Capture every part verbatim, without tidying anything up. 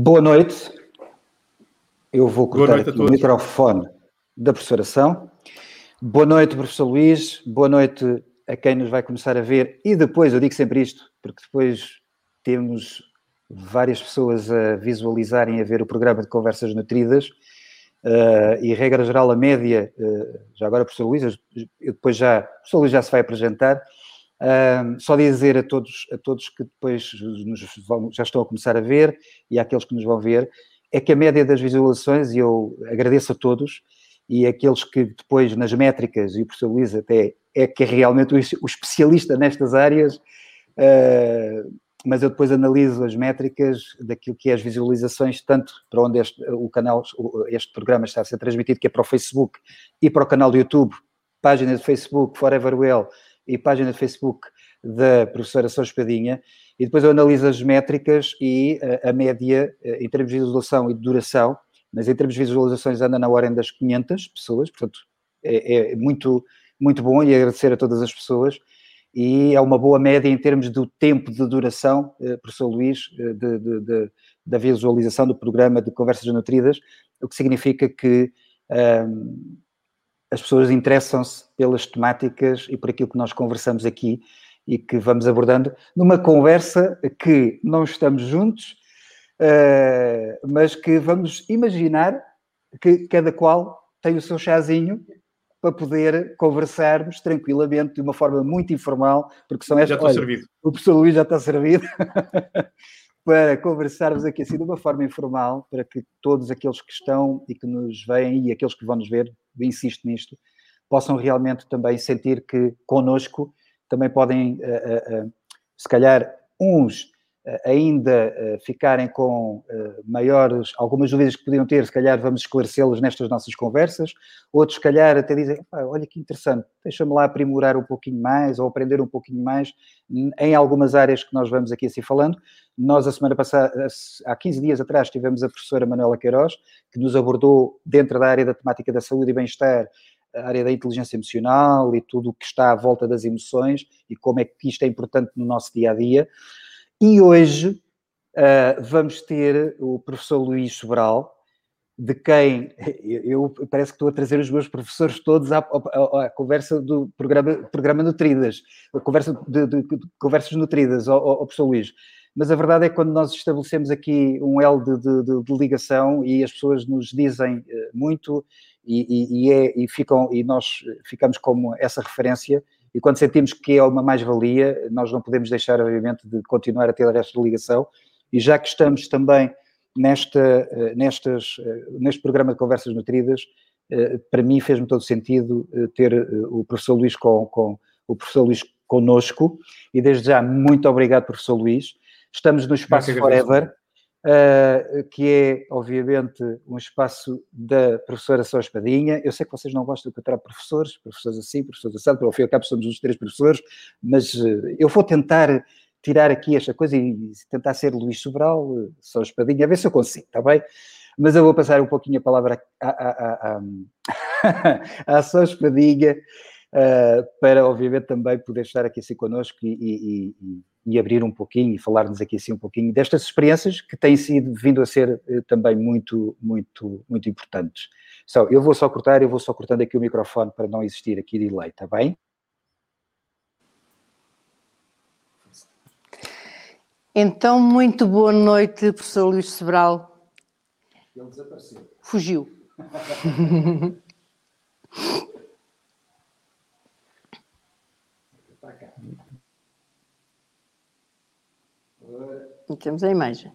Boa noite. Eu vou cortar aqui o microfone da professora São. Boa noite, professor Luís. Boa noite a quem nos vai começar a ver. E depois, eu digo sempre isto, porque depois temos várias pessoas a visualizarem, a ver o programa de Conversas Nutridas. Uh, e, regra geral, a média, uh, já agora, professor Luís, eu depois já, o professor Luís já se vai apresentar. Uh, só dizer a todos, a todos que depois nos vão, já estão a começar a ver e àqueles que nos vão ver, é que a média das visualizações, e eu agradeço a todos, e aqueles que depois nas métricas, e o professor Luís até é que é realmente o, o especialista nestas áreas, uh, mas eu depois analiso as métricas daquilo que é as visualizações, tanto para onde este, o canal, este programa está a ser transmitido, que é para o Facebook, e para o canal do YouTube, página de Facebook, Forever Well, e página de Facebook da professora São Espadinha, e depois eu analiso as métricas e a, a média em termos de visualização e de duração, mas em termos de visualizações anda na ordem das quinhentas pessoas, portanto é, é muito, muito bom, e agradecer a todas as pessoas, e é uma boa média em termos do tempo de duração, eh, professor Luís, de, de, de, da visualização do programa de Conversas Nutridas, o que significa que um, as pessoas interessam-se pelas temáticas e por aquilo que nós conversamos aqui e que vamos abordando numa conversa que não estamos juntos, uh, mas que vamos imaginar que cada qual tem o seu chazinho para poder conversarmos tranquilamente, de uma forma muito informal, porque são estas... Já estou olha, servido. O professor Luís já está servido. Para conversarmos aqui assim de uma forma informal, para que todos aqueles que estão e que nos veem e aqueles que vão nos ver, eu insisto nisto, possam realmente também sentir que connosco também podem, uh, uh, uh, se calhar, uns uh, ainda uh, ficarem com uh, maiores, algumas dúvidas que podiam ter, se calhar vamos esclarecê-las nestas nossas conversas, outros, se calhar, até dizem, olha que interessante, deixa-me lá aprimorar um pouquinho mais ou aprender um pouquinho mais em algumas áreas que nós vamos aqui assim falando. Nós, a semana passada, há quinze dias atrás, tivemos a professora Manuela Queiroz, que nos abordou dentro da área da temática da saúde e bem-estar, a área da inteligência emocional e tudo o que está à volta das emoções e como é que isto é importante no nosso dia-a-dia. E hoje uh, vamos ter o professor Luís Sobral, de quem eu, eu parece que estou a trazer os meus professores todos à, à, à conversa do programa, programa Nutridas, a conversa de, de, de conversas nutridas, ao, ao professor Luís. Mas a verdade é que quando nós estabelecemos aqui um elo de, de, de ligação e as pessoas nos dizem muito e, e, e, é, e, ficam, e nós ficamos como essa referência, e quando sentimos que é uma mais-valia, nós não podemos deixar, obviamente, de continuar a ter esta ligação. E já que estamos também nesta, nestas, neste programa de Conversas Nutridas, para mim fez-me todo sentido ter o professor Luís com, com o professor Luís connosco, e desde já muito obrigado, professor Luís. Estamos no Espaço Forever, uh, que é, obviamente, um espaço da professora São Espadinha. Eu sei que vocês não gostam de encontrar professores, professores assim, professores assim, para o fim e ao cabo somos os três professores, mas uh, eu vou tentar tirar aqui esta coisa e tentar ser Luís Sobral, uh, São Espadinha, a ver se eu consigo, está bem? Mas eu vou passar um pouquinho a palavra à, à, à, à São Espadinha, uh, para, obviamente, também poder estar aqui assim connosco e... e, e e abrir um pouquinho e falar-nos aqui assim um pouquinho destas experiências que têm sido, vindo a ser eh, também muito, muito, muito importantes. So, eu vou só cortar, eu vou só cortando aqui o microfone para não existir aqui delay, está bem? Então, muito boa noite, professor Luís Sobral. Ele desapareceu. Fugiu. Está cá. E temos a imagem.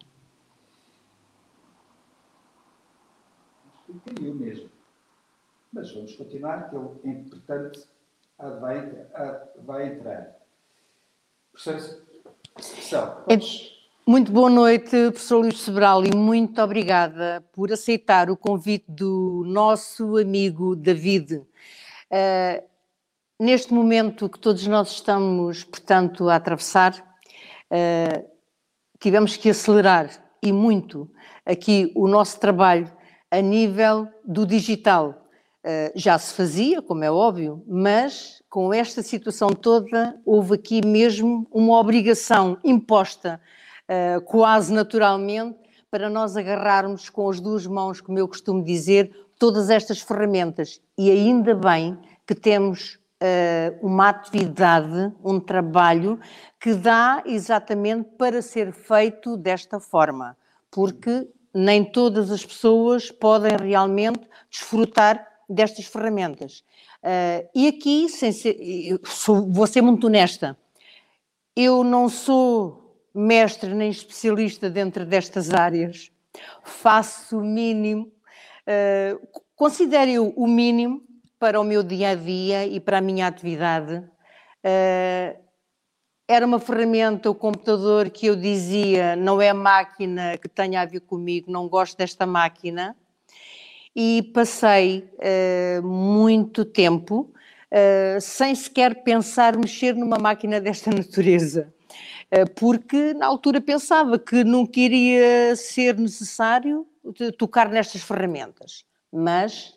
Caiu mesmo. Mas vamos continuar, que ele, entretanto, vai, vai entrar. Professora São, muito boa noite, professor Luís Sobral, e muito obrigada por aceitar o convite do nosso amigo David. Uh, neste momento que todos nós estamos, portanto, a atravessar, uh, tivemos que acelerar, e muito, aqui o nosso trabalho a nível do digital. Uh, já se fazia, como é óbvio, mas com esta situação toda houve aqui mesmo uma obrigação imposta uh, quase naturalmente para nós agarrarmos com as duas mãos, como eu costumo dizer, todas estas ferramentas. E ainda bem que temos uh, uma atividade, um trabalho que dá exatamente para ser feito desta forma, porque nem todas as pessoas podem realmente desfrutar destas ferramentas. Uh, e aqui, sem ser, eu sou, vou ser muito honesta, eu não sou mestre nem especialista dentro destas áreas, faço o mínimo, uh, considero o mínimo para o meu dia-a-dia e para a minha atividade. Uh, era uma ferramenta, o computador, que eu dizia, não é máquina que tenha a ver comigo, não gosto desta máquina. E passei uh, muito tempo uh, sem sequer pensar mexer numa máquina desta natureza, uh, porque na altura pensava que nunca iria ser necessário tocar nestas ferramentas, mas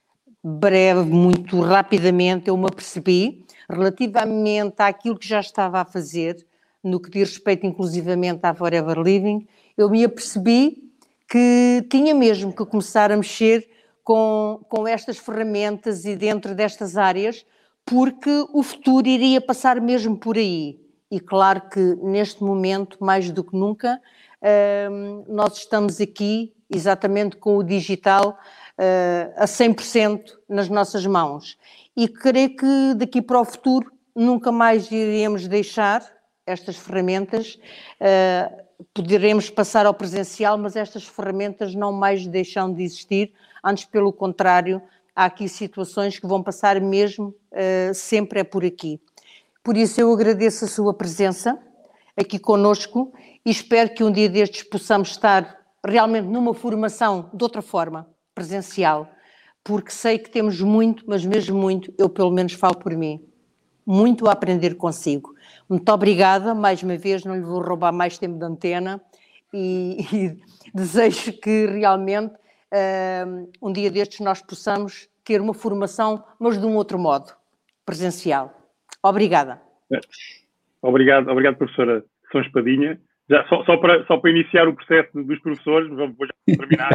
breve, muito rapidamente eu me apercebi, relativamente àquilo que já estava a fazer, no que diz respeito inclusivamente à Forever Living, eu me apercebi que tinha mesmo que começar a mexer com, com estas ferramentas e dentro destas áreas, porque o futuro iria passar mesmo por aí. E claro que neste momento, mais do que nunca, hum, nós estamos aqui exatamente com o digital uh, a cem por cento nas nossas mãos. E creio que daqui para o futuro nunca mais iremos deixar estas ferramentas, uh, poderemos passar ao presencial, mas estas ferramentas não mais deixam de existir, antes pelo contrário, há aqui situações que vão passar mesmo, uh, sempre é por aqui. Por isso eu agradeço a sua presença aqui conosco e espero que um dia destes possamos estar realmente numa formação de outra forma, presencial, porque sei que temos muito, mas mesmo muito, eu pelo menos falo por mim, muito a aprender consigo. Muito obrigada, mais uma vez, não lhe vou roubar mais tempo de antena e, e desejo que realmente uh, um dia destes nós possamos ter uma formação, mas de um outro modo, presencial. Obrigada. Obrigado, obrigado, professora São Espadinha. Já, só, só, para, só para iniciar o processo dos professores, vou, vou já terminar.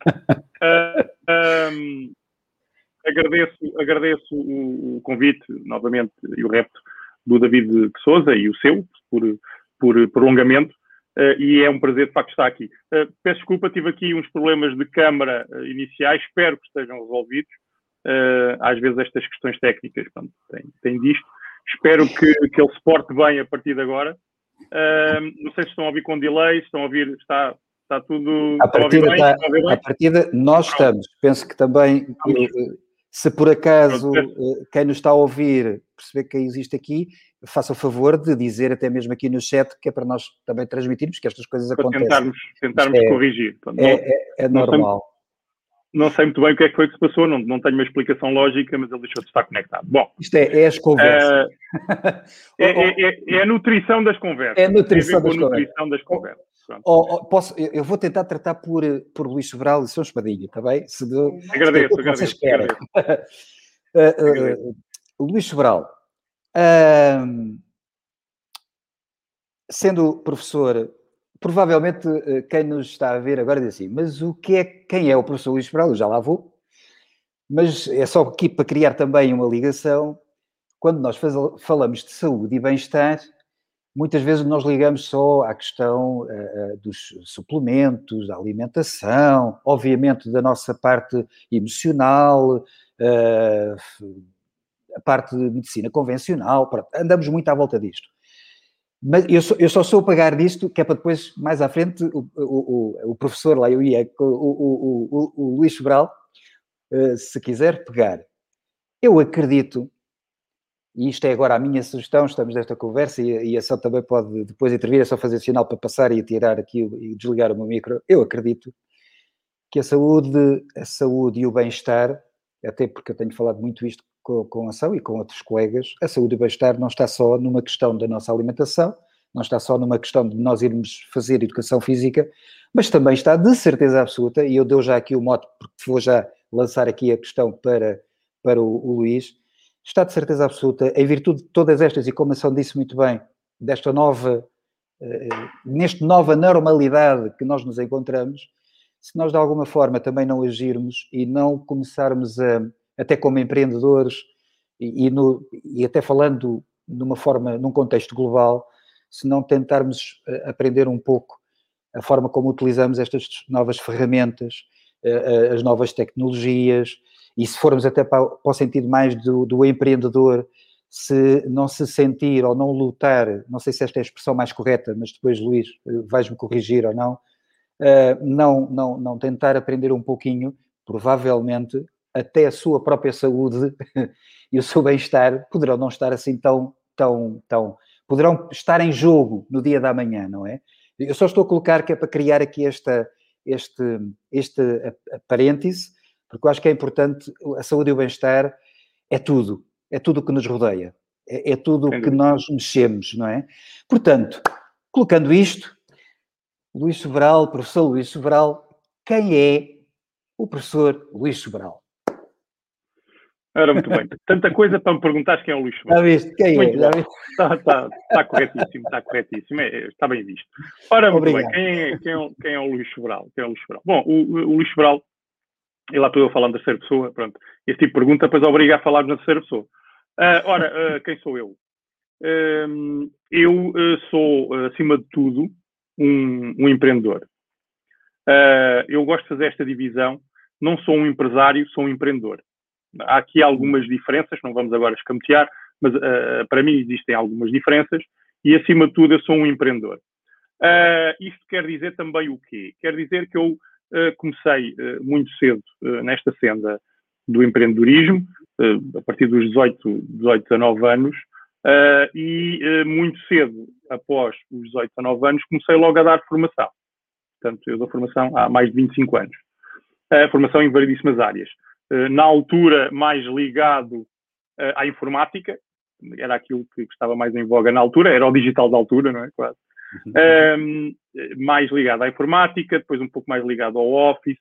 uh, um, agradeço agradeço o, o convite, novamente, e o repto do David de Sousa e o seu, por, por prolongamento, uh, e é um prazer, de facto, estar aqui. Uh, peço desculpa, tive aqui uns problemas de câmara uh, iniciais, espero que estejam resolvidos. Uh, às vezes estas questões técnicas, pronto, têm, têm disto. Espero que, que ele se porte bem a partir de agora. Uh, não sei se estão a ouvir com delay, estão a ouvir, está, está tudo... A partida, a está, a partida nós Pronto. estamos. Penso que também, se por acaso Pronto. quem nos está a ouvir perceber que existe aqui, faça o favor de dizer até mesmo aqui no chat, que é para nós também transmitirmos que estas coisas para acontecem. Tentarmos, tentarmos é, corrigir. Pronto, é, é, é normal. Não sei muito bem o que é que foi que se passou, não, não tenho uma explicação lógica, mas ele deixou de estar conectado. Bom, isto é, é as conversas. Uh, é, é, é a nutrição das conversas. É a nutrição, das, a nutrição das conversas. Oh, oh, posso, eu vou tentar tratar por, por Luís Sobral e São Espadinha, está bem? Se de, agradeço, se agradeço. Vocês querem. uh, uh, agradeço. Luís Sobral, uh, sendo professor... Provavelmente quem nos está a ver agora diz assim, mas o que é, quem é o professor Luís Sobral? Eu já lá vou. Mas é só aqui para criar também uma ligação. Quando nós faz, falamos de saúde e bem-estar, muitas vezes nós ligamos só à questão uh, dos suplementos, da alimentação, obviamente da nossa parte emocional, uh, a parte de medicina convencional, andamos muito à volta disto. Mas eu só, eu só sou a pagar disto, que é para depois, mais à frente, o, o, o, o professor lá, eu ia, o, o, o, o Luís Sobral, uh, se quiser pegar. Eu acredito, e isto é agora a minha sugestão, estamos nesta conversa, e, e a São também pode depois intervir, é só fazer sinal para passar e tirar aqui e desligar o meu micro. Eu acredito que a saúde, a saúde e o bem-estar, até porque eu tenho falado muito isto com, com a Ação e com outros colegas, a saúde e o bem-estar não está só numa questão da nossa alimentação, não está só numa questão de nós irmos fazer educação física, mas também está de certeza absoluta, e eu dou já aqui o mote, porque vou já lançar aqui a questão para, para o, o Luís, está de certeza absoluta, em virtude de todas estas, e como a Ação disse muito bem, desta nova nesta nova normalidade que nós nos encontramos, se nós de alguma forma também não agirmos e não começarmos a, até como empreendedores, e, e, no, e até falando numa forma, num contexto global, se não tentarmos aprender um pouco a forma como utilizamos estas novas ferramentas, as novas tecnologias, e se formos até para, para o sentido mais do, do empreendedor, se não se sentir ou não lutar, não sei se esta é a expressão mais correta, mas depois, Luís, vais-me corrigir ou não, não, não, não tentar aprender um pouquinho, provavelmente até a sua própria saúde e o seu bem-estar poderão não estar assim tão, tão, tão, poderão estar em jogo no dia da manhã, não é? Eu só estou a colocar que é para criar aqui esta, este, este parêntese, porque eu acho que é importante, a saúde e o bem-estar é tudo, é tudo o que nos rodeia, é, é tudo o que nós mexemos, não é? Portanto, colocando isto, Luís Sobral, professor Luís Sobral, quem é o professor Luís Sobral? Ora, muito bem. Tanta coisa para me perguntares quem é o Luís Sobral. Já viste? Quem muito é? Já viste? Está, está, está corretíssimo, está corretíssimo. É, está bem visto. Ora, muito Obrigado. bem. Quem é, quem, é, quem é o Luís Sobral? Quem é o Luís Sobral? Bom, o, o Luís Sobral, e lá estou eu falando da terceira pessoa, pronto. Este tipo de pergunta depois obriga a falar na terceira pessoa. Uh, ora, uh, quem sou eu? Uh, eu uh, sou, uh, acima de tudo, um, um empreendedor. Uh, eu gosto de fazer esta divisão. Não sou um empresário, sou um empreendedor. Há aqui algumas diferenças, não vamos agora escamotear, mas uh, para mim existem algumas diferenças e, acima de tudo, eu sou um empreendedor. Uh, isto quer dizer também o quê? Quer dizer que eu uh, comecei uh, muito cedo uh, nesta senda do empreendedorismo, uh, a partir dos dezoito, dezoito, dezanove anos, uh, e uh, muito cedo, após os dezoito, dezanove anos, comecei logo a dar formação. Portanto, eu dou formação há mais de vinte e cinco anos. Uh, formação em variedíssimas áreas. Na altura, mais ligado uh, à informática, era aquilo que estava mais em voga na altura, era o digital da altura, não é? Quase. Um, mais ligado à informática, depois um pouco mais ligado ao Office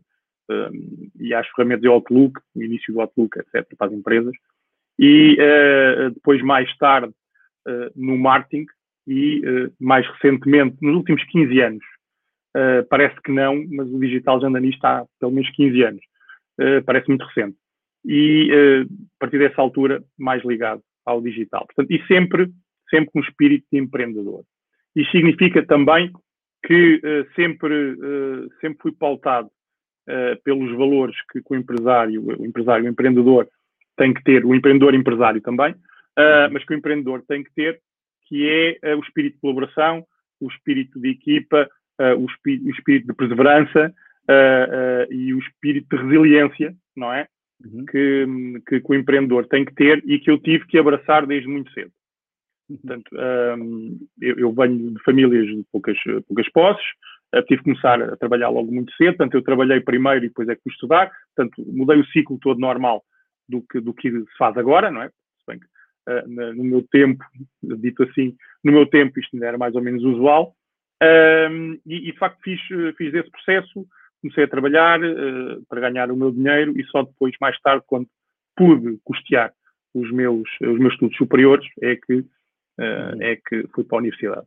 um, e às ferramentas de Outlook, o início do Outlook, etcétera, para as empresas. E uh, depois, mais tarde, uh, no marketing e, uh, mais recentemente, nos últimos quinze anos, uh, parece que não, mas o digital já anda nisto há pelo menos quinze anos. Uh, parece muito recente. E, uh, a partir dessa altura, mais ligado ao digital. Portanto, e sempre, sempre com espírito de empreendedor. Isto significa também que uh, sempre, uh, sempre fui pautado uh, pelos valores que, que o empresário, o empresário, o empreendedor tem que ter, o empreendedor empresário também, uh, mas que o empreendedor tem que ter, que é uh, o espírito de colaboração, o espírito de equipa, uh, o, espí- o espírito de perseverança, Uh, uh, e o espírito de resiliência, não é? Uhum. Que, que, que o empreendedor tem que ter e que eu tive que abraçar desde muito cedo. Uhum. Portanto, um, eu, eu venho de famílias de poucas, poucas posses, uh, tive que começar a trabalhar logo muito cedo, portanto, eu trabalhei primeiro e depois é que fui estudar, portanto, mudei o ciclo todo normal do que, do que se faz agora, não é? Se bem que uh, no meu tempo, dito assim, no meu tempo isto ainda era mais ou menos usual, um, e, e de facto fiz, fiz desse processo. Comecei a trabalhar uh, para ganhar o meu dinheiro e só depois, mais tarde, quando pude custear os meus, os meus estudos superiores, é que, uh, uhum. é que fui para a universidade.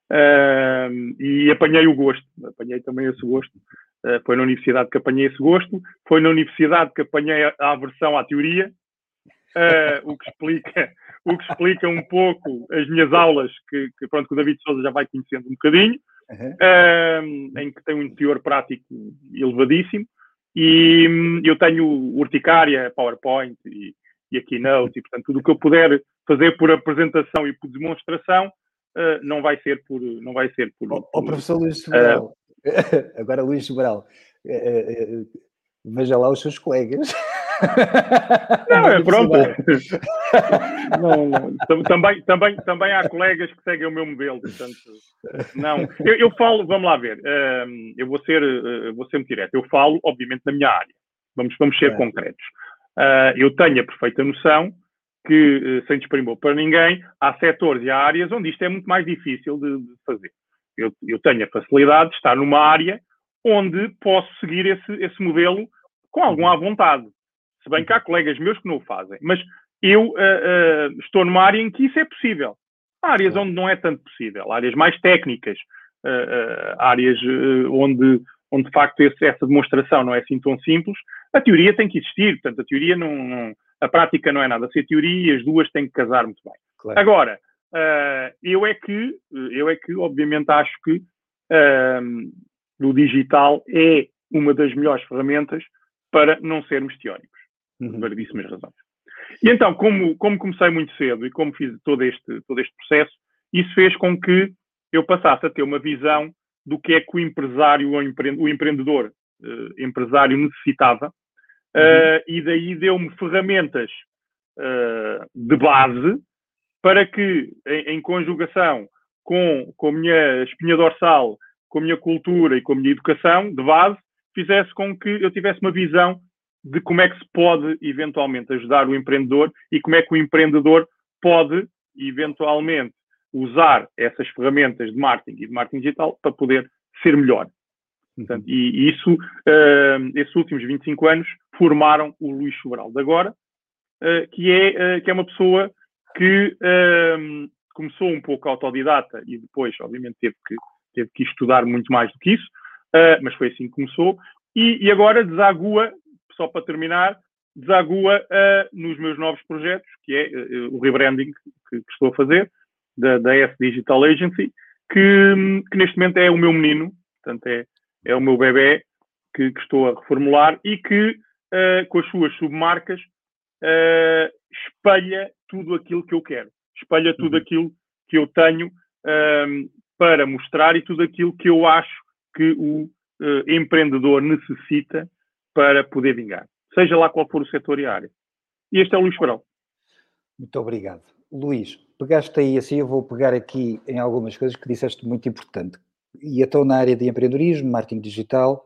Uh, e apanhei o gosto, apanhei também esse gosto. Uh, foi na universidade que apanhei esse gosto, foi na universidade que apanhei a, a aversão à teoria, uh, o, que explica, o que explica um pouco as minhas aulas, que, que, pronto, que o David Sousa já vai conhecendo um bocadinho. Uhum. Um, em que tem um teor prático elevadíssimo e um, eu tenho urticária, PowerPoint e, e a Keynote e, portanto, tudo o que eu puder fazer por apresentação e por demonstração uh, não vai ser por... Não vai ser por, oh, por oh, professor Luís Sobral, uh, agora Luís Sobral, uh, uh, uh, veja lá os seus colegas. Não, é pronto. não, não. Também, também, também há colegas que seguem o meu modelo, portanto, não. Eu, eu falo, vamos lá ver, um, eu vou ser, uh, vou ser muito direto. Eu falo, obviamente, na minha área. Vamos, vamos ser é. concretos. Uh, eu tenho a perfeita noção que, uh, sem desprimor para ninguém, há setores e há áreas onde isto é muito mais difícil de, de fazer. Eu, eu tenho a facilidade de estar numa área onde posso seguir esse, esse modelo com alguma vontade. Se bem que há colegas meus que não o fazem. Mas eu uh, uh, estou numa área em que isso é possível. Há áreas onde não é tanto possível, áreas mais técnicas, uh, uh, áreas uh, onde, onde de facto esse, essa demonstração não é assim tão simples. A teoria tem que existir, portanto, a teoria não, não a prática não é nada. Se a teoria e as duas têm que casar muito bem. Claro. Agora, uh, eu é que, eu é que, obviamente, acho que uh, o digital é uma das melhores ferramentas para não sermos teóricos, por uhum. variedíssimas razões. E então, como, como comecei muito cedo e como fiz todo este, todo este processo, isso fez com que eu passasse a ter uma visão do que é que o empresário ou o empreendedor uh, empresário necessitava, uhum. uh, e daí deu-me ferramentas uh, de base para que, em, em conjugação com, com a minha espinha dorsal, com a minha cultura e com a minha educação de base, fizesse com que eu tivesse uma visão de como é que se pode, eventualmente, ajudar o empreendedor e como é que o empreendedor pode, eventualmente, usar essas ferramentas de marketing e de marketing digital para poder ser melhor. Portanto, e, e isso, uh, esses últimos vinte e cinco anos, formaram o Luís Sobral de agora, uh, que, é, uh, que é uma pessoa que uh, começou um pouco autodidata e depois, obviamente, teve que, teve que estudar muito mais do que isso, uh, mas foi assim que começou, e, e agora desagua, só para terminar, desagua uh, nos meus novos projetos, que é uh, o rebranding que, que estou a fazer, da, da S Digital Agency, que, que neste momento é o meu menino, portanto é, é o meu bebé que, que estou a reformular e que, uh, com as suas submarcas, uh, espelha tudo aquilo que eu quero, espelha tudo uhum. aquilo que eu tenho um, para mostrar e tudo aquilo que eu acho que o uh, empreendedor necessita para poder vingar, seja lá qual for o setor e a área. E este é o Luís Sobral. Muito obrigado. Luís, pegaste aí assim, eu vou pegar aqui em algumas coisas que disseste muito importante. E então na área de empreendedorismo, marketing digital,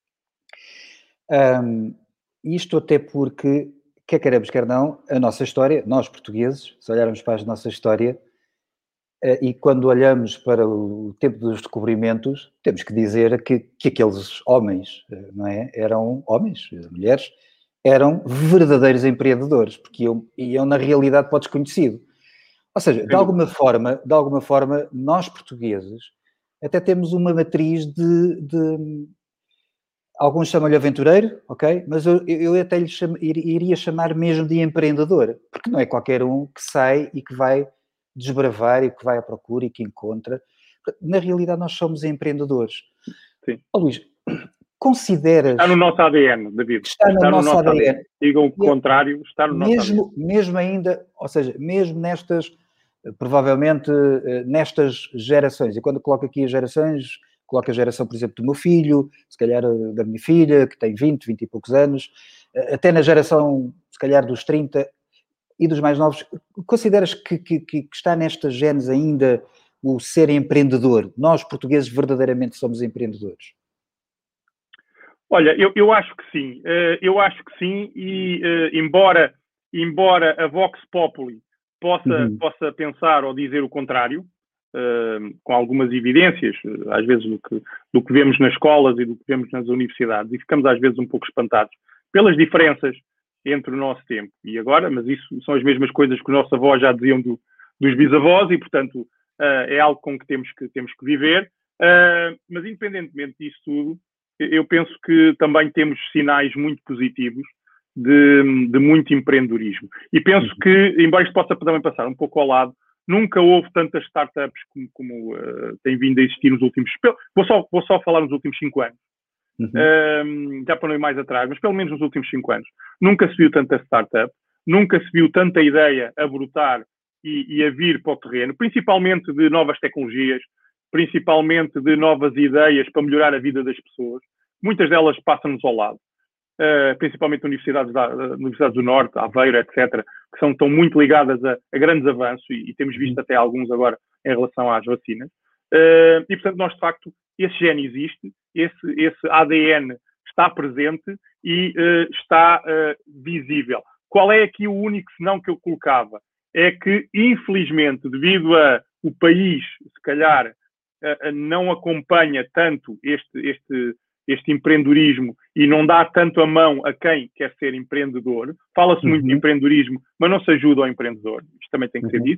um, isto até porque, quer queiramos, quer não, a nossa história, nós portugueses, se olharmos para a nossa história, e quando olhamos para o tempo dos descobrimentos, temos que dizer que, que aqueles homens, não é? Eram homens, mulheres, eram verdadeiros empreendedores, porque iam, iam na realidade para o desconhecido. Ou seja, de alguma forma, de alguma forma, nós portugueses até temos uma matriz de... de alguns chamam-lhe aventureiro, ok? Mas eu, eu até lhe cham, iria chamar mesmo de empreendedor, porque não é qualquer um que sai e que vai desbravar e que vai à procura e que encontra. Na realidade, nós somos empreendedores. Sim. Oh, Luís, consideras... Está no nosso A D N, David. Está, está no, no nosso nosso A D N. A D N. Digam o e, contrário, está no mesmo, nosso A D N. Mesmo ainda, ou seja, mesmo nestas, provavelmente, nestas gerações, e quando coloco aqui as gerações, coloco a geração, por exemplo, do meu filho, se calhar da minha filha, que tem vinte, vinte e poucos anos, até na geração, se calhar, dos trinta e dos mais novos, consideras que, que, que está nestas genes ainda o ser empreendedor? Nós, portugueses, verdadeiramente somos empreendedores? Olha, eu, eu acho que sim. Uh, eu acho que sim e, uh, embora, embora a Vox Populi possa, uhum. possa pensar ou dizer o contrário, Uh, com algumas evidências, uh, às vezes do que, do que vemos nas escolas e do que vemos nas universidades, e ficamos às vezes um pouco espantados pelas diferenças entre o nosso tempo e agora, mas isso são as mesmas coisas que os nossos avós já diziam do, dos bisavós e, portanto, uh, é algo com que temos que, temos que viver. Uh, mas, independentemente disso tudo, eu penso que também temos sinais muito positivos de, de muito empreendedorismo. E penso uhum. que, embora isto possa também passar um pouco ao lado, nunca houve tantas startups como, como uh, tem vindo a existir nos últimos... Vou só, vou só falar nos últimos cinco anos. Uhum. Uh, já para não ir mais atrás, mas pelo menos nos últimos cinco anos. Nunca se viu tanta startup, nunca se viu tanta ideia a brotar e, e a vir para o terreno, principalmente de novas tecnologias, principalmente de novas ideias para melhorar a vida das pessoas. Muitas delas passam-nos ao lado. Uh, principalmente universidades, da, universidades do Norte, Aveiro, etcétera, que são, estão muito ligadas a, a grandes avanços e, e temos visto até alguns agora em relação às vacinas. Uh, e, portanto, nós, de facto, esse gene existe, esse, esse A D N está presente e uh, está uh, visível. Qual é aqui o único senão que eu colocava? É que, infelizmente, devido a o país, se calhar, uh, não acompanha tanto este... este este empreendedorismo e não dá tanto a mão a quem quer ser empreendedor. Fala-se uhum. muito de empreendedorismo, mas não se ajuda ao empreendedor. Isto também tem que ser uhum. dito.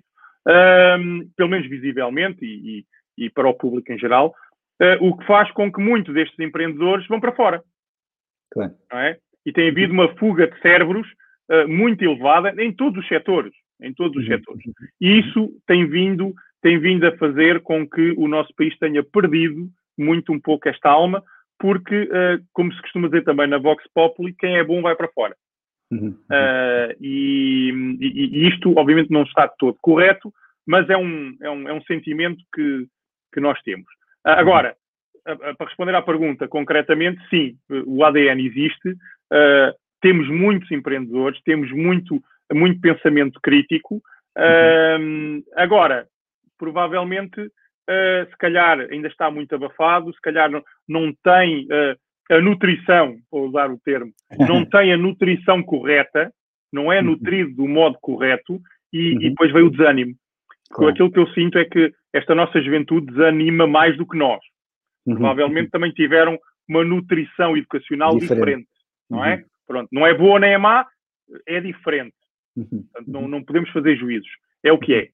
um, pelo menos visivelmente e, e, e para o público em geral, uh, o que faz com que muitos destes empreendedores vão para fora. Claro. Não é? E tem havido uma fuga de cérebros uh, muito elevada em todos os setores, em todos os setores. E isso tem vindo, tem vindo a fazer com que o nosso país tenha perdido muito um pouco esta alma, porque, uh, como se costuma dizer também na Vox Populi, quem é bom vai para fora. Uhum. Uh, e, e, e isto, obviamente, não está de todo correto, mas é um, é um, é um sentimento que, que nós temos. Uh, agora, uh, uh, para responder à pergunta concretamente, sim, o A D N existe, uh, temos muitos empreendedores, temos muito, muito pensamento crítico. Uh, uhum. Agora, provavelmente, uh, se calhar ainda está muito abafado, se calhar não, não tem... Uh, a nutrição, vou usar o termo, não tem a nutrição correta, não é nutrido do modo correto, e, uhum. e depois veio o desânimo. Claro. Aquilo que eu sinto é que esta nossa juventude desanima mais do que nós. Uhum. Provavelmente também tiveram uma nutrição educacional diferente, diferente não uhum. é? Pronto, não é boa nem é má, é diferente. Uhum. Portanto, não, não podemos fazer juízos. É o que é.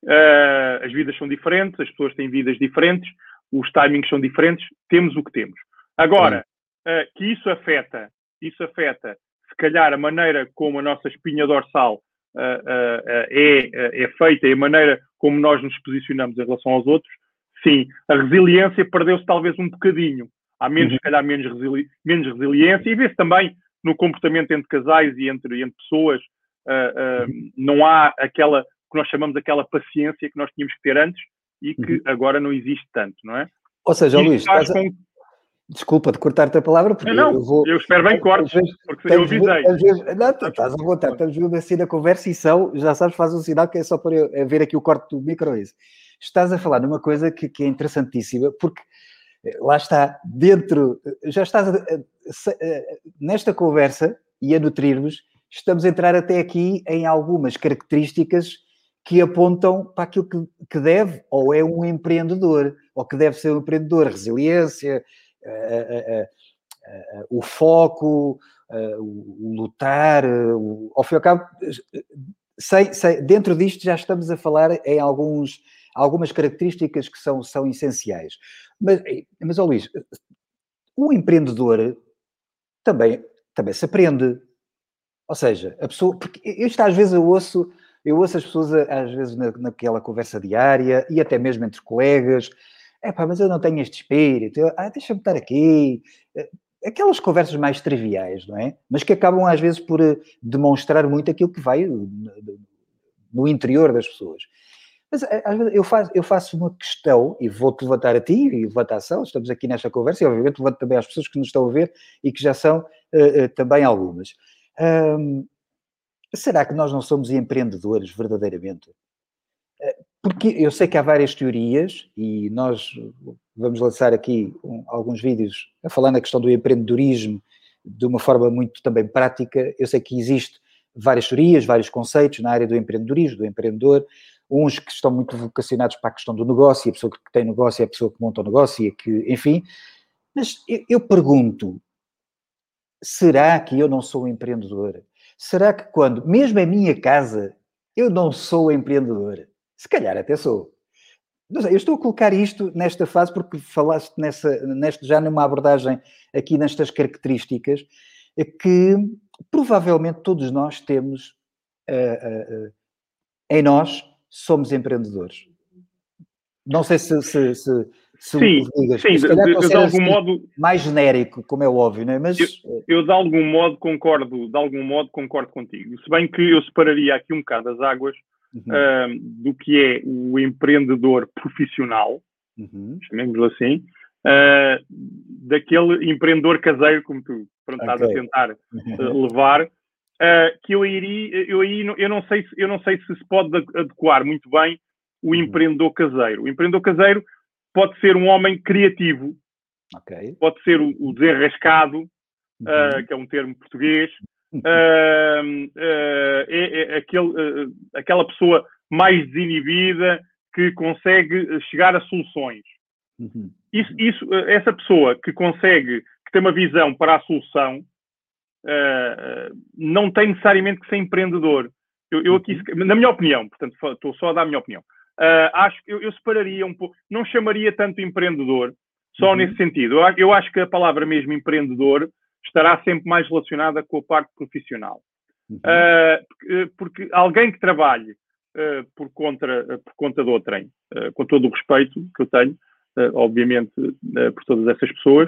Uh, as vidas são diferentes, as pessoas têm vidas diferentes, os timings são diferentes, temos o que temos. Agora, Uh, que isso afeta, isso afeta, se calhar, a maneira como a nossa espinha dorsal uh, uh, uh, é, uh, é feita e a maneira como nós nos posicionamos em relação aos outros, sim, a resiliência perdeu-se talvez um bocadinho. Há menos, uhum. se calhar, menos, resili menos resiliência, e vê-se também no comportamento entre casais e entre, entre pessoas, uh, uh, não há aquela, que nós chamamos aquela paciência que nós tínhamos que ter antes e que uhum. agora não existe tanto, não é? Ou seja, Isto Luís, faz com... Desculpa de cortar-te a palavra, porque não, eu vou... Eu espero bem cortes, porque eu avisei. Às vezes, não, estás a vontade, estamos mesmo assim na conversa e são, já sabes, faz um sinal que é só para eu ver aqui o corte do micro. Isso. Estás a falar numa coisa que, que é interessantíssima, porque lá está, dentro, já estás a, a, a, nesta conversa e a nutrir-vos, estamos a entrar até aqui em algumas características que apontam para aquilo que, que deve, ou é um empreendedor, ou que deve ser um empreendedor, resiliência... Uh, uh, uh, uh, o foco, uh, o, o lutar, uh, ao fim e ao cabo, sei, sei, dentro disto já estamos a falar em alguns, algumas características que são, são essenciais. Mas, mas ó Luís, o empreendedor também, também se aprende. Ou seja, a pessoa, porque isto às vezes eu ouço, eu ouço as pessoas às vezes na, naquela conversa diária e até mesmo entre colegas. É pá, mas eu não tenho este espírito, eu, ah, deixa-me estar aqui. Aquelas conversas mais triviais, não é? Mas que acabam às vezes por demonstrar muito aquilo que vai no interior das pessoas. Mas às vezes eu faço, eu faço uma questão, e vou-te levantar a ti, e levantar a ação, estamos aqui nesta conversa, e obviamente levanto também às pessoas que nos estão a ver e que já são uh, uh, também algumas. Um, será que nós não somos empreendedores verdadeiramente? Porque eu sei que há várias teorias e nós vamos lançar aqui um, alguns vídeos a falar na questão do empreendedorismo de uma forma muito também prática. Eu sei que existe várias teorias, vários conceitos na área do empreendedorismo, do empreendedor, uns que estão muito vocacionados para a questão do negócio, e a pessoa que tem negócio é a pessoa que monta o negócio, e que, enfim. Mas eu, eu pergunto, será que eu não sou empreendedor? Será que quando, mesmo em minha casa, eu não sou empreendedor? Se calhar até sou. Não sei, eu estou a colocar isto nesta fase porque falaste nessa, nesta, já numa abordagem aqui nestas características que provavelmente todos nós temos uh, uh, uh, em nós, somos empreendedores. Não sei se, se, se, se sim, digas, sim, se calhar de, de algum modo mais genérico, como é óbvio, não é? Mas eu, eu de algum modo concordo, de algum modo concordo contigo. Se bem que eu separaria aqui um bocado as águas. Uhum. Uh, do que é o empreendedor profissional, uhum. chamemos-lhe assim, uh, daquele empreendedor caseiro, como tu pronto, okay. estás a tentar uh, levar, uh, que eu iria, eu, aí, eu, não sei se, eu não sei se se pode adequar muito bem o uhum. empreendedor caseiro. O empreendedor caseiro pode ser um homem criativo, okay. pode ser o, o desenrascado, uhum. uh, que é um termo português, Uh, uh, é, é aquele, uh, aquela pessoa mais desinibida que consegue chegar a soluções. Uhum. Isso, isso, essa pessoa que consegue, que tem uma visão para a solução, uh, não tem necessariamente que ser empreendedor. Eu, eu aqui, na minha opinião, portanto, estou só a dar a minha opinião, uh, acho que eu, eu separaria um pouco, não chamaria tanto empreendedor, só uhum. nesse sentido. Eu, eu acho que a palavra mesmo empreendedor estará sempre mais relacionada com a parte profissional. Uhum. Uh, porque alguém que trabalhe uh, por, contra, uh, por conta de outrem, uh, com todo o respeito que eu tenho, uh, obviamente, uh, por todas essas pessoas,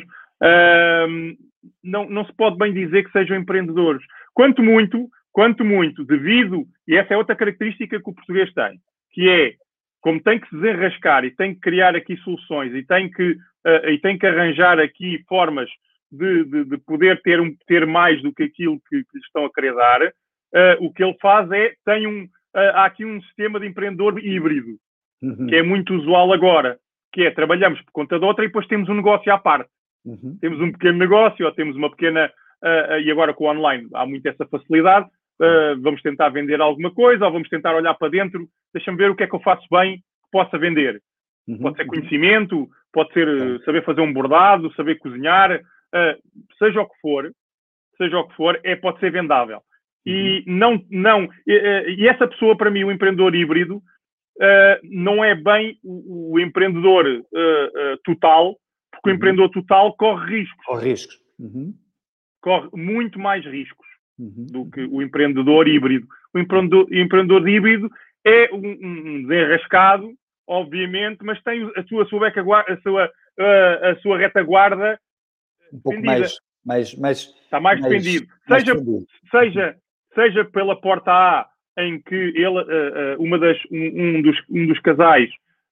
uh, não, não se pode bem dizer que sejam empreendedores. Quanto muito, quanto muito, devido, e essa é outra característica que o português tem, que é, como tem que se desenrascar e tem que criar aqui soluções e tem que, uh, e tem que arranjar aqui formas de, de, de poder ter, um, ter mais do que aquilo que, que lhes estão a querer dar, uh, o que ele faz é, tem um, uh, há aqui um sistema de empreendedor híbrido, uhum. que é muito usual agora, que é, trabalhamos por conta de outra e depois temos um negócio à parte. Uhum. Temos um pequeno negócio ou temos uma pequena, uh, uh, e agora com o online há muito essa facilidade, uh, vamos tentar vender alguma coisa ou vamos tentar olhar para dentro, deixa-me ver o que é que eu faço bem que possa vender. Uhum. Pode ser conhecimento, pode ser uh, saber fazer um bordado, saber cozinhar, uh, seja o que for, seja o que for, é, pode ser vendável. Uhum. E, não, não, e, e essa pessoa, para mim, o empreendedor híbrido, uh, não é bem o, o empreendedor uh, uh, total, porque uhum. o empreendedor total corre riscos. Corre riscos. Uhum. Corre muito mais riscos uhum. do que o empreendedor híbrido. O empreendedor, o empreendedor híbrido é um, um desenrascado, obviamente, mas tem a sua, a sua, a sua, a, a sua retaguarda um pouco mais, mais, mais... Está mais, mais defendido. Mais seja, defendido. Seja, seja pela porta A, em que ele, uh, uh, uma das, um, um, dos, um dos casais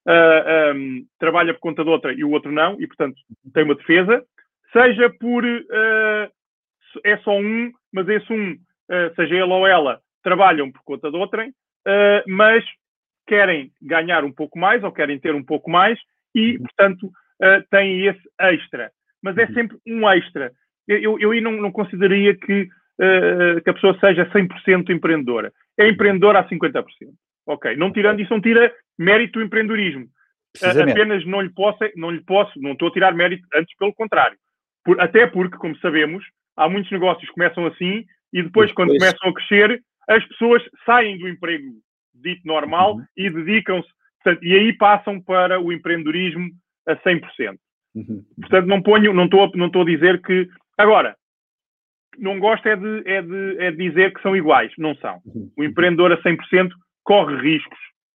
uh, um, trabalha por conta de outra e o outro não, e, portanto, tem uma defesa. Seja por... Uh, é só um, mas esse um, uh, seja ele ou ela, trabalham por conta de outrem, uh, mas querem ganhar um pouco mais ou querem ter um pouco mais e, portanto, uh, têm esse extra. Mas é sempre um extra. Eu, eu aí não, não consideraria que, uh, que a pessoa seja cem por cento empreendedora. É empreendedora a cinquenta por cento. Ok. Não tirando isso, não tira mérito do empreendedorismo. Uh, apenas não lhe posso, não lhe posso, não estou a tirar mérito, antes pelo contrário. Por, até porque, como sabemos, há muitos negócios que começam assim e depois, depois, quando começam a crescer, as pessoas saem do emprego dito normal uhum. e dedicam-se, portanto, e aí passam para o empreendedorismo a cem por cento. Uhum. Portanto, não ponho, não estou não estou a dizer que... Agora, não gosto é de, é, de, é de dizer que são iguais. Não são. Uhum. O empreendedor a cem por cento corre riscos.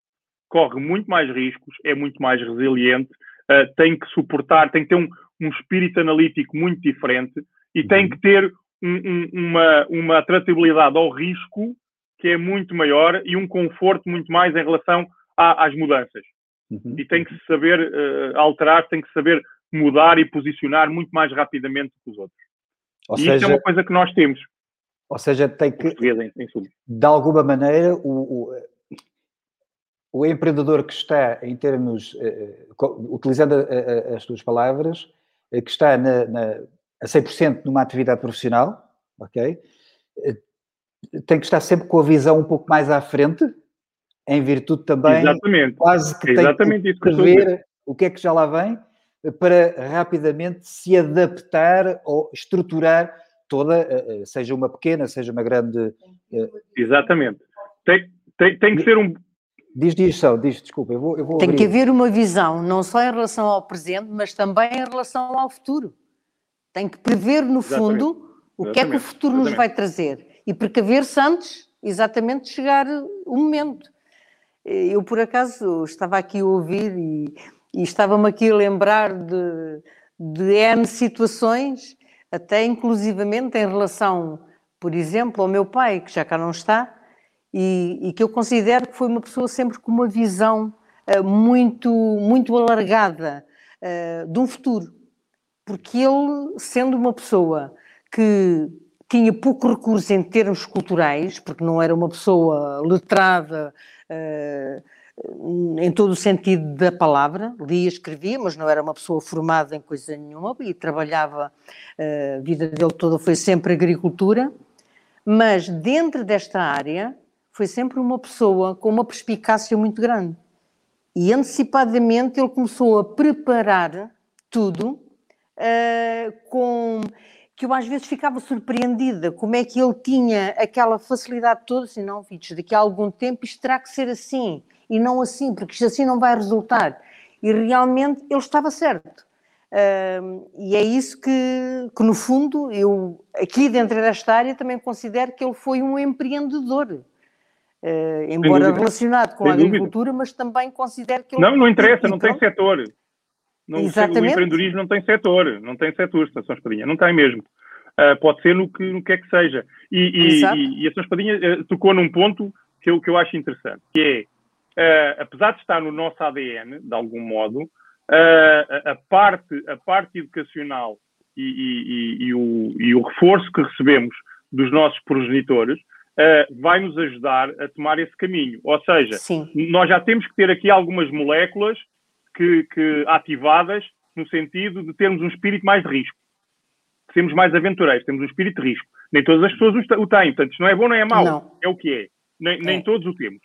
Corre muito mais riscos, é muito mais resiliente, uh, tem que suportar, tem que ter um, um espírito analítico muito diferente e uhum. tem que ter um, um, uma, uma tratabilidade ao risco que é muito maior e um conforto muito mais em relação a, às mudanças. Uhum. E tem que saber uh, alterar, tem que saber mudar e posicionar muito mais rapidamente que os outros. Ou e seja, isso é uma coisa que nós temos. Ou seja, tem que, em, em de alguma maneira, o, o, o empreendedor que está, em termos, uh, utilizando a, a, as tuas palavras, uh, que está na, na, a cem por cento numa atividade profissional, ok? Uh, tem que estar sempre com a visão um pouco mais à frente, em virtude também, Exatamente. quase que Exatamente tem que prever o que é que já lá vem, para rapidamente se adaptar ou estruturar toda, seja uma pequena, seja uma grande... Exatamente. Tem, tem, tem que ser um... Diz, diz só, diz, desculpa, eu vou, eu vou Tem abrir. que haver uma visão, não só em relação ao presente, mas também em relação ao futuro. Tem que prever, no Exatamente. fundo, o que é que o futuro Exatamente. nos vai trazer. E precaver-se antes, exatamente, de chegar o momento. Eu, por acaso, estava aqui a ouvir e, e estava-me aqui a lembrar de, de N situações, até inclusivamente em relação, por exemplo, ao meu pai, que já cá não está, e, e que eu considero que foi uma pessoa sempre com uma visão uh, muito, muito alargada uh, de um futuro. Porque ele, sendo uma pessoa que tinha pouco recurso em termos culturais, porque não era uma pessoa letrada uh, em todo o sentido da palavra, lia, escrevia, mas não era uma pessoa formada em coisa nenhuma e trabalhava, uh, a vida dele toda foi sempre agricultura, mas dentro desta área foi sempre uma pessoa com uma perspicácia muito grande. E antecipadamente ele começou a preparar tudo uh, com... que eu às vezes ficava surpreendida, como é que ele tinha aquela facilidade toda, assim, não, Vitor, daqui a algum tempo isto terá que ser assim, e não assim, porque isto assim não vai resultar. E realmente ele estava certo. Uh, e é isso que, que, no fundo, eu, aqui dentro desta área, também considero que ele foi um empreendedor. Uh, embora relacionado com Sem a agricultura, dúvida. Mas também considero que ele... Não, não interessa, e, não e tem setor. Não, o empreendedorismo não tem setor, não tem setor, São Espadinha, não tem mesmo. Uh, pode ser no que, no que é que seja. E, e, e, e a São Espadinha uh, tocou num ponto que eu, que eu acho interessante, que é, uh, apesar de estar no nosso A D N, de algum modo, uh, a, a, parte, a parte educacional e, e, e, e, o, e o reforço que recebemos dos nossos progenitores uh, vai nos ajudar a tomar esse caminho. Ou seja, Sim. nós já temos que ter aqui algumas moléculas que, que ativadas no sentido de termos um espírito mais de risco. Sermos mais aventureiros, temos um espírito de risco. Nem todas as pessoas o têm, portanto, isto não é bom nem é mau, não. É o que é. Nem, nem é. todos o temos.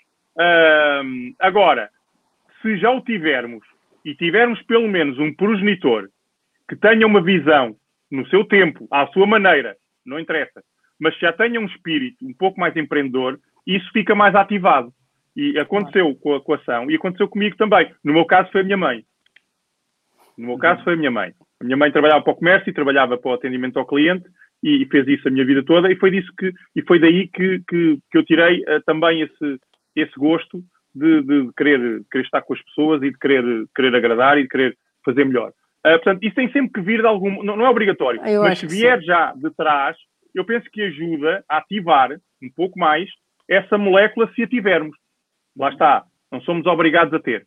Uh, agora, se já o tivermos, e tivermos pelo menos um progenitor que tenha uma visão no seu tempo, à sua maneira, não interessa, mas já tenha um espírito um pouco mais empreendedor, isso fica mais ativado. E aconteceu com a, com a ação, e aconteceu comigo também. No meu caso foi a minha mãe. No meu caso foi a minha mãe. A minha mãe trabalhava para o comércio e trabalhava para o atendimento ao cliente e, e fez isso a minha vida toda, e foi disso que, e foi daí que, que, que eu tirei uh, também esse, esse gosto de, de querer, querer estar com as pessoas e de querer, querer agradar e de querer fazer melhor. Uh, portanto, isso tem sempre que vir de algum... Não, não é obrigatório, eu mas se vier sim. já de trás, eu penso que ajuda a ativar um pouco mais essa molécula se a tivermos. Lá está. Não somos obrigados a ter.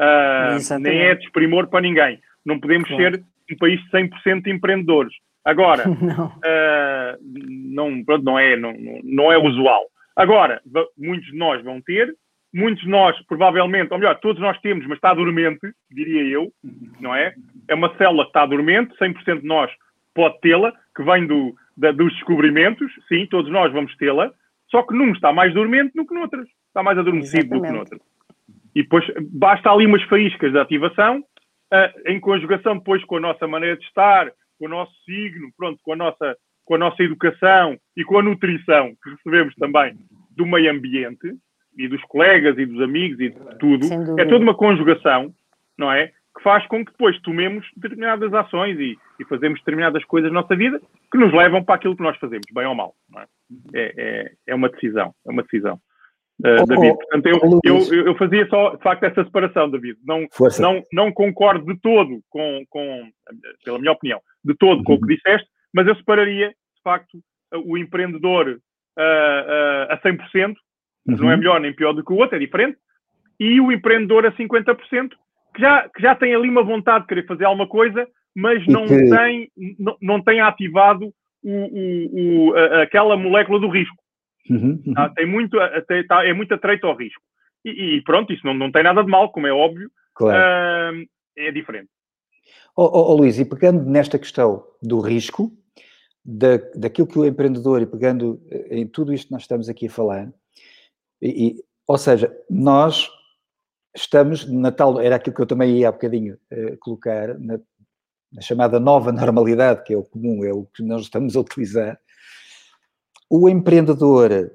Uh, nem é desprimor para ninguém. Não podemos claro. ser um país de cem por cento de empreendedores. Agora, não, uh, não, pronto, não, é, não, não é usual. Agora, muitos de nós vão ter, muitos de nós, provavelmente, ou melhor, todos nós temos, mas está dormente, diria eu, não é? É uma célula que está dormente, cem por cento de nós pode tê-la, que vem do, da, dos descobrimentos, sim, todos nós vamos tê-la, só que num está mais dormente do que noutras. Está mais adormecido Exatamente. do que noutras. E depois basta ali umas faíscas de ativação, uh, em conjugação depois com a nossa maneira de estar, com o nosso signo, pronto, com a nossa, com a nossa educação e com a nutrição que recebemos também do meio ambiente e dos colegas e dos amigos e de tudo. É toda uma conjugação, não é? Que faz com que depois tomemos determinadas ações e, e fazemos determinadas coisas na nossa vida que nos levam para aquilo que nós fazemos, bem ou mal. Não é? É, é, é uma decisão, é uma decisão. Uh, David, portanto, eu, eu, eu fazia só, de facto, essa separação, David. Não, não, não concordo de todo com, com, pela minha opinião, de todo uhum. com o que disseste, mas eu separaria, de facto, o empreendedor uh, uh, a cem por cento, uhum. não é melhor nem pior do que o outro, é diferente, e o empreendedor a cinquenta por cento, que já, que já tem ali uma vontade de querer fazer alguma coisa, mas não, que... tem, não, não tem ativado o, o, o, a, aquela molécula do risco. Uhum, uhum. Ah, tem muito, tem, tá, é muito atreito ao risco. E, e pronto, isso não, não tem nada de mal, como é óbvio. Claro. Uh, é diferente. Oh, oh, oh, Luís, e pegando nesta questão do risco, da, daquilo que o empreendedor, e pegando em tudo isto que nós estamos aqui a falar, e, e, ou seja, nós estamos na tal, era aquilo que eu também ia há bocadinho uh, colocar, na, na chamada nova normalidade, que é o comum, é o que nós estamos a utilizar. O empreendedor,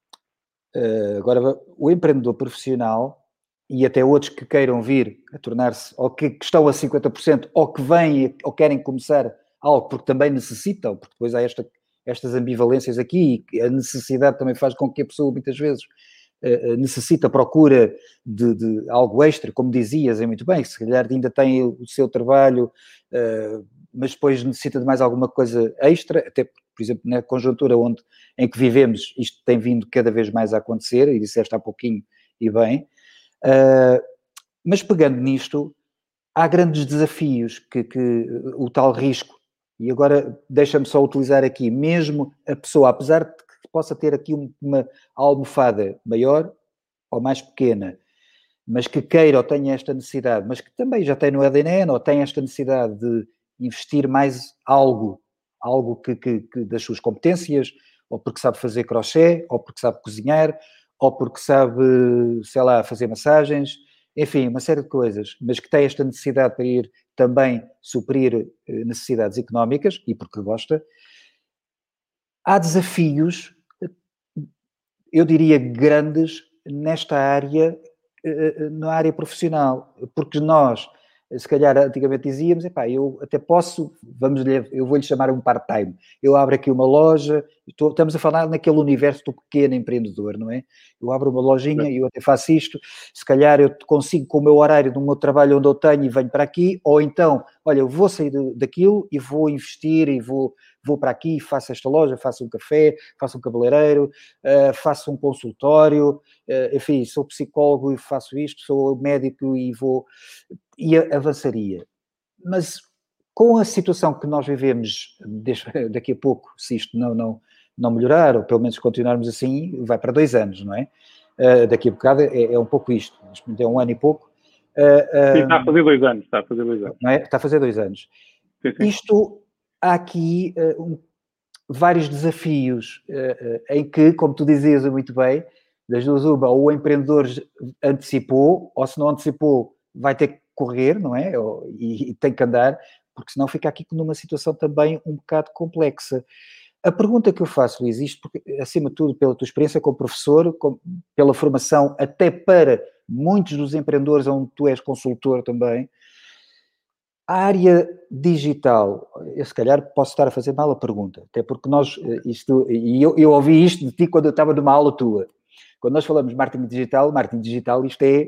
agora, o empreendedor profissional e até outros que queiram vir a tornar-se, ou que, que estão a cinquenta por cento, ou que vêm, ou querem começar algo, porque também necessitam, porque depois há esta, estas ambivalências aqui, e a necessidade também faz com que a pessoa, muitas vezes, necessita, procura de, de algo extra, como dizias, é muito bem, se calhar ainda tem o seu trabalho, mas depois necessita de mais alguma coisa extra, até por exemplo, na conjuntura onde, em que vivemos, isto tem vindo cada vez mais a acontecer, e disseste há pouquinho, e bem, uh, mas pegando nisto, há grandes desafios, que, que o tal risco, e agora deixa-me só utilizar aqui, mesmo a pessoa, apesar de que possa ter aqui uma almofada maior ou mais pequena, mas que queira ou tenha esta necessidade, mas que também já tem no A D N, ou tem esta necessidade de investir mais algo, algo que, que, que das suas competências, ou porque sabe fazer crochê, ou porque sabe cozinhar, ou porque sabe, sei lá, fazer massagens, enfim, uma série de coisas, mas que tem esta necessidade para ir também suprir necessidades económicas, e porque gosta, há desafios, eu diria grandes, nesta área, na área profissional, porque nós, se calhar antigamente dizíamos, epá, eu até posso, vamos eu vou-lhe chamar um part-time, eu abro aqui uma loja, estou, estamos a falar naquele universo do pequeno empreendedor, não é? Eu abro uma lojinha e eu até faço isto, se calhar eu consigo com o meu horário do meu trabalho onde eu tenho e venho para aqui, ou então, olha, eu vou sair daquilo e vou investir e vou, vou para aqui, faço esta loja, faço um café, faço um cabeleireiro, uh, faço um consultório, uh, enfim, sou psicólogo e faço isto, sou médico e vou... e avançaria. Mas com a situação que nós vivemos daqui a pouco, se isto não, não, não melhorar, ou pelo menos continuarmos assim, vai para dois anos, não é? Uh, daqui a bocado é, é um pouco isto, é um ano e pouco. Uh, uh, sim, está a fazer dois anos, está a fazer dois anos. Não é? Está a fazer dois anos. Sim, sim. Isto, há aqui uh, um, vários desafios uh, uh, em que, como tu dizias muito bem, das duas uma, ou o empreendedor antecipou, ou se não antecipou, vai ter que correr, não é? E, e tem que andar, porque senão fica aqui numa situação também um bocado complexa. A pergunta que eu faço, Luís, isto porque, acima de tudo, pela tua experiência como professor, com, pela formação, até para muitos dos empreendedores onde tu és consultor também, a área digital, eu se calhar posso estar a fazer mal a pergunta, até porque nós, isto, e eu, eu ouvi isto de ti quando eu estava numa aula tua, quando nós falamos de marketing digital, marketing digital, isto é,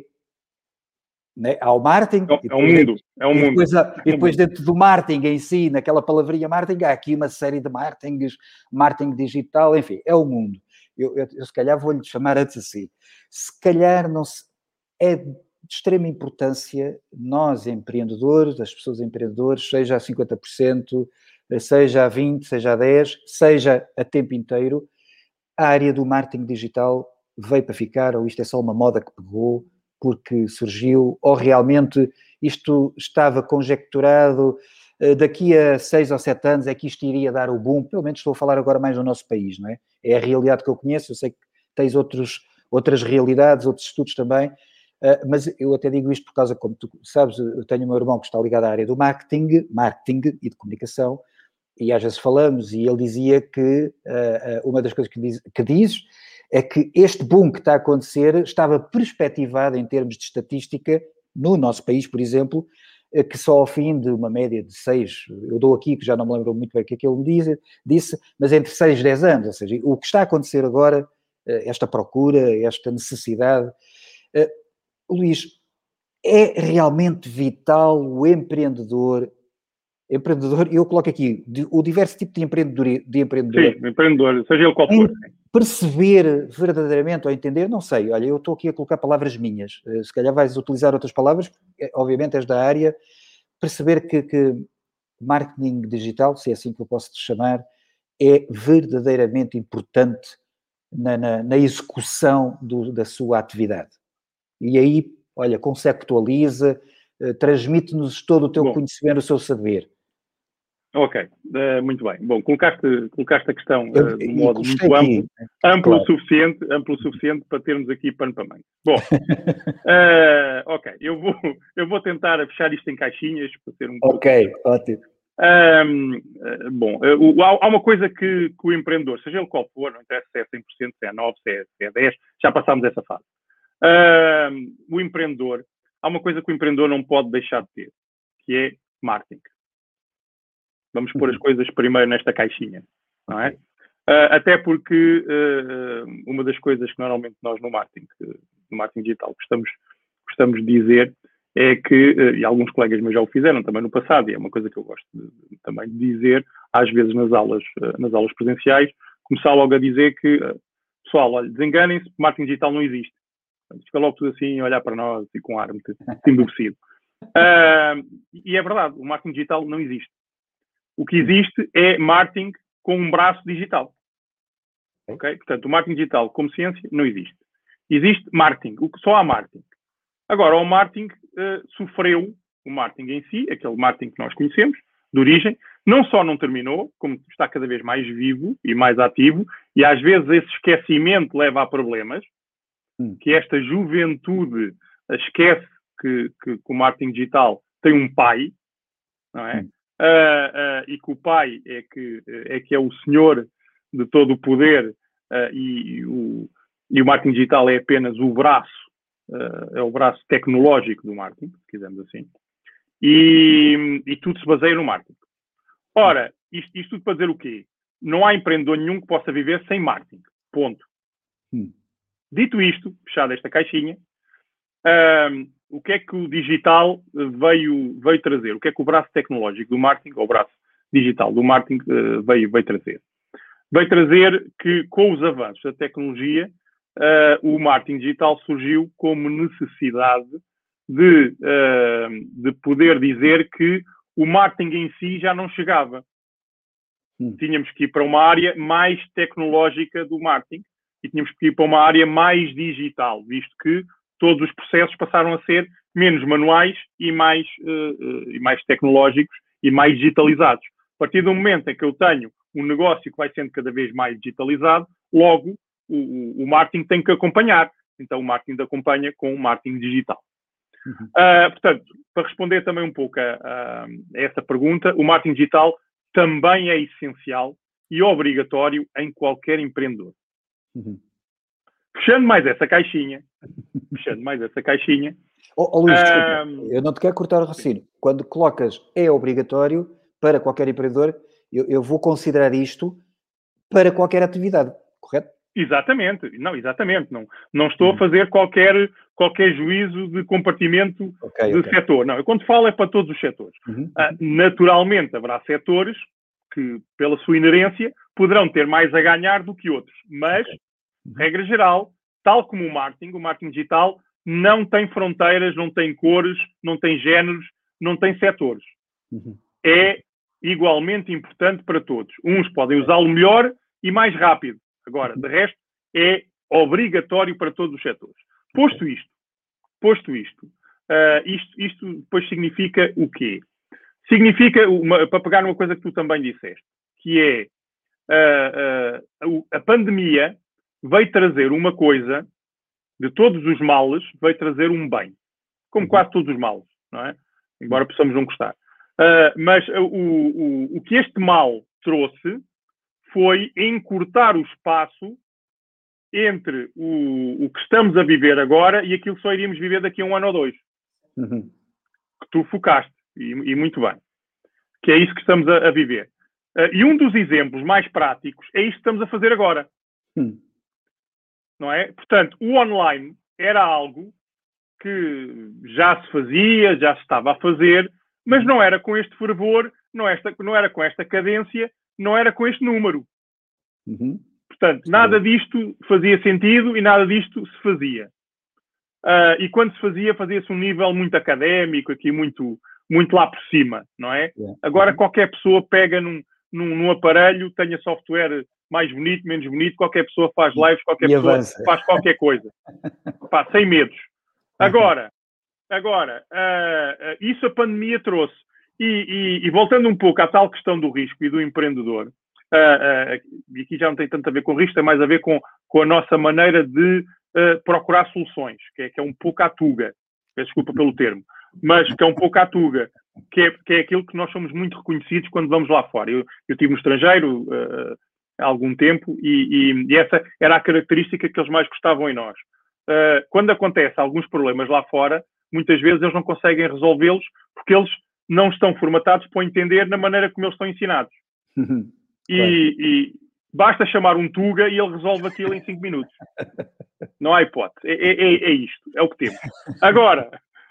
né, há o marketing, é um mundo, é um e depois, mundo. e depois dentro do marketing em si, naquela palavrinha marketing, há aqui uma série de marketings, marketing digital, enfim, é o mundo. Eu, eu, eu se calhar vou-lhe chamar antes assim. Se calhar não se, é de extrema importância nós, empreendedores, as pessoas empreendedores, seja a cinquenta por cento, seja a vinte por cento, seja a dez por cento, seja a tempo inteiro, a área do marketing digital veio para ficar, ou isto é só uma moda que pegou, porque surgiu, ou realmente isto estava conjecturado, daqui a seis ou sete anos é que isto iria dar o boom, pelo menos estou a falar agora mais do nosso país, não é? É a realidade que eu conheço, eu sei que tens outros, outras realidades, outros estudos também, mas eu até digo isto por causa, como tu sabes, eu tenho o meu irmão que está ligado à área do marketing, marketing e de comunicação, e às vezes falamos, e ele dizia que uh, uma das coisas que, diz, que dizes é que este boom que está a acontecer estava perspectivado em termos de estatística, no nosso país, por exemplo, que só ao fim de uma média de seis, eu dou aqui, que já não me lembro muito bem o que é que ele me disse, disse, mas entre seis e dez anos, ou seja, o que está a acontecer agora, esta procura, esta necessidade. Uh, Luís, é realmente vital o empreendedor empreendedor, eu coloco aqui o diverso tipo de empreendedor, de empreendedor. Sim, empreendedor, seja ele qual for. Perceber verdadeiramente ou entender, não sei, olha, eu estou aqui a colocar palavras minhas, se calhar vais utilizar outras palavras, obviamente és da área, perceber que, que marketing digital, se é assim que eu posso te chamar, é verdadeiramente importante na, na, na execução do, da sua atividade. E aí, olha, conceptualiza, transmite-nos todo o teu Bom. conhecimento, o seu saber. Ok, uh, muito bem. Bom, colocaste, colocaste a questão uh, de um modo muito amplo, aqui, amplo, claro. o suficiente, amplo o suficiente para termos aqui pano para manga. Bom, uh, ok, eu vou, eu vou tentar fechar isto em caixinhas para ter um Ok, pouco... ótimo. Um, uh, bom, uh, há, há uma coisa que, que o empreendedor, seja ele qual for, não interessa se é cem por cento, se é nove por cento, se é, se é dez por cento, já passámos essa fase. Uh, o empreendedor, há uma coisa que o empreendedor não pode deixar de ter, que é marketing. Vamos pôr as coisas primeiro nesta caixinha, não é? Uh, até porque uh, uma das coisas que normalmente nós no marketing, no marketing digital, gostamos, gostamos de dizer é que, uh, e alguns colegas meus já o fizeram também no passado, e é uma coisa que eu gosto de, de, também de dizer, às vezes nas aulas, uh, nas aulas presenciais, começar logo a dizer que, uh, pessoal, olha, desenganem-se, marketing digital não existe. Fica logo tudo assim, olhar para nós e com ar muito embevecido. Uh, e é verdade, o marketing digital não existe. O que existe é marketing com um braço digital. Ok? Portanto, o marketing digital como ciência não existe. Existe marketing, o que só há marketing. Agora, o marketing uh, sofreu, o marketing em si, aquele marketing que nós conhecemos, de origem, não só não terminou, como está cada vez mais vivo e mais ativo, e às vezes esse esquecimento leva a problemas, que esta juventude esquece que, que, que o marketing digital tem um pai, não é? Uh, uh, e que o pai é que, é que é o senhor de todo o poder uh, e, e, o, e o marketing digital é apenas o braço, uh, é o braço tecnológico do marketing, se quisermos assim, e, e tudo se baseia no marketing. Ora, isto, isto tudo para dizer o quê? Não há empreendedor nenhum que possa viver sem marketing. Ponto. Hum. Dito isto, fechada esta caixinha, um, o que é que o digital veio, veio trazer? O que é que o braço tecnológico do marketing, ou o braço digital do marketing, uh, veio, veio trazer? Veio trazer que, com os avanços da tecnologia, uh, o marketing digital surgiu como necessidade de, uh, de poder dizer que o marketing em si já não chegava. Hum. Tínhamos que ir para uma área mais tecnológica do marketing e tínhamos que ir para uma área mais digital, visto que todos os processos passaram a ser menos manuais e mais, uh, uh, e mais tecnológicos e mais digitalizados. A partir do momento em que eu tenho um negócio que vai sendo cada vez mais digitalizado, logo o, o marketing tem que acompanhar. Então o marketing acompanha com o marketing digital. Uhum. Uh, portanto, para responder também um pouco a, a, a essa pergunta, o marketing digital também é essencial e obrigatório em qualquer empreendedor. Uhum. Fechando mais essa caixinha, fechando mais essa caixinha... Oh, oh, Luís, desculpa, um... eu não te quero cortar o raciocínio. Quando colocas é obrigatório para qualquer empreendedor, eu, eu vou considerar isto para qualquer atividade, correto? Exatamente, não, exatamente. Não, não estou uhum. a fazer qualquer, qualquer juízo de compartimento okay, de okay. setor. Não, eu quando falo é para todos os setores. Uhum. Uh, naturalmente, haverá setores que, pela sua inerência, poderão ter mais a ganhar do que outros. Mas, okay. uhum. regra geral, tal como o marketing, o marketing digital não tem fronteiras, não tem cores, não tem géneros, não tem setores. Uhum. É igualmente importante para todos. Uns podem usá-lo melhor e mais rápido. Agora, de resto, é obrigatório para todos os setores. Posto isto, posto isto, uh, isto, isto depois significa o quê? Significa, uma, para pegar numa coisa que tu também disseste, que é uh, uh, a pandemia veio trazer uma coisa, de todos os males, veio trazer um bem. Como quase todos os males, não é? Embora possamos não gostar. Uh, mas uh, o, o, o que este mal trouxe foi encurtar o espaço entre o, o que estamos a viver agora e aquilo que só iríamos viver daqui a um ano ou dois. Uhum. Que tu focaste, e, e muito bem. Que é isso que estamos a, a viver. Uh, e um dos exemplos mais práticos é isto que estamos a fazer agora. Uhum. Não é? Portanto, o online era algo que já se fazia, já se estava a fazer, mas não era com este fervor, não, esta, não era com esta cadência, não era com este número. Uhum. Portanto, nada disto fazia sentido e nada disto se fazia. Uh, e quando se fazia, fazia-se um nível muito académico, aqui muito, muito lá por cima, não é? Yeah. Agora qualquer pessoa pega num, num, num aparelho, tenha software mais bonito, menos bonito, qualquer pessoa faz lives, qualquer e pessoa avança. Faz qualquer coisa. Pá, sem medos. Agora, agora uh, uh, isso a pandemia trouxe. E, e, e voltando um pouco à tal questão do risco e do empreendedor, uh, uh, e aqui já não tem tanto a ver com risco, tem mais a ver com, com a nossa maneira de uh, procurar soluções, que é, que é um pouco à tuga, peço desculpa pelo termo, mas que é um pouco à tuga, que é, que é aquilo que nós somos muito reconhecidos quando vamos lá fora. Eu, eu estive no estrangeiro uh, há algum tempo e, e, e essa era a característica que eles mais gostavam em nós. Uh, quando acontece alguns problemas lá fora, muitas vezes eles não conseguem resolvê-los porque eles não estão formatados para entender na maneira como eles estão ensinados. Uhum. E, claro. E basta chamar um Tuga e ele resolve aquilo em cinco minutos. Não há hipótese. É, é, é isto. É o que temos. Agora,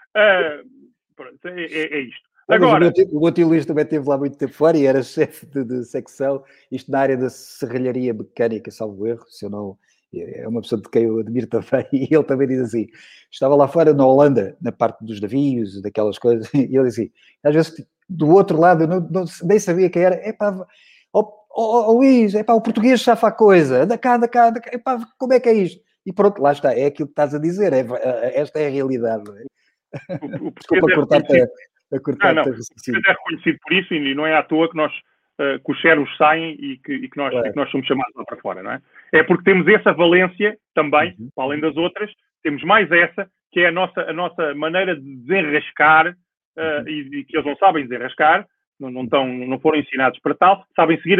uh, é, é, é isto. Agora, o meu tio Luís também esteve lá muito tempo fora e era chefe de, de secção, isto na área da serralharia mecânica, salvo erro, se eu não... É uma pessoa de quem eu admiro também, e ele também diz assim, estava lá fora na Holanda, na parte dos navios, daquelas coisas, e ele diz assim, às vezes do outro lado, eu não, não, nem sabia quem era, é pá, oh, oh, oh, Luís, é pá, o português chafa a coisa, anda cá, anda cá, anda cá, é pá, como é que é isto? E pronto, lá está, é aquilo que estás a dizer, é, esta é a realidade. O, o Desculpa é cortar-te a, a cortar-te não, não, o português é reconhecido por isso, e não é à toa que nós... Uh, que os cérebros saem e que, e, que nós, claro. e que nós somos chamados lá para fora, não é? É porque temos essa valência também, uhum. além das outras, temos mais essa, que é a nossa, a nossa maneira de desenrascar, uh, uhum. e, e que eles não sabem desenrascar, não, não, tão, não foram ensinados para tal, sabem seguir as,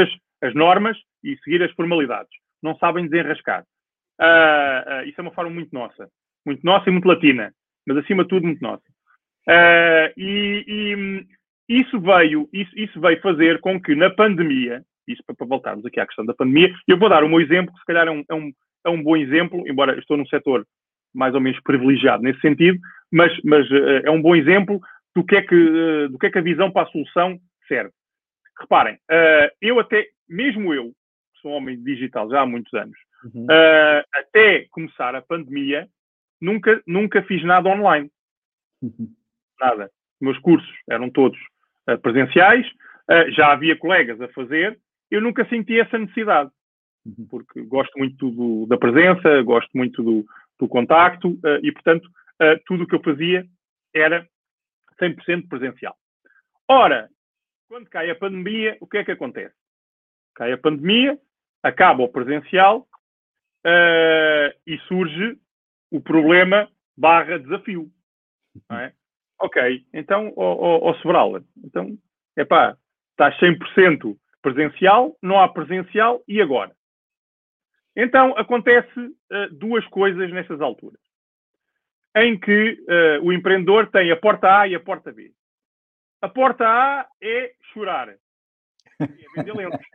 as normas e seguir as formalidades. Não sabem desenrascar. Uh, uh, isso é uma forma muito nossa. Muito nossa e muito latina. Mas, acima de tudo, muito nossa. Uh, e, e isso, veio, isso, isso veio fazer com que, na pandemia, isso para, para voltarmos aqui à questão da pandemia, eu vou dar o meu exemplo, que se calhar é um, é um, é um bom exemplo, embora eu estou num setor mais ou menos privilegiado nesse sentido, mas, mas uh, é um bom exemplo do que, é que, uh, do que é que a visão para a solução serve. Reparem, uh, eu até, mesmo eu, que sou um homem digital já há muitos anos, uhum. uh, até começar a pandemia, nunca, nunca fiz nada online. Uhum. Nada. Meus cursos eram todos uh, presenciais, uh, já havia colegas a fazer, eu nunca senti essa necessidade, uhum. porque gosto muito do, da presença, gosto muito do, do contacto uh, e, portanto, uh, tudo o que eu fazia era cem por cento presencial. Ora, quando cai a pandemia, o que é que acontece? Cai a pandemia, acaba o presencial uh, e surge o problema barra desafio. Não é? Ok, então, ó, ó, ó Sobral, então, epá, estás cem por cento presencial, não há presencial, e agora? Então, acontece uh, duas coisas nessas alturas, em que uh, o empreendedor tem a porta A e a porta B. A porta A é chorar. É vender lenços.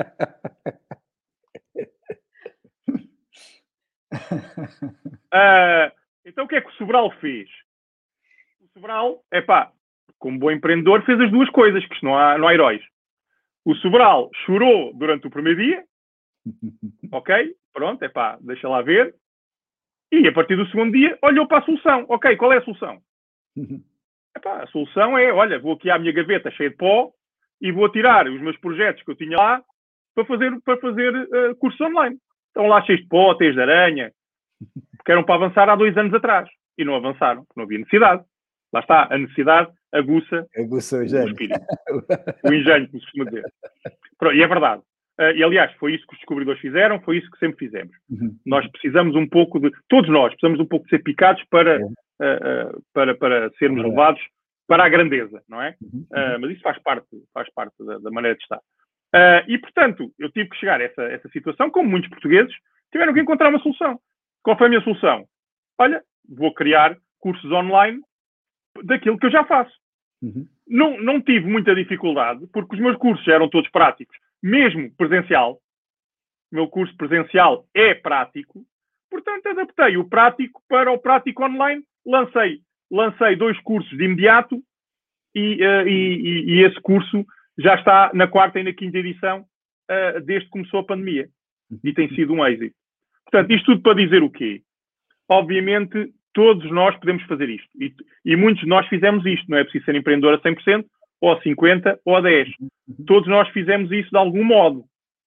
uh, então, o que é que o Sobral fez? O Sobral, epá, como bom empreendedor, fez as duas coisas, que não há, não há heróis. O Sobral chorou durante o primeiro dia. Ok, pronto, epá, deixa lá ver. E, a partir do segundo dia, olhou para a solução. Ok, qual é a solução? Epá, a solução é, olha, vou aqui à minha gaveta cheia de pó e vou tirar os meus projetos que eu tinha lá para fazer, para fazer uh, cursos online. Estão lá cheios de pó, teias de aranha, porque eram para avançar há dois anos atrás. E não avançaram, não havia necessidade. Lá está, a necessidade aguça, aguça o, o espírito. O engenho, como se costuma dizer. Pronto, e é verdade. Uh, e, aliás, foi isso que os descobridores fizeram, foi isso que sempre fizemos. Uhum. Nós precisamos um pouco de... Todos nós precisamos um pouco de ser picados para, é. uh, uh, para, para sermos é. levados para a grandeza, não é? Uhum. Uh, mas isso faz parte, faz parte da, da maneira de estar. Uh, e, portanto, eu tive que chegar a essa, essa situação, como muitos portugueses, tiveram que encontrar uma solução. Qual foi a minha solução? Olha, vou criar cursos online daquilo que eu já faço. Uhum. Não, não tive muita dificuldade, porque os meus cursos eram todos práticos, mesmo presencial. O meu curso presencial é prático, portanto, adaptei o prático para o prático online, lancei, lancei dois cursos de imediato e, uh, e, e, e esse curso já está na quarta e na quinta edição uh, desde que começou a pandemia. E tem sido um êxito. Portanto, isto tudo para dizer o quê? Obviamente, todos nós podemos fazer isto. E, e muitos de nós fizemos isto. Não é preciso ser empreendedor a cem por cento, ou a cinquenta por cento, ou a dez por cento. Todos nós fizemos isso de algum modo.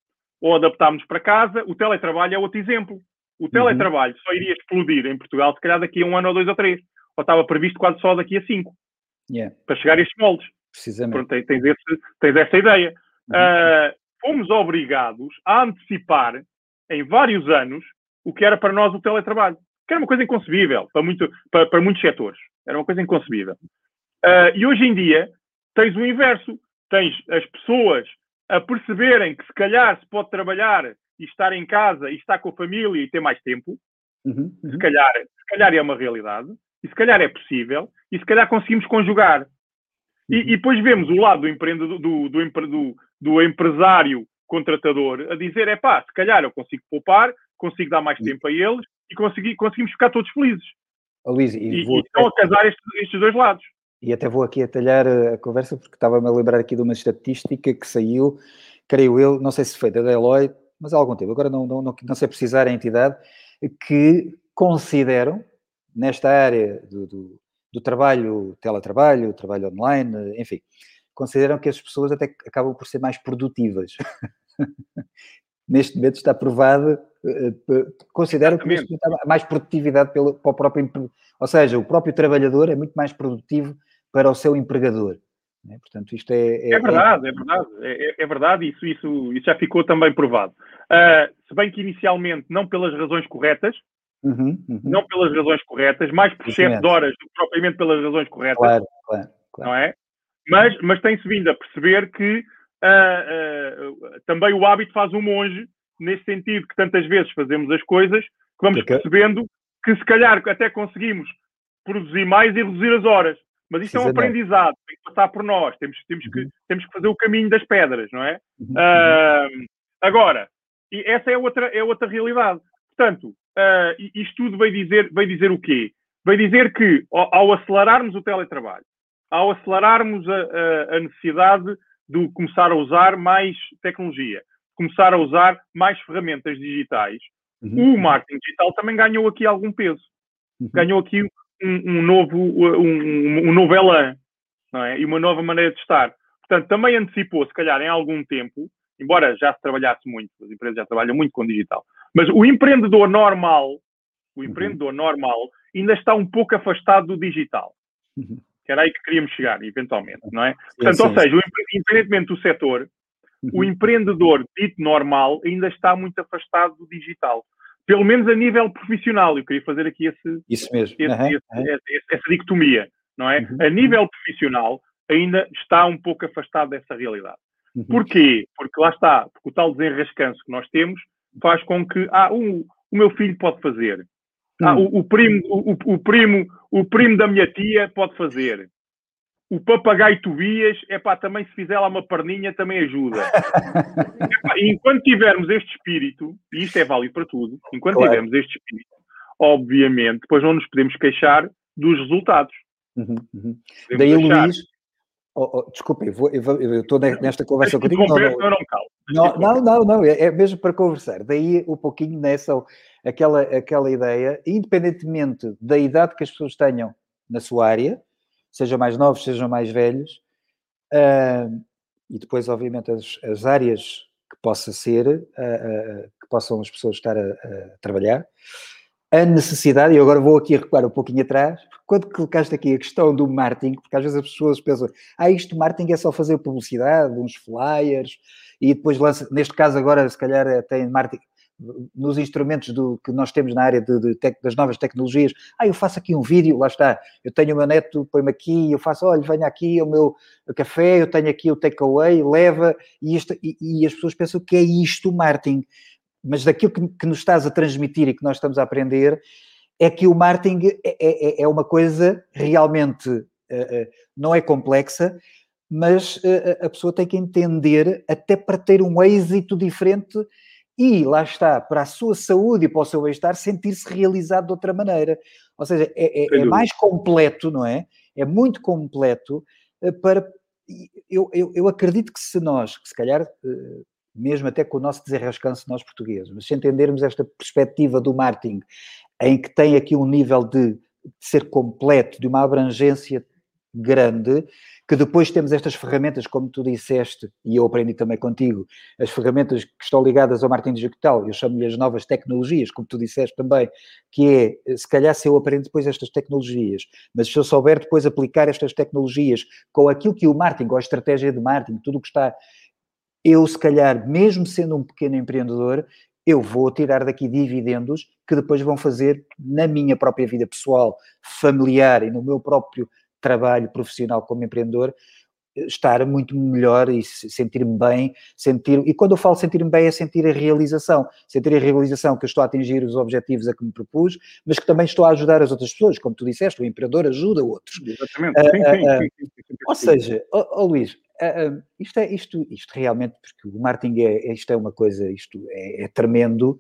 Ou adaptámos para casa. O teletrabalho é outro exemplo. O teletrabalho só iria explodir em Portugal, se calhar daqui a um ano ou dois ou três. Ou estava previsto quase só daqui a cinco. Yeah. Para chegar a estes moldes. Precisamente. Pronto, tens, tens, esse, tens essa ideia. Uhum. Uh, fomos obrigados a antecipar em vários anos o que era para nós o teletrabalho. Que era uma coisa inconcebível para, muito, para, para muitos setores. Era uma coisa inconcebível. Uh, e hoje em dia tens o inverso. Tens as pessoas a perceberem que se calhar se pode trabalhar e estar em casa e estar com a família e ter mais tempo. Uhum, uhum. Se calhar, se calhar é uma realidade. E se calhar é possível. E se calhar conseguimos conjugar. E, e depois vemos o lado do, empreendedor, do, do, do, do empresário contratador a dizer, é pá, se calhar eu consigo poupar, consigo dar mais tempo a eles e consegui, conseguimos ficar todos felizes. Oh, Luís, e, e, vou... e estão a casar estes, estes dois lados. E até vou aqui atalhar a conversa, porque estava-me a lembrar aqui de uma estatística que saiu, creio eu, não sei se foi da Deloitte, mas há algum tempo, agora não, não, não, não sei precisar a entidade, que consideram, nesta área do, do, do trabalho, teletrabalho, trabalho online, enfim, consideram que as pessoas até acabam por ser mais produtivas. Neste momento está provado, consideram que neste momento há mais produtividade pelo, para o próprio, ou seja, o próprio trabalhador é muito mais produtivo para o seu empregador. É, portanto, isto é... É, é verdade, é, é verdade, é, é verdade, isso, isso, isso já ficou também provado. Uh, se bem que inicialmente, não pelas razões corretas, uhum, uhum. não pelas razões corretas, mais por excesso de horas do que propriamente pelas razões corretas, claro, claro, claro. não é? Mas, mas tem-se vindo a perceber que uh, uh, também o hábito faz um monge, nesse sentido que tantas vezes fazemos as coisas, que vamos okay. percebendo que se calhar até conseguimos produzir mais e reduzir as horas. Mas isto é um aprendizado, tem que passar por nós, temos, temos, que, temos que fazer o caminho das pedras, não é? Uhum. Uh, agora, e essa é outra, é outra realidade. Portanto, uh, isto tudo veio dizer, veio dizer o quê? Veio dizer que, ao, ao acelerarmos o teletrabalho, ao acelerarmos a, a, a necessidade de começar a usar mais tecnologia, começar a usar mais ferramentas digitais, uhum. o marketing digital também ganhou aqui algum peso. Uhum. Ganhou aqui um, um novo, um, um novo elan, não é? E uma nova maneira de estar. Portanto, também antecipou, se calhar, em algum tempo, embora já se trabalhasse muito, as empresas já trabalham muito com digital, mas o empreendedor normal, o empreendedor uhum. normal, ainda está um pouco afastado do digital. Uhum. Que era aí que queríamos chegar, eventualmente, não é? Portanto, sim, sim, ou seja, sim. independentemente do setor, uhum. o empreendedor dito normal ainda está muito afastado do digital. Pelo menos a nível profissional. Eu queria fazer aqui esse, Isso mesmo. esse, uhum. esse, uhum. Esse, essa dicotomia, não é? Uhum. A nível profissional ainda está um pouco afastado dessa realidade. Uhum. Porquê? Porque lá está, porque o tal desenrascanço que nós temos faz com que, ah, o, o meu filho pode fazer. Ah, o, o, primo, o, o, primo, o primo da minha tia pode fazer. O papagaio Tobias, é pá, também se fizer lá uma perninha também ajuda. Epá, e enquanto tivermos este espírito, e isto é válido para tudo, enquanto claro. tivermos este espírito, obviamente, depois não nos podemos queixar dos resultados. Uhum, uhum. Daí, achar... Luís, oh, oh, desculpe, eu, vou, eu estou nesta conversa contigo. Não, não, não, não, calma. Não, não, não, não, é mesmo para conversar. Daí um pouquinho nessa, aquela, aquela ideia, independentemente da idade que as pessoas tenham na sua área, sejam mais novos, sejam mais velhos, uh, e depois, obviamente, as, as áreas que possa ser, uh, uh, que possam as pessoas estar a, a trabalhar, a necessidade, e eu agora vou aqui recuar um pouquinho atrás, quando colocaste aqui a questão do marketing, porque às vezes as pessoas pensam, ah, isto marketing é só fazer publicidade, uns flyers, e depois lança, neste caso agora, se calhar tem marketing, nos instrumentos do, que nós temos na área de, de tec, das novas tecnologias, ah, eu faço aqui um vídeo, lá está, eu tenho o meu neto, põe-me aqui, eu faço, olha, venha aqui o meu café, eu tenho aqui o takeaway, leva, e, isto, e, e as pessoas pensam que é isto o marketing, mas daquilo que, que nos estás a transmitir e que nós estamos a aprender, é que o marketing é, é, é uma coisa realmente, uh, uh, não é complexa, mas uh, a pessoa tem que entender, até para ter um êxito diferente, e lá está, para a sua saúde e para o seu bem-estar, sentir-se realizado de outra maneira. Ou seja, é, é, é mais completo, não é? É muito completo para... Eu, eu, eu acredito que se nós, que se calhar, mesmo até com o nosso desenrascanço nós portugueses, mas se entendermos esta perspectiva do marketing, em que tem aqui um nível de, de ser completo, de uma abrangência grande, que depois temos estas ferramentas, como tu disseste, e eu aprendi também contigo, as ferramentas que estão ligadas ao marketing digital, eu chamo-lhe as novas tecnologias, como tu disseste também, que é, se calhar se eu aprendo depois estas tecnologias, mas se eu souber depois aplicar estas tecnologias com aquilo que o marketing, ou a estratégia de marketing, tudo o que está, eu se calhar, mesmo sendo um pequeno empreendedor, eu vou tirar daqui dividendos que depois vão fazer na minha própria vida pessoal, familiar e no meu próprio trabalho profissional como empreendedor, estar muito melhor e sentir-me bem, sentir, e quando eu falo sentir-me bem é sentir a realização, sentir a realização que eu estou a atingir os objetivos a que me propus, mas que também estou a ajudar as outras pessoas, como tu disseste, o empreendedor ajuda outros. Exatamente, uh, sim, sim, uh, sim, sim, sim, sim. Ou seja, oh, oh, Luís, uh, uh, isto, é, isto, isto realmente, porque o marketing é, isto é uma coisa, isto é, é tremendo,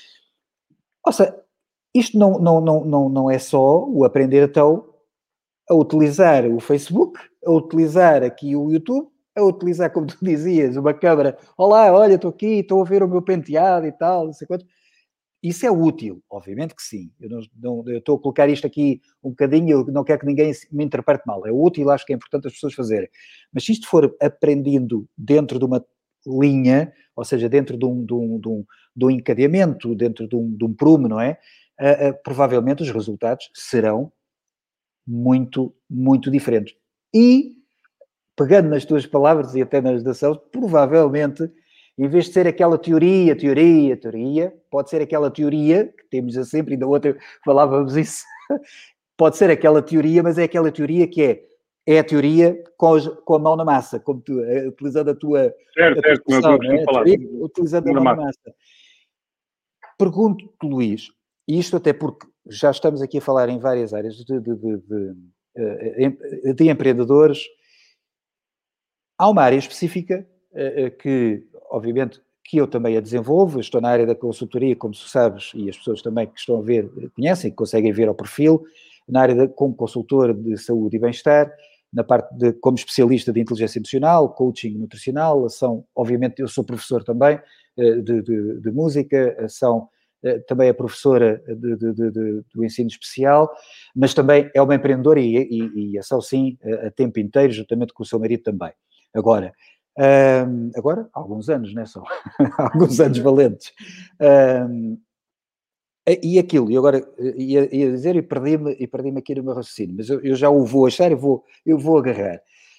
ou seja, isto não, não, não, não, não é só o aprender então a utilizar o Facebook, a utilizar aqui o YouTube, a utilizar, como tu dizias, uma câmara. Olá, olha, estou aqui, estou a ver o meu penteado e tal, não sei quanto. Isso é útil, obviamente que sim. Eu, não, não, eu estou a colocar isto aqui um bocadinho, eu não quero que ninguém me interprete mal. É útil, acho que é importante as pessoas fazerem. Mas se isto for aprendido dentro de uma linha, ou seja, dentro de um, de um, de um, de um encadeamento, dentro de um, de um prumo, não é? Uh, uh, provavelmente os resultados serão muito, muito diferentes. E, pegando nas tuas palavras e até nas da Celso, provavelmente, em vez de ser aquela teoria, teoria, teoria, pode ser aquela teoria, que temos sempre, ainda outra falávamos isso, pode ser aquela teoria, mas é aquela teoria que é, é a teoria com, os, com a mão na massa, como tu, utilizando a tua... Certo, a tua certo, como eu costumo é? falar. Teoria, utilizando a mão na massa. Pergunto-te, Luís, e isto até porque já estamos aqui a falar em várias áreas de, de, de, de, de empreendedores. Há uma área específica que, obviamente, que eu também a desenvolvo. Eu estou na área da consultoria, como tu sabes, e as pessoas também que estão a ver conhecem, conseguem ver ao perfil, na área de, como consultor de saúde e bem-estar, na parte de como especialista de inteligência emocional, coaching nutricional, ação, obviamente eu sou professor também de, de, de música, ação também é professora de, de, de, de, do ensino especial, mas também é uma empreendedora e, e, e ação sim a tempo inteiro, juntamente com o seu marido também. Agora, um, agora há alguns anos, né, só alguns anos valentes. Um, e aquilo, e agora ia, ia dizer e perdi-me e perdi-me aqui no meu raciocínio, mas eu, eu já o vou achar e vou, eu vou agarrar.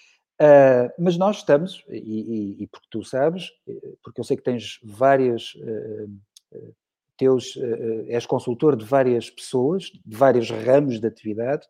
Uh, mas nós estamos, e, e, e porque tu sabes, porque eu sei que tens várias, uh, uh, teus, uh, és consultor de várias pessoas, de vários ramos de atividade,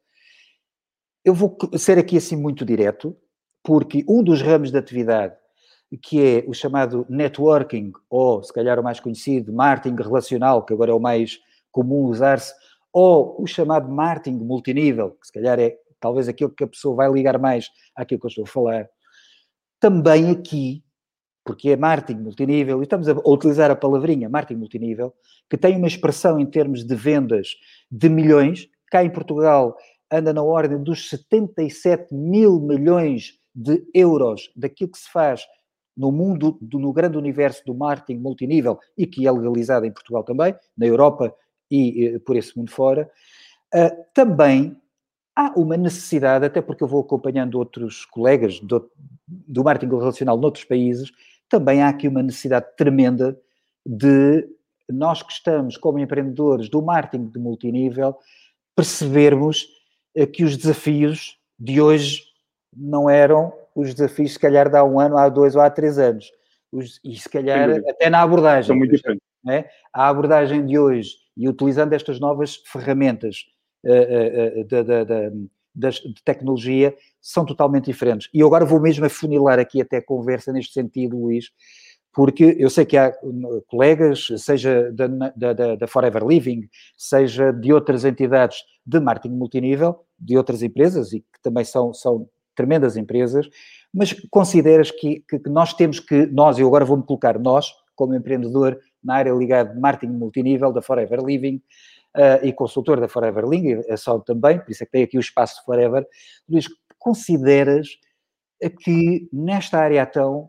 eu vou ser aqui assim muito direto, porque um dos ramos de atividade, que é o chamado networking, ou se calhar o mais conhecido, marketing relacional, que agora é o mais comum usar-se, ou o chamado marketing multinível, que se calhar é talvez aquilo que a pessoa vai ligar mais àquilo que eu estou a falar. Também aqui, porque é marketing multinível, e estamos a utilizar a palavrinha marketing multinível, que tem uma expressão em termos de vendas de milhões, cá em Portugal anda na ordem dos setenta e sete mil milhões de euros daquilo que se faz no mundo, no grande universo do marketing multinível e que é legalizado em Portugal também, na Europa e, e por esse mundo fora. Uh, também há uma necessidade, até porque eu vou acompanhando outros colegas do, do marketing relacional noutros países, também há aqui uma necessidade tremenda de nós que estamos como empreendedores do marketing de multinível percebermos uh, que os desafios de hoje não eram os desafios, se calhar, de há um ano, há dois ou há três anos. Os, e, se calhar, até na abordagem. São muito diferentes. Né? A abordagem de hoje, e utilizando estas novas ferramentas uh, uh, uh, da, da, da, de tecnologia, são totalmente diferentes. E eu agora vou mesmo afunilar aqui até a conversa neste sentido, Luís, porque eu sei que há colegas, seja da, da, da Forever Living, seja de outras entidades de marketing multinível, de outras empresas, e que também são, são tremendas empresas, mas consideras que, que, que nós temos que, nós, eu agora vou-me colocar nós, como empreendedor na área ligada de marketing multinível da Forever Living uh, e consultor da Forever Living, a Saúde também, por isso é que tem aqui o espaço de Forever, Luís, consideras que nesta área então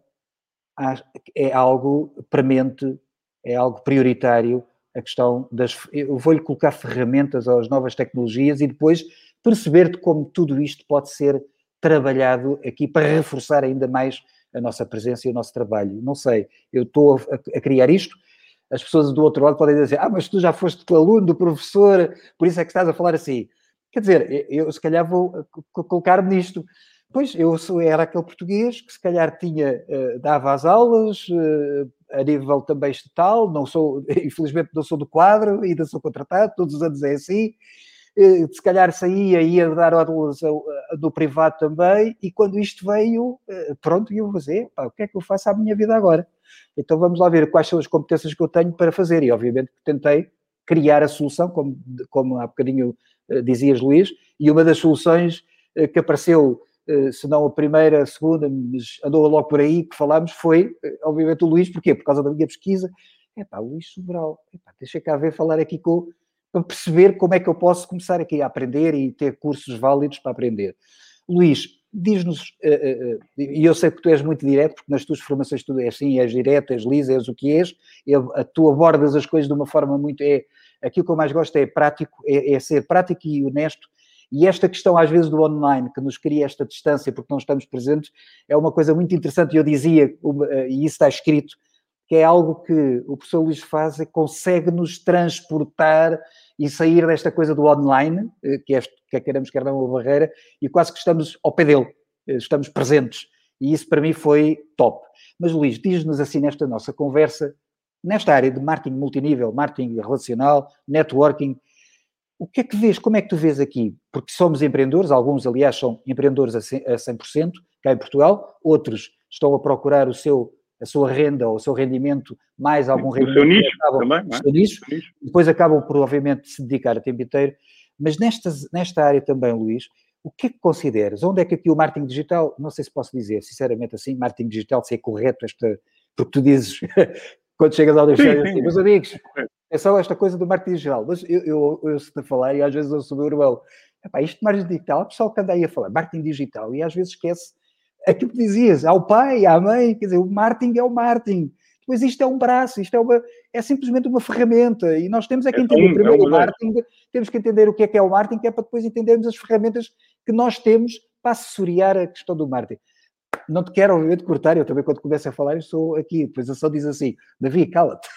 é algo premente, é algo prioritário, a questão das... Eu vou-lhe colocar ferramentas às novas tecnologias e depois perceber como tudo isto pode ser trabalhado aqui para reforçar ainda mais a nossa presença e o nosso trabalho. Não sei, eu estou a, a criar isto, as pessoas do outro lado podem dizer, ah, mas tu já foste do aluno, do professor, por isso é que estás a falar assim. Quer dizer, eu se calhar vou colocar-me nisto. Pois, eu sou, era aquele português que se calhar tinha, uh, dava as aulas, uh, a nível também estatal, não sou, infelizmente não sou do quadro, ainda sou contratado, todos os anos é assim, uh, se calhar saía, ia dar aulas no privado também, e quando isto veio, uh, pronto, eu vou fazer, pá, o que é que eu faço à minha vida agora? Então vamos lá ver quais são as competências que eu tenho para fazer, e obviamente tentei criar a solução, como, como há bocadinho uh, dizias, Luís, e uma das soluções uh, que apareceu, Uh, se não a primeira, a segunda, mas andou logo por aí, que falámos, foi, uh, obviamente, o Luís. Porquê? Por causa da minha pesquisa. É pá, Luís Sobral. Epá, deixa cá ver, falar aqui com... para perceber como é que eu posso começar aqui a aprender e ter cursos válidos para aprender. Luís, diz-nos, uh, uh, e eu sei que tu és muito direto, porque nas tuas formações tu és assim, és direto, és liso, és o que és, eu, tu abordas as coisas de uma forma muito... É, aquilo que eu mais gosto é prático, é, é ser prático e honesto. E esta questão, às vezes, do online, que nos cria esta distância porque não estamos presentes, é uma coisa muito interessante. E eu dizia, e isso está escrito, que é algo que o professor Luís faz, é consegue-nos transportar e sair desta coisa do online, que é, que queremos quer não uma barreira, e quase que estamos ao pé dele, estamos presentes. E isso, para mim, foi top. Mas, Luís, diz-nos assim, nesta nossa conversa, nesta área de marketing multinível, marketing relacional, networking, O que é que vês, como é que tu vês aqui? Porque somos empreendedores, alguns, aliás, são empreendedores a cem por cento cá em Portugal, outros estão a procurar o seu, a sua renda ou o seu rendimento, mais algum rendimento. O seu nicho acabam, também, não é? O seu nicho, depois acabam por, obviamente, se dedicar a tempo inteiro. Mas nesta, nesta área também, Luís, o que é que consideras? Onde é que aqui o marketing digital, não sei se posso dizer, sinceramente assim, marketing digital, se é correto, esta, porque tu dizes, quando chegas ao universidade, assim, meus amigos, é só esta coisa do marketing digital. Mas eu, eu, eu ouço-te a falar e às vezes eu sou o irmão. Epá, isto de marketing digital, o pessoal que anda aí a falar marketing digital e às vezes esquece aquilo que dizias, ao pai, à mãe, quer dizer, o marketing é o marketing. Depois isto é um braço, isto é, uma, é simplesmente uma ferramenta e nós temos é que entender é um, primeiro é o marketing, temos que entender o que é que é o marketing, que é para depois entendermos as ferramentas que nós temos para assessoriar a questão do marketing. Não te quero, obviamente, cortar, eu também quando começo a falar eu sou aqui, depois a só diz assim, Davi, cala-te.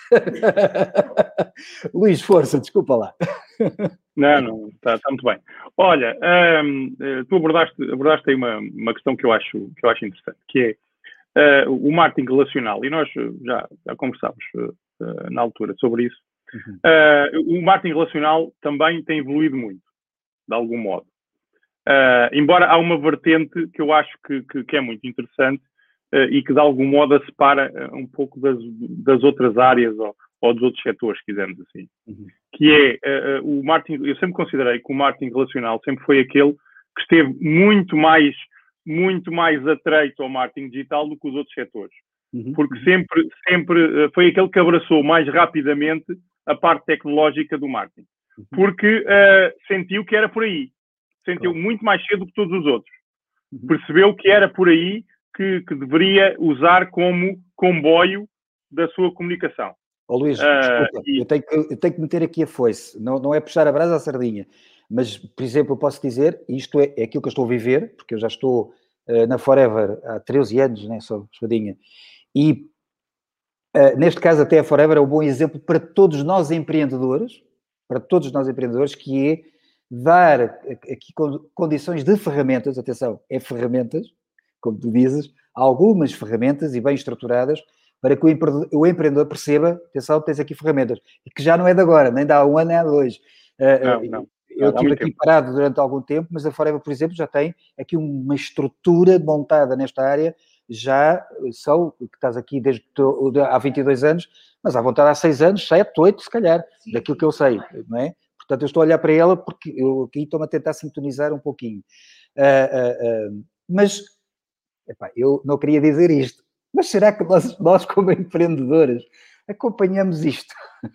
Luís, força, desculpa lá. Não, não, está tá muito bem. Olha, hum, tu abordaste, abordaste aí uma, uma questão que eu acho, que eu acho interessante, que é uh, o marketing relacional, e nós já, já conversámos uh, na altura sobre isso. Uhum. Uh, o marketing relacional também tem evoluído muito, de algum modo. Uh, embora há uma vertente que eu acho que, que, que é muito interessante uh, e que de algum modo a separa uh, um pouco das, das outras áreas ou, ou dos outros setores, se quisermos assim. Uhum. Que é uh, o marketing, eu sempre considerei que o marketing relacional sempre foi aquele que esteve muito mais, muito mais atreito ao marketing digital do que os outros setores. Uhum. Porque sempre, sempre uh, foi aquele que abraçou mais rapidamente a parte tecnológica do marketing. Uhum. Porque uh, sentiu que era por aí. Sentiu claro. Muito mais cedo que todos os outros. Uhum. Percebeu que era por aí que, que deveria usar como comboio da sua comunicação. Ó oh, Luís, uh, desculpa, e... eu, tenho que, eu tenho que meter aqui a foice. Não, não é puxar a brasa à sardinha. Mas, por exemplo, eu posso dizer, isto é, é aquilo que eu estou a viver, porque eu já estou uh, na Forever há treze anos, né, só espadinha. E, uh, neste caso, até a Forever é um bom exemplo para todos nós empreendedores, para todos nós empreendedores, que é dar aqui condições de ferramentas, atenção, é ferramentas, como tu dizes, algumas ferramentas e bem estruturadas para que o empreendedor perceba, atenção, tens aqui ferramentas, e que já não é de agora, nem de há um ano, nem há dois. Não, não. Eu estive aqui parado durante algum tempo, mas a Forever, por exemplo, já tem aqui uma estrutura montada nesta área, já são, que estás aqui desde há vinte e dois anos, mas à vontade há seis anos, sete, oito, se calhar, daquilo que eu sei, não é? Portanto, eu estou a olhar para ela porque eu aqui estou-me a tentar sintonizar um pouquinho. Uh, uh, uh, mas, epá, eu não queria dizer isto, mas será que nós, nós como empreendedores, acompanhamos isto?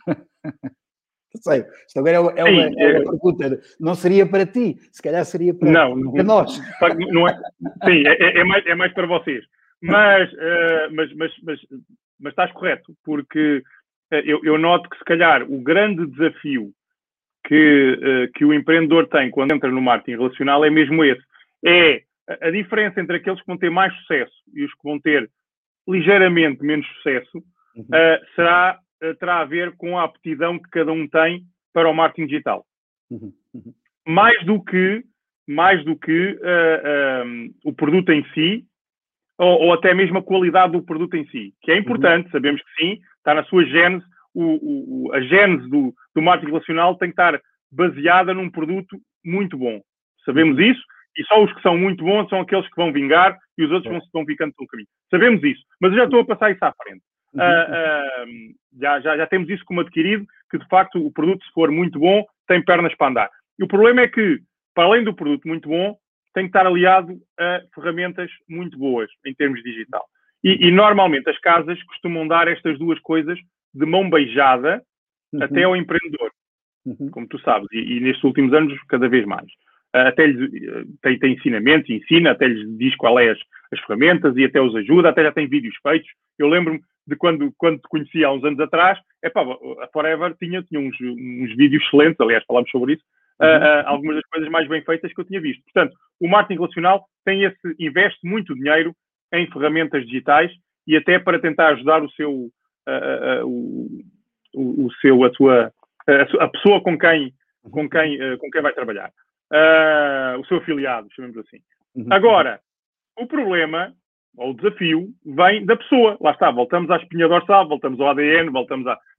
Não sei, isto agora é uma, é uma, é uma pergunta, não seria para ti, se calhar seria para, não, para nós. Não é, sim, é, é, mais, é mais para vocês. Mas, uh, mas, mas, mas, mas estás correto, porque uh, eu, eu noto que se calhar o grande desafio Que, uh, que o empreendedor tem quando entra no marketing relacional é mesmo esse. É a, a diferença entre aqueles que vão ter mais sucesso e os que vão ter ligeiramente menos sucesso, uhum. uh, será, uh, terá a ver com a aptidão que cada um tem para o marketing digital. Uhum. Uhum. Mais do que, mais do que uh, um, o produto em si, ou, ou até mesmo a qualidade do produto em si, que é importante, uhum. sabemos que sim, está na sua gênese. O, o, a gênese do, do marketing relacional tem que estar baseada num produto muito bom. Sabemos isso, e só os que são muito bons são aqueles que vão vingar e os outros vão, vão ficando pelo caminho. Sabemos isso, mas eu já estou a passar isso à frente. Uhum. Uh, uh, já, já, já temos isso como adquirido, que de facto o produto, se for muito bom, tem pernas para andar. E o problema é que, para além do produto muito bom, tem que estar aliado a ferramentas muito boas em termos digital. E, e normalmente as casas costumam dar estas duas coisas de mão beijada uhum. até ao empreendedor, uhum. como tu sabes, e, e nestes últimos anos cada vez mais. Uh, até lhes uh, tem, tem ensinamento, ensina, até lhes diz qual é as, as ferramentas e até os ajuda, até já tem vídeos feitos. Eu lembro-me de quando, quando te conheci há uns anos atrás, epá, a Forever tinha, tinha uns, uns vídeos excelentes, aliás, falámos sobre isso, uh, uh, algumas das coisas mais bem feitas que eu tinha visto. Portanto, o marketing relacional tem esse, investe muito dinheiro em ferramentas digitais e até para tentar ajudar o seu Uh, uh, uh, o, o seu, a sua, a, a pessoa com quem, com quem, uh, com quem vai trabalhar, uh, o seu afiliado, chamemos assim. Uhum. Agora, o problema, ou o desafio, vem da pessoa. Lá está, voltamos à espinha dorsal, voltamos ao A D N, voltamos à,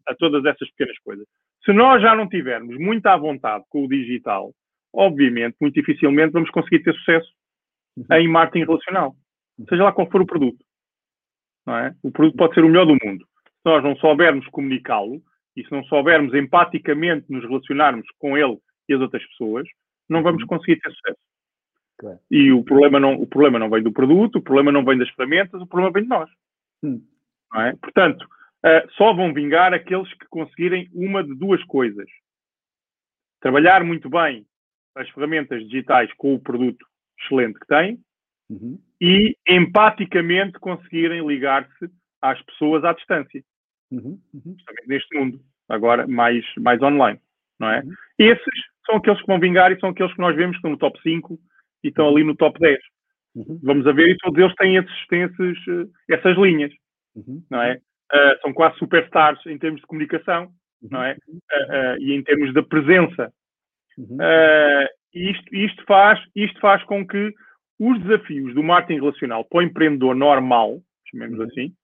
a todas essas pequenas coisas. Se nós já não tivermos muito à vontade com o digital, obviamente, muito dificilmente vamos conseguir ter sucesso em marketing relacional. Seja lá qual for o produto. Não é? O produto pode ser o melhor do mundo. Se nós não soubermos comunicá-lo e se não soubermos empaticamente nos relacionarmos com ele e as outras pessoas, não vamos conseguir ter sucesso. Claro. E o problema, não, o problema não vem do produto, o problema não vem das ferramentas, o problema vem de nós. Hum. Não é? Portanto, uh, só vão vingar aqueles que conseguirem uma de duas coisas. Trabalhar muito bem as ferramentas digitais com o produto excelente que têm, uhum. e empaticamente conseguirem ligar-se às pessoas à distância. Uhum. Uhum. Neste mundo, agora mais, mais online. Não é? Uhum. Esses são aqueles que vão vingar e são aqueles que nós vemos que estão no top cinco e estão ali no top dez. Uhum. Vamos a ver, e todos eles têm, esses, têm esses, essas linhas. Uhum. Não é? Uh, são quase superstars em termos de comunicação, uhum. não é? Uh, uh, e em termos de presença. Uhum. Uh, e isto, isto, faz, isto faz com que os desafios do marketing relacional para o empreendedor normal, chamemos uhum. assim,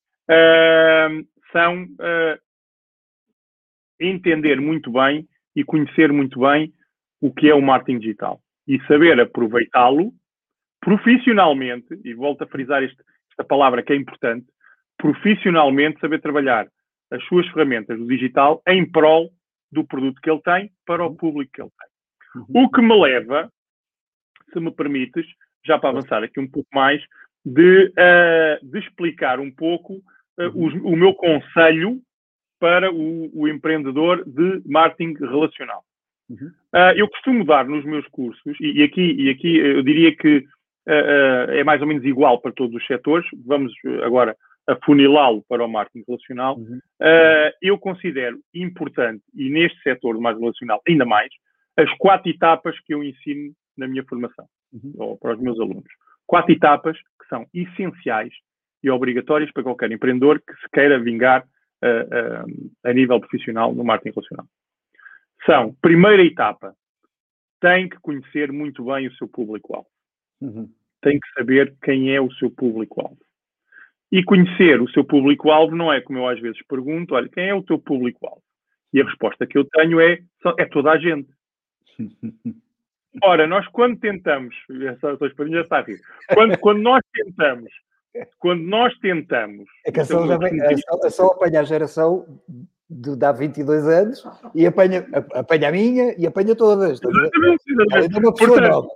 uh, são uh, entender muito bem e conhecer muito bem o que é o marketing digital e saber aproveitá-lo profissionalmente, e volto a frisar este, esta palavra que é importante, profissionalmente saber trabalhar as suas ferramentas do digital em prol do produto que ele tem para o público que ele tem. Uhum. O que me leva, se me permites, já para avançar aqui um pouco mais, de, uh, de explicar um pouco uh, uhum. o, o meu conselho para o, o empreendedor de marketing relacional. Uhum. Uh, eu costumo dar nos meus cursos, e, e, aqui, e aqui eu diria que uh, uh, é mais ou menos igual para todos os setores, vamos agora afunilá-lo para o marketing relacional, uhum. uh, eu considero importante, e neste setor do marketing relacional ainda mais, as quatro etapas que eu ensino na minha formação, uhum. ou para os meus alunos. Quatro etapas que são essenciais e obrigatórias para qualquer empreendedor que se queira vingar uh, uh, a nível profissional no marketing relacional. São, primeira etapa, tem que conhecer muito bem o seu público-alvo. Uhum. Tem que saber quem é o seu público-alvo. E conhecer o seu público-alvo não é como eu às vezes pergunto, olha, quem é o teu público-alvo? E a resposta que eu tenho é, é toda a gente. Ora, nós quando tentamos, essa sua espadinha está a rir, quando, quando nós tentamos, quando nós tentamos... É que a São já vem, a São apanha a geração de, de há vinte e dois anos e apanha, apanha a minha e apanha todas. Exatamente, exatamente. É uma pessoa nova.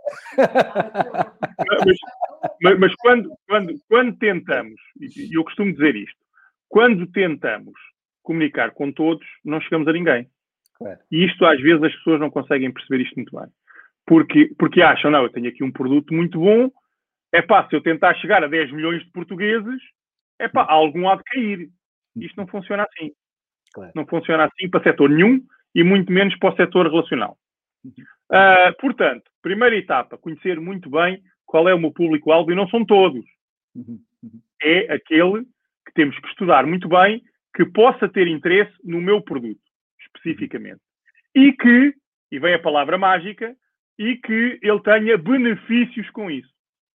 Mas, mas, mas quando, quando, quando tentamos, e eu costumo dizer isto, quando tentamos comunicar com todos, não chegamos a ninguém. Claro. E isto, às vezes, as pessoas não conseguem perceber isto muito bem. Porque, porque acham, não, eu tenho aqui um produto muito bom, é pá, se eu tentar chegar a dez milhões de portugueses, é pá, algum há de cair. Isto não funciona assim. Claro. Não funciona assim para setor nenhum e muito menos para o setor relacional. Uh, portanto, primeira etapa, conhecer muito bem qual é o meu público-alvo, e não são todos. É aquele que temos que estudar muito bem, que possa ter interesse no meu produto, especificamente. E que, e vem a palavra mágica, e que ele tenha benefícios com isso.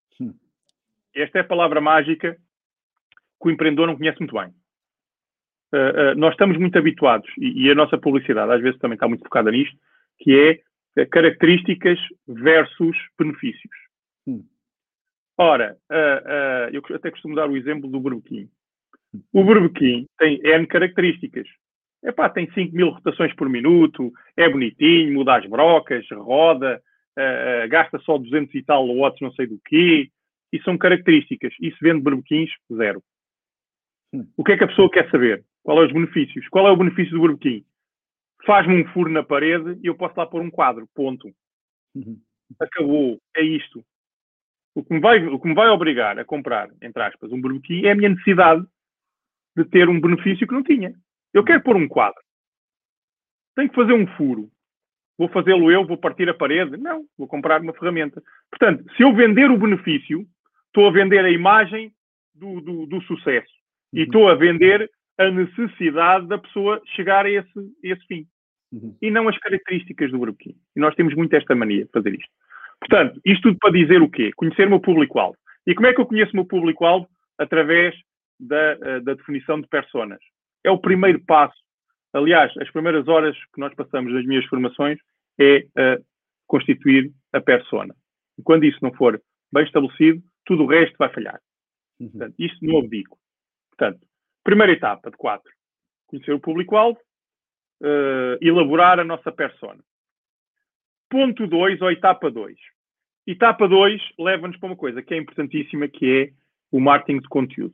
Esta é a palavra mágica que o empreendedor não conhece muito bem. Uh, uh, nós estamos muito habituados, e, e a nossa publicidade às vezes também está muito focada nisto, que é uh, características versus benefícios. Hum. Ora, uh, uh, eu até costumo dar o exemplo do Berbequim. O Berbequim tem N características. Epá, tem cinco mil rotações por minuto, é bonitinho, muda as brocas, roda, uh, uh, gasta só duzentos e tal watts, não sei do quê. E são características. E se vende Berbequins, zero. Hum. O que é que a pessoa quer saber? Qual é os benefícios? Qual é o benefício do Berbequim? Faz-me um furo na parede e eu posso lá pôr um quadro. Ponto. Uhum. Acabou. É isto. O que, me vai, o que me vai obrigar a comprar, entre aspas, um Berbequim é a minha necessidade de ter um benefício que não tinha. Eu quero pôr um quadro. Tenho que fazer um furo. Vou fazê-lo eu? Vou partir a parede? Não. Vou comprar uma ferramenta. Portanto, se eu vender o benefício, estou a vender a imagem do, do, do sucesso. Uhum. E estou a vender a necessidade da pessoa chegar a esse, a esse fim. Uhum. E não as características do Berbequim. E nós temos muito esta mania de fazer isto. Portanto, isto tudo para dizer o quê? Conhecer o meu público-alvo. E como é que eu conheço o meu público-alvo? Através da, da definição de personas. É o primeiro passo aliás, as primeiras horas que nós passamos nas minhas formações é uh, constituir a persona. E quando isso não for bem estabelecido, tudo o resto vai falhar. Portanto, isto não abdico. Portanto, primeira etapa de quatro. Conhecer o público-alvo, uh, elaborar a nossa persona. Ponto dois, ou etapa dois. Etapa dois leva-nos para uma coisa que é importantíssima, que é o marketing de conteúdo.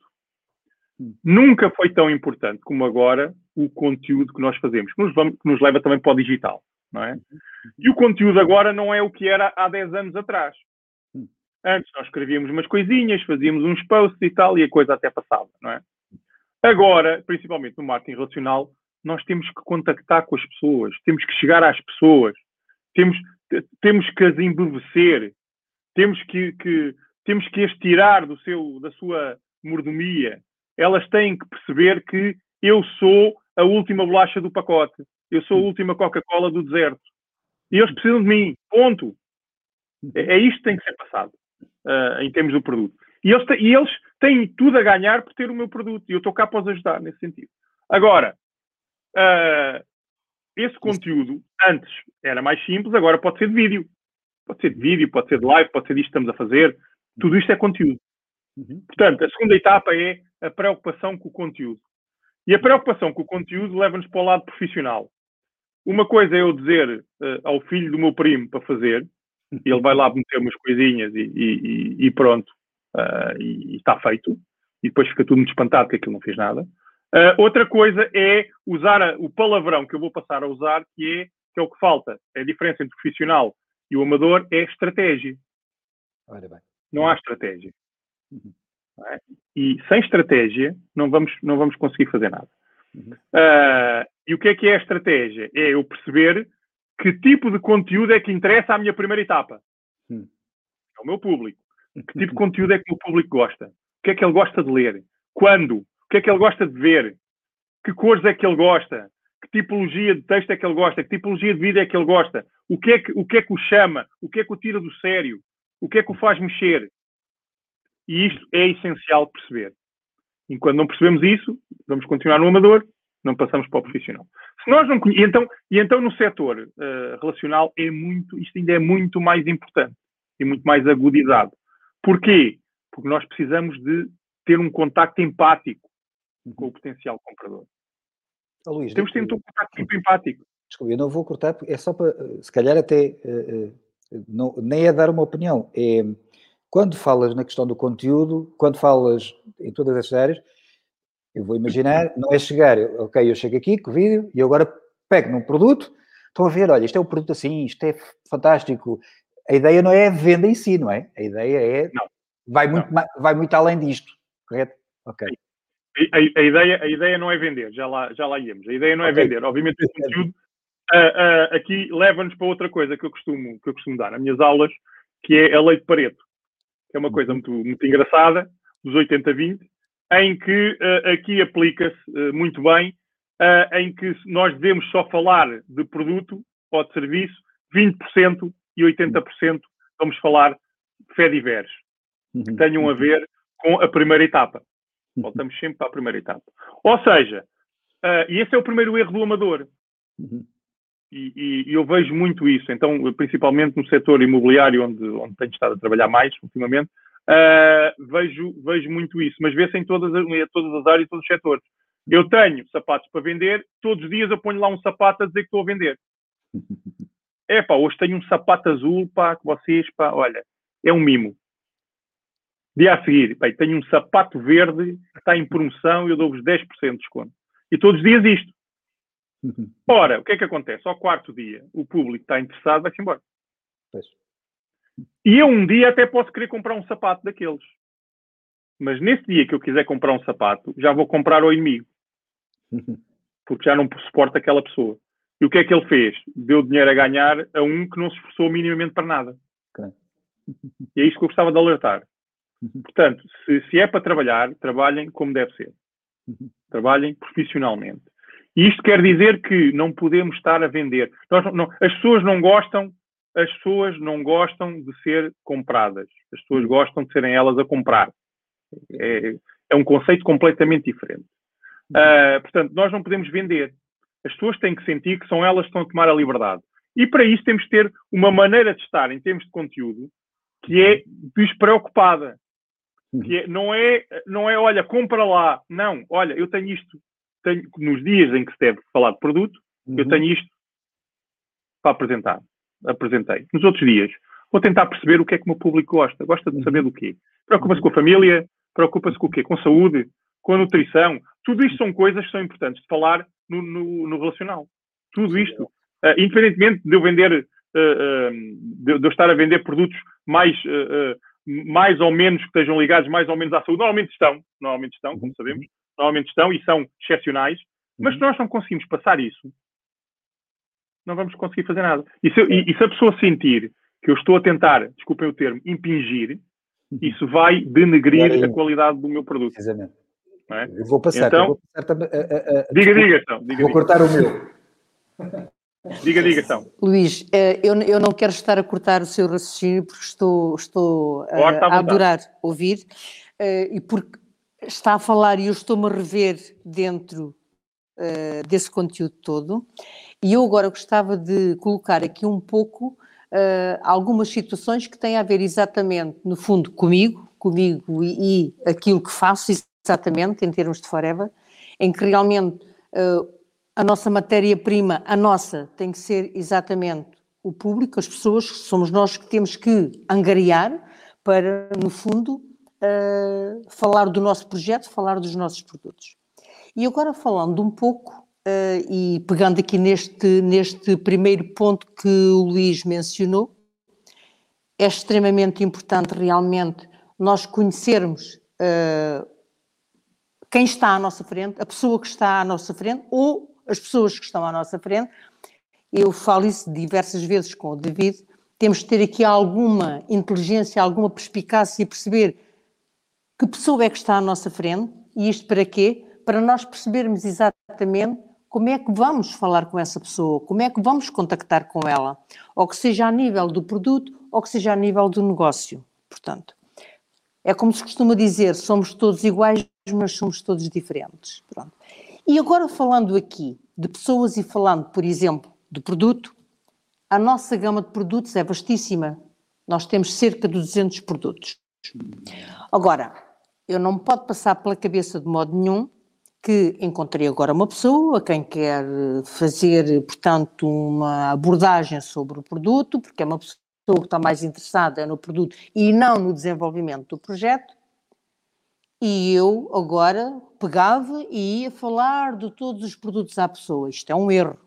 Nunca foi tão importante como agora o conteúdo que nós fazemos, que nos, vamos, que nos leva também para o digital, não é? E o conteúdo agora não é o que era há dez anos atrás. Antes nós escrevíamos umas coisinhas, fazíamos uns posts e tal, e a coisa até passava, não é? Agora, principalmente no marketing relacional, nós temos que contactar com as pessoas, temos que chegar às pessoas, temos, temos que as embevecer, temos que, que, temos que as tirar do seu, da sua mordomia. Elas têm que perceber que eu sou a última bolacha do pacote. Eu sou a última Coca-Cola do deserto. E eles precisam de mim. Ponto. É, é isto que tem que ser passado uh, em termos do produto. E eles, e eles têm tudo a ganhar por ter o meu produto. E eu estou cá para os ajudar nesse sentido. Agora, uh, esse conteúdo, antes era mais simples, agora pode ser de vídeo. Pode ser de vídeo, pode ser de live, pode ser disto que estamos a fazer. Tudo isto é conteúdo. Portanto, a segunda etapa é a preocupação com o conteúdo. E a preocupação com o conteúdo leva-nos para o lado profissional. Uma coisa é eu dizer uh, ao filho do meu primo para fazer, e ele vai lá meter umas coisinhas e, e, e pronto, uh, e, e está feito. E depois fica tudo muito espantado que aquilo não fez nada. Uh, outra coisa é usar a, o palavrão que eu vou passar a usar, que é, que é o que falta. A diferença entre o profissional e o amador é estratégia. Olha bem. Não há estratégia. Uhum. É? E sem estratégia não vamos, não vamos conseguir fazer nada. Uhum. Uh, e o que é que é a estratégia? É eu perceber que tipo de conteúdo é que interessa à minha primeira etapa. Uhum. É o meu público. Que tipo de conteúdo é que o meu público gosta? O que é que ele gosta de ler? Quando? O que é que ele gosta de ver? Que cores é que ele gosta? Que tipologia de texto é que ele gosta? Que tipologia de vida é que ele gosta? O que é que o, que é que o chama? O que é que o tira do sério? O que é que o faz mexer? E isto é essencial perceber. E quando não percebemos isso, vamos continuar no amador, não passamos para o profissional. Se nós não conhe... e, então, e então no setor uh, relacional, é muito, isto ainda é muito mais importante e muito mais agudizado. Porquê? Porque nós precisamos de ter um contacto empático com o potencial comprador. Oh, Luís, temos de ter um contacto muito empático. Desculpa, eu não vou cortar, porque é só para, se calhar até, uh, uh, não, nem é dar uma opinião, é... Quando falas na questão do conteúdo, quando falas em todas essas áreas, eu vou imaginar, não é chegar, ok, eu chego aqui com o vídeo e eu agora pego num produto, estou a ver, olha, isto é um produto assim, isto é fantástico. A ideia não é a venda em si, não é? A ideia é, não, vai, muito, não. vai muito além disto, correto? Ok. A, a, a, ideia, a ideia não é vender, já lá, já lá íamos. A ideia não é okay. vender. Obviamente o conteúdo uh, uh, aqui leva-nos para outra coisa que eu, costumo, que eu costumo dar nas minhas aulas, que é a lei de Pareto. É uma coisa muito, muito engraçada, dos oitenta vinte, em que uh, aqui aplica-se uh, muito bem, uh, em que nós devemos só falar de produto ou de serviço, vinte por cento e oitenta por cento vamos falar de fé diversos, que tenham a ver com a primeira etapa. Voltamos sempre para a primeira etapa. Ou seja, uh, e esse é o primeiro erro do amador. E, e, e eu vejo muito isso, então, principalmente no setor imobiliário, onde, onde tenho estado a trabalhar mais ultimamente, uh, vejo, vejo muito isso, mas vê-se em todas as, todas as áreas e todos os setores. Eu tenho sapatos para vender, todos os dias eu ponho lá um sapato a dizer que estou a vender. É pá, hoje tenho um sapato azul, pá, que vocês, pá, olha, é um mimo. Dia a seguir, pá, tenho um sapato verde que está em promoção e eu dou-vos dez por cento de desconto. E todos os dias isto. Ora, o que é que acontece? Ao quarto dia, o público está interessado, vai-se embora. Pois. E eu um dia até posso querer comprar um sapato daqueles. Mas nesse dia que eu quiser comprar um sapato, já vou comprar ao inimigo. Porque já não suporta aquela pessoa. E o que é que ele fez? Deu dinheiro a ganhar a um que não se esforçou minimamente para nada. Okay. E é isto que eu gostava de alertar. Portanto, se, se é para trabalhar, trabalhem como deve ser. Trabalhem profissionalmente. E isto quer dizer que não podemos estar a vender. Nós não, não, as pessoas não gostam, as pessoas não gostam de ser compradas. As pessoas gostam de serem elas a comprar. É, é um conceito completamente diferente. Uh, portanto, nós não podemos vender. As pessoas têm que sentir que são elas que estão a tomar a liberdade. E para isso temos que ter uma maneira de estar em termos de conteúdo que é despreocupada. Que é, não, é, não é, olha, compra lá. Não, olha, eu tenho isto. Tenho, nos dias em que se deve falar de produto, uhum. eu tenho isto para apresentar. Apresentei. Nos outros dias, vou tentar perceber o que é que o meu público gosta. Gosta de saber do quê? Preocupa-se com a família? Preocupa-se com o quê? Com a saúde? Com a nutrição? Tudo isto são coisas que são importantes de falar no, no, no relacional. Tudo isto. Uh, independentemente de eu vender, uh, uh, de, de eu estar a vender produtos mais, uh, uh, mais ou menos que estejam ligados mais ou menos à saúde. Normalmente estão, normalmente estão, como sabemos. Normalmente estão e são excepcionais. Mas se nós não conseguimos passar isso, não vamos conseguir fazer nada. E se, eu, e, e se a pessoa sentir que eu estou a tentar, desculpem o termo, impingir, isso vai denegrir a qualidade do meu produto. Precisamente. Não é? Eu vou passar. Então, eu vou passar também, a, a, a, diga, diga, então. Diga, vou diga. cortar o meu. Diga, diga, então. Luís, eu, eu não quero estar a cortar o seu raciocínio porque estou, estou uh, a adorar ouvir uh, e porque está a falar e eu estou-me a rever dentro uh, desse conteúdo todo. E eu agora gostava de colocar aqui um pouco uh, algumas situações que têm a ver exatamente, no fundo, comigo, comigo e, e aquilo que faço exatamente em termos de Forever, em que realmente uh, a nossa matéria-prima, a nossa, tem que ser exatamente o público, as pessoas, somos nós que temos que angariar para, no fundo, uh, falar do nosso projeto, falar dos nossos produtos. E agora falando um pouco Uh, e pegando aqui neste, neste primeiro ponto que o Luís mencionou, é extremamente importante realmente nós conhecermos uh, quem está à nossa frente, a pessoa que está à nossa frente ou as pessoas que estão à nossa frente. Eu falo isso diversas vezes com o David, temos de ter aqui alguma inteligência, alguma perspicácia e perceber que pessoa é que está à nossa frente e isto para quê? Para nós percebermos exatamente como é que vamos falar com essa pessoa, como é que vamos contactar com ela, ou que seja a nível do produto, ou que seja a nível do negócio. Portanto, é como se costuma dizer, somos todos iguais, mas somos todos diferentes. Pronto. E agora falando aqui de pessoas e falando, por exemplo, do produto, a nossa gama de produtos é vastíssima. Nós temos cerca de duzentos produtos. Agora, eu não me pode passar pela cabeça de modo nenhum que encontrei agora uma pessoa, quem quer fazer, portanto, uma abordagem sobre o produto, porque é uma pessoa que está mais interessada no produto e não no desenvolvimento do projeto, e eu agora pegava e ia falar de todos os produtos à pessoa. Isto é um erro.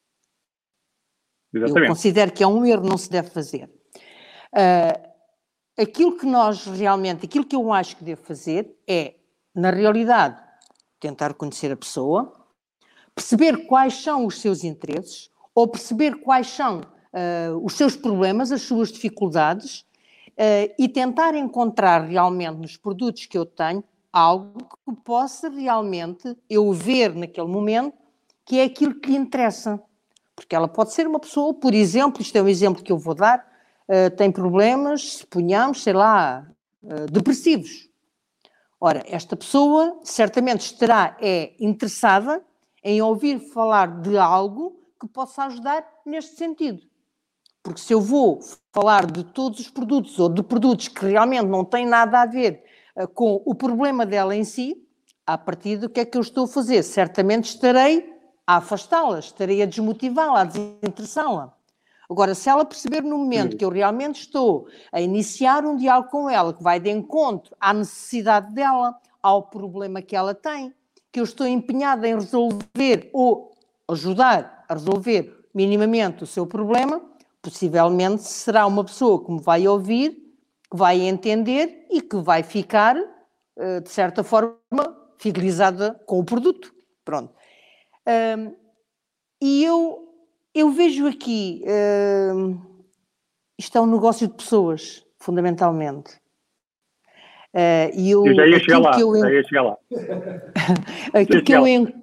Exatamente. Eu considero que é um erro, não se deve fazer. Uh, aquilo que nós realmente, aquilo que eu acho que devo fazer é, na realidade, tentar conhecer a pessoa, perceber quais são os seus interesses ou perceber quais são uh, os seus problemas, as suas dificuldades uh, e tentar encontrar realmente nos produtos que eu tenho algo que possa realmente eu ver naquele momento que é aquilo que lhe interessa. Porque ela pode ser uma pessoa, por exemplo, isto é um exemplo que eu vou dar, uh, tem problemas, suponhamos, sei lá, uh, depressivos. Ora, esta pessoa certamente estará é, interessada em ouvir falar de algo que possa ajudar neste sentido. Porque se eu vou falar de todos os produtos ou de produtos que realmente não têm nada a ver uh, com o problema dela em si, a partir do que é que eu estou a fazer? Certamente estarei a afastá-la, estarei a desmotivá-la, a desinteressá-la. Agora, se ela perceber no momento que eu realmente estou a iniciar um diálogo com ela, que vai de encontro à necessidade dela, ao problema que ela tem, que eu estou empenhada em resolver ou ajudar a resolver minimamente o seu problema, possivelmente será uma pessoa que me vai ouvir, que vai entender e que vai ficar, de certa forma, fidelizada com o produto. Pronto. Um, e eu... Eu vejo aqui, uh, isto é um negócio de pessoas, fundamentalmente. Uh, e eu, eu já ia chegar lá, eu, já ia chegar lá. aquilo que eu en...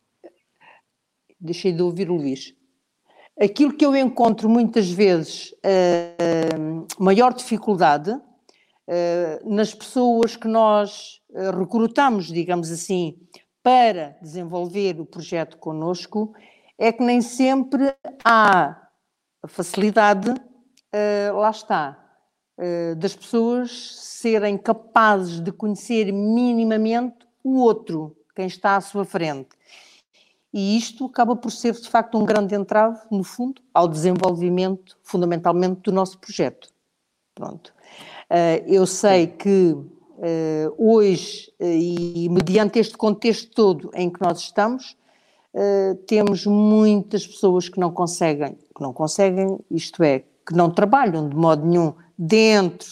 Deixei de ouvir o Luís. Aquilo que eu encontro muitas vezes uh, maior dificuldade uh, nas pessoas que nós uh, recrutamos, digamos assim, para desenvolver o projeto connosco, é que nem sempre há a facilidade, uh, lá está, uh, das pessoas serem capazes de conhecer minimamente o outro, quem está à sua frente. E isto acaba por ser, de facto, um grande entrave, no fundo, ao desenvolvimento, fundamentalmente, do nosso projeto. Pronto. Uh, eu sei que uh, hoje, uh, e mediante este contexto todo em que nós estamos, uh, temos muitas pessoas que não conseguem, que não conseguem, isto é, que não trabalham de modo nenhum dentro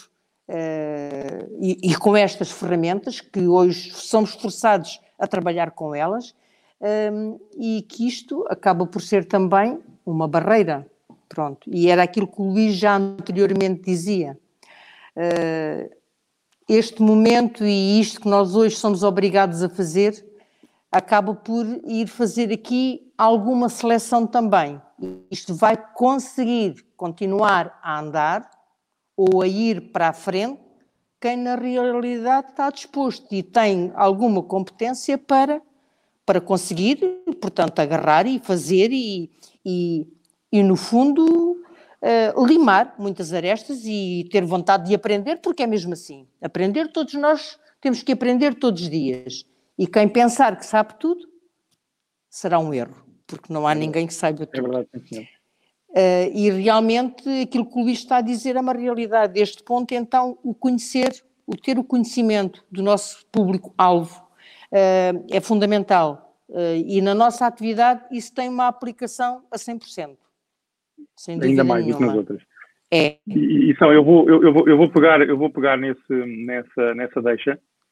uh, e, e com estas ferramentas, que hoje somos forçados a trabalhar com elas, um, e que isto acaba por ser também uma barreira. Pronto. E era aquilo que o Luís já anteriormente dizia. Uh, este momento e isto que nós hoje somos obrigados a fazer acaba por ir fazer aqui alguma seleção também. Isto vai conseguir continuar a andar ou a ir para a frente quem na realidade está disposto e tem alguma competência para, para conseguir, portanto, agarrar e fazer e, e, e no fundo... Uh, limar muitas arestas e ter vontade de aprender, porque é mesmo assim. Aprender, todos nós temos que aprender todos os dias. E quem pensar que sabe tudo, será um erro, porque não há ninguém que saiba tudo. É verdade, sim. Uh, e realmente aquilo que o Luís está a dizer é uma realidade. Deste ponto, então, o conhecer, o ter o conhecimento do nosso público-alvo uh, é fundamental. Uh, e na nossa atividade isso tem uma aplicação a cem por cento. Sem dúvida ainda mais nenhuma. do que nas outras. É. E, e só, eu vou, eu, eu vou, eu vou pegar, eu vou pegar nesse, nessa, nessa deixa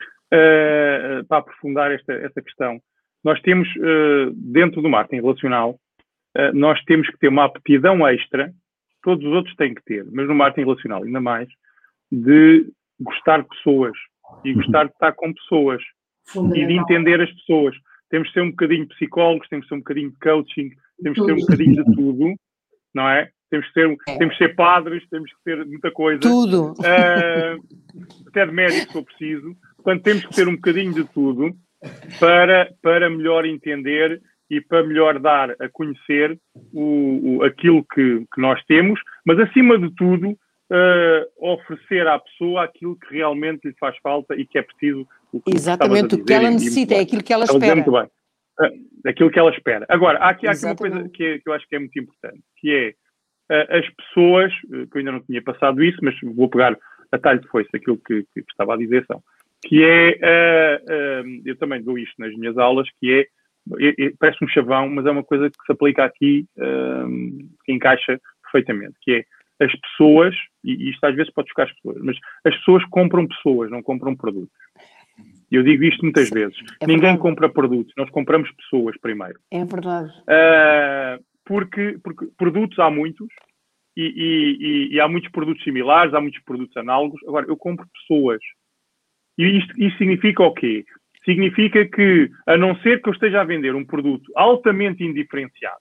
uh, para aprofundar esta, esta questão. Nós temos, uh, dentro do marketing relacional, uh, nós temos que ter uma aptidão extra, todos os outros têm que ter, mas no marketing relacional ainda mais, de gostar de pessoas e gostar de estar com pessoas e de entender as pessoas. Temos que ser um bocadinho de psicólogos, temos que ser um bocadinho de coaching, temos que ser um bocadinho de tudo. Não é? Temos que ser, é. temos que ser padres, temos que ser muita coisa. Tudo. Uh, até de médico, se for preciso. Portanto, temos que ter um bocadinho de tudo para, para melhor entender e para melhor dar a conhecer o, o, aquilo que, que nós temos, mas, acima de tudo, uh, oferecer à pessoa aquilo que realmente lhe faz falta e que é preciso. O que Exatamente, o que ela necessita, é aquilo que ela espera. Muito bem. Daquilo que ela espera. Agora, há aqui, há aqui uma coisa que, é, que eu acho que é muito importante, que é uh, as pessoas, uh, que eu ainda não tinha passado isso, mas vou pegar a talho de foice aquilo que, que estava a dizer, são, que é, uh, uh, eu também dou isto nas minhas aulas, que é, é, é parece um chavão, mas é uma coisa que se aplica aqui, uh, que encaixa perfeitamente, que é as pessoas, e isto às vezes pode chocar as pessoas, mas as pessoas compram pessoas, não compram produtos. Eu digo isto muitas vezes. É Ninguém verdade. compra produtos, nós compramos pessoas primeiro. É verdade. Uh, porque, porque produtos há muitos e, e, e, e há muitos produtos similares, há muitos produtos análogos. Agora, eu compro pessoas. E isto, isto significa o quê? Significa que, a não ser que eu esteja a vender um produto altamente indiferenciado,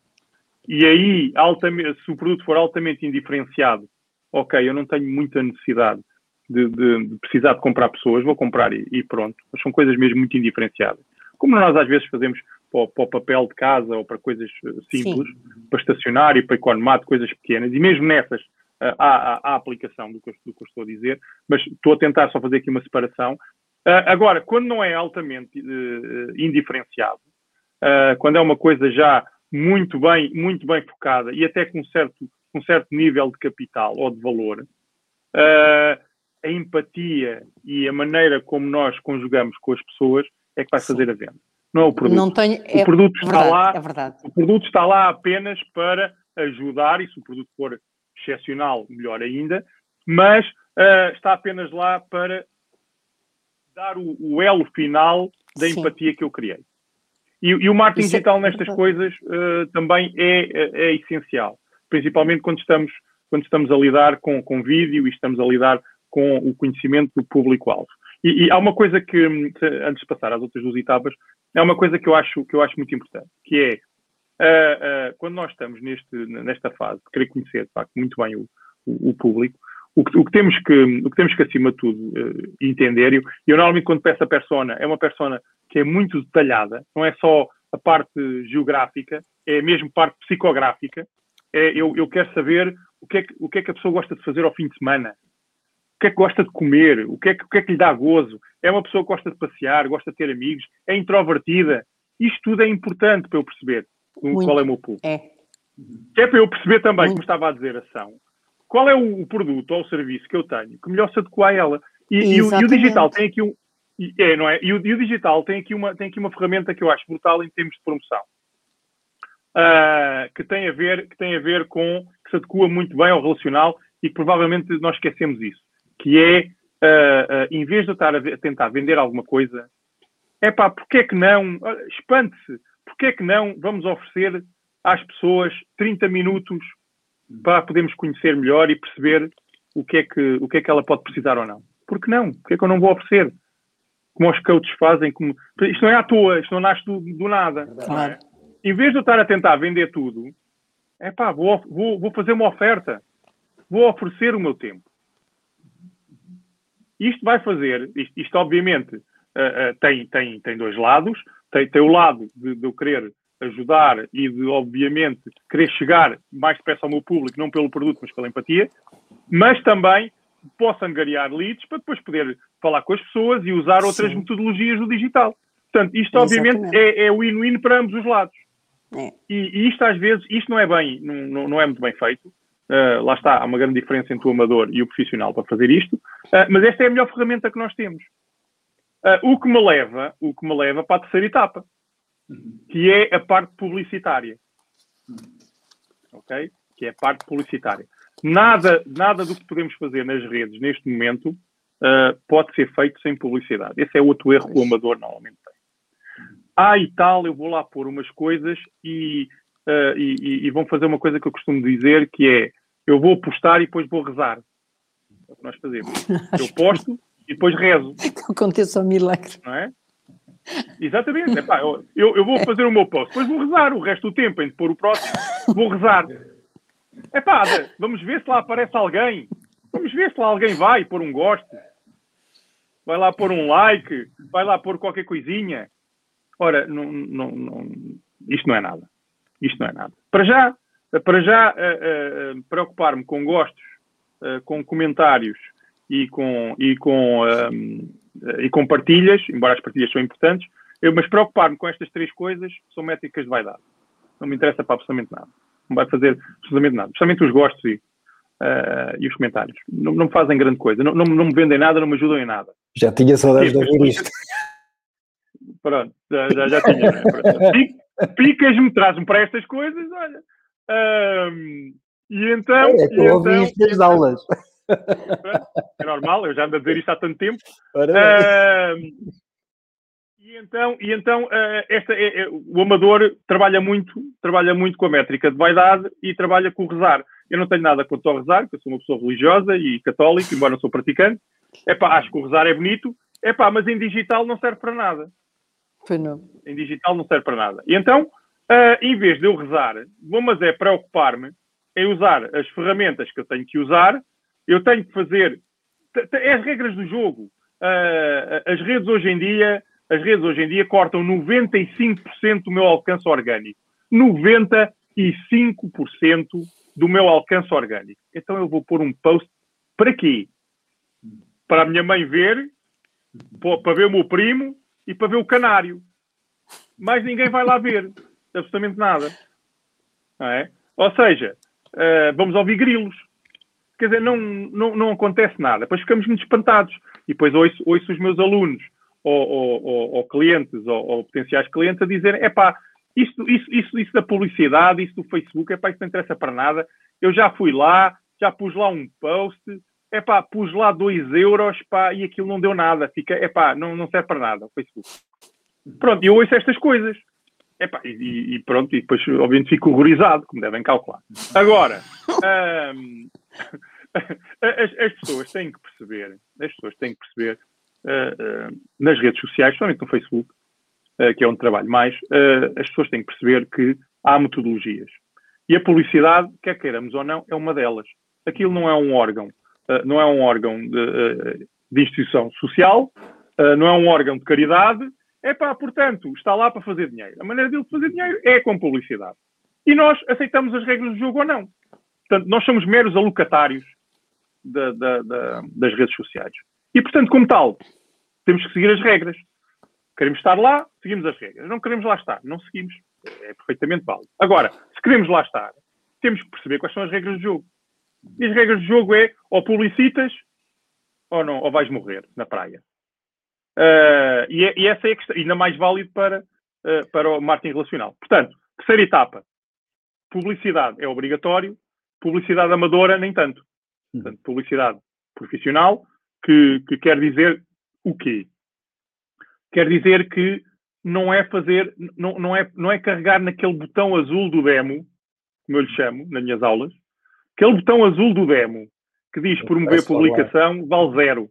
e aí, altamente, se o produto for altamente indiferenciado, ok, eu não tenho muita necessidade De, de, de precisar de comprar pessoas, vou comprar e, e pronto. Mas são coisas mesmo muito diferenciadas. Como nós às vezes fazemos para o, para o papel de casa ou para coisas simples, Sim. para estacionário, para economato, coisas pequenas, e mesmo nessas uh, há, há, há aplicação do que, eu, do que eu estou a dizer, mas estou a tentar só fazer aqui uma separação. Uh, agora, quando não é altamente uh, indiferenciado, uh, quando é uma coisa já muito bem, muito bem focada e até com um certo, um certo nível de capital ou de valor, uh, a empatia e a maneira como nós conjugamos com as pessoas é que vai fazer Sim. a venda. Não é o produto. Não tenho, é, o produto está verdade, lá, é verdade. O produto está lá apenas para ajudar, e se o produto for excepcional, melhor ainda, mas uh, está apenas lá para dar o, o elo final da Sim. empatia que eu criei. E, e o marketing Isso digital é nestas é coisas uh, também é, é, é essencial, principalmente quando estamos, quando estamos a lidar com, com vídeo e estamos a lidar com o conhecimento do público-alvo. E, e há uma coisa que, antes de passar às outras duas etapas, é uma coisa que eu acho, que eu acho muito importante, que é, uh, uh, quando nós estamos neste, nesta fase de querer conhecer, de facto, muito bem o, o, o público, o que, o, que temos que, o que temos que, acima de tudo, uh, entender, e eu, eu normalmente quando peço a persona, é uma persona que é muito detalhada, não é só a parte geográfica, é mesmo parte psicográfica. É, eu, eu quero saber o que, é que, o que é que a pessoa gosta de fazer ao fim de semana. O que é que gosta de comer? O que é que, o que é que lhe dá gozo? É uma pessoa que gosta de passear, gosta de ter amigos, é introvertida. Isto tudo é importante para eu perceber Muito. qual é o meu público. É. Que é para eu perceber também, Muito. como estava a dizer a ação, qual é o, o produto ou o serviço que eu tenho que melhor se adequa a ela. E, e, o, e o digital tem aqui um... É, não é? E o, e o digital tem aqui, uma, tem aqui uma ferramenta que eu acho brutal em termos de promoção. Uh, que, tem a ver, que tem a ver com... que se adequa muito bem ao relacional e que provavelmente nós esquecemos isso. Que é, uh, uh, em vez de eu estar a, a tentar vender alguma coisa, é pá, porque é que não, uh, espante-se, porque é que não vamos oferecer às pessoas trinta minutos para podermos conhecer melhor e perceber o que é que, o que é que ela pode precisar ou não. Por que não? Porque é que eu não vou oferecer? Como os coaches fazem, como... isto não é à toa, isto não nasce do, do nada. Claro. Em vez de eu estar a tentar vender tudo, é pá, vou, vou, vou fazer uma oferta, vou oferecer o meu tempo. Isto vai fazer, isto, isto obviamente uh, uh, tem, tem, tem dois lados, tem, tem o lado de, de eu querer ajudar e de, obviamente, querer chegar mais depressa ao meu público, não pelo produto, mas pela empatia, mas também posso angariar leads para depois poder falar com as pessoas e usar outras Sim. metodologias do digital. Portanto, isto obviamente é, é win-win para ambos os lados. É. E, e isto às vezes, isto não é bem, não, não é muito bem feito. Uh, lá está, há uma grande diferença entre o amador e o profissional para fazer isto, uh, mas esta é a melhor ferramenta que nós temos. Uh, o que me leva, o que me leva para a terceira etapa, que é a parte publicitária. Ok? Que é a parte publicitária. Nada, nada do que podemos fazer nas redes neste momento uh, pode ser feito sem publicidade. Esse é outro erro que o amador normalmente tem. Ah, e tal, eu vou lá pôr umas coisas e, uh, e, e, e vão fazer uma coisa que eu costumo dizer, que é eu vou postar e depois vou rezar. É o que nós fazemos. Eu posto e depois rezo. Que aconteça um milagre. Não é? Exatamente. Epá, eu, eu vou fazer o meu post, depois vou rezar. O resto do tempo, entre pôr o próximo, vou rezar. Epá, vamos ver se lá aparece alguém. Vamos ver se lá alguém vai pôr um gosto. Vai lá pôr um like. Vai lá pôr qualquer coisinha. Ora, não, não, não, isto não é nada. Isto não é nada. Para já, para já uh, uh, preocupar-me com gostos, uh, com comentários e com, e, com, um, uh, e com partilhas, embora as partilhas são importantes, eu, mas preocupar-me com estas três coisas são métricas de vaidade. Não me interessa para absolutamente nada. Não vai fazer absolutamente nada. Especialmente os gostos e, uh, e os comentários. Não, não me fazem grande coisa. Não, não, não me vendem nada, não me ajudam em nada. Já tinha saudades de ouvir isto. Pronto, já, já, já tinha. Né? Picas-me, traz-me para estas coisas, olha. Um, e então... É, tu ouvi isto nas aulas. É normal, eu já ando a dizer isto há tanto tempo. Um, e então, e então uh, esta, é, é, o amador trabalha muito, trabalha muito com a métrica de vaidade e trabalha com o rezar. Eu não tenho nada contra o rezar, porque eu sou uma pessoa religiosa e católica, embora não sou praticante. Epá, acho que o rezar é bonito, epá, mas em digital não serve para nada. Foi não. Em digital não serve para nada. E então, uh, em vez de eu rezar, vou mas é preocupar-me em usar as ferramentas que eu tenho que usar. Eu tenho que fazer... É as regras do jogo. Uh, as redes hoje em dia, as redes hoje em dia cortam noventa e cinco por cento do meu alcance orgânico. noventa e cinco por cento do meu alcance orgânico. Então eu vou pôr um post para quê? Para a minha mãe ver, para ver o meu primo e para ver o canário. Mas ninguém vai lá ver. Absolutamente nada. Não é? Ou seja, uh, vamos ouvir grilos. Quer dizer, não, não, não acontece nada. Depois ficamos muito espantados. E depois ouço, ouço os meus alunos ou, ou, ou, ou clientes ou, ou potenciais clientes a dizerem epá, isto, isso, isso, isso da publicidade, isso do Facebook, epá, isso não interessa para nada. Eu já fui lá, já pus lá um post, epá, pus lá dois euros pá, e aquilo não deu nada. Fica, epá, não, não serve para nada o Facebook. Pronto, eu ouço estas coisas. Epá, e, e pronto, e depois obviamente fico horrorizado, como devem calcular. Agora, hum, as, as pessoas têm que perceber, as pessoas têm que perceber uh, uh, nas redes sociais, somente no Facebook, uh, que é onde trabalho mais, uh, as pessoas têm que perceber que há metodologias. E a publicidade, quer queiramos ou não, é uma delas. Aquilo não é um órgão, uh, não é um órgão de, uh, de instituição social, uh, não é um órgão de caridade, É pá, portanto, está lá para fazer dinheiro. A maneira dele de fazer dinheiro é com publicidade. E nós aceitamos as regras do jogo ou não. Portanto, nós somos meros alocatários da, da, da, das redes sociais. E, portanto, como tal, temos que seguir as regras. Queremos estar lá, seguimos as regras. Não queremos lá estar, não seguimos. É perfeitamente válido. Agora, se queremos lá estar, temos que perceber quais são as regras do jogo. E as regras do jogo é ou publicitas ou não, ou vais morrer na praia. Uh, e, é, e essa é a questão, ainda mais válido para, uh, para o marketing relacional. Portanto, terceira etapa, publicidade é obrigatório, publicidade amadora nem tanto. Portanto, publicidade profissional, que, que quer dizer o quê? Quer dizer que não é fazer, não, não, é, não é carregar naquele botão azul do demo, como eu lhe chamo nas minhas aulas, aquele botão azul do demo que diz promover publicação vale zero.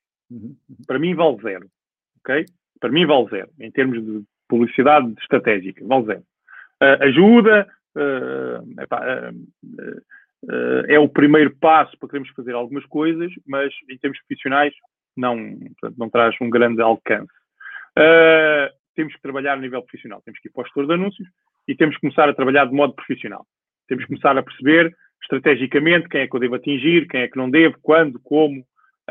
Para mim vale zero. Ok? Para mim vale zero. Em termos de publicidade estratégica, vale zero. Uh, ajuda, uh, epá, uh, uh, é o primeiro passo para queremos fazer algumas coisas, mas em termos profissionais não, portanto, não traz um grande alcance. Uh, temos que trabalhar a nível profissional. Temos que ir para o gestor de anúncios e temos que começar a trabalhar de modo profissional. Temos que começar a perceber estrategicamente quem é que eu devo atingir, quem é que não devo, quando, como,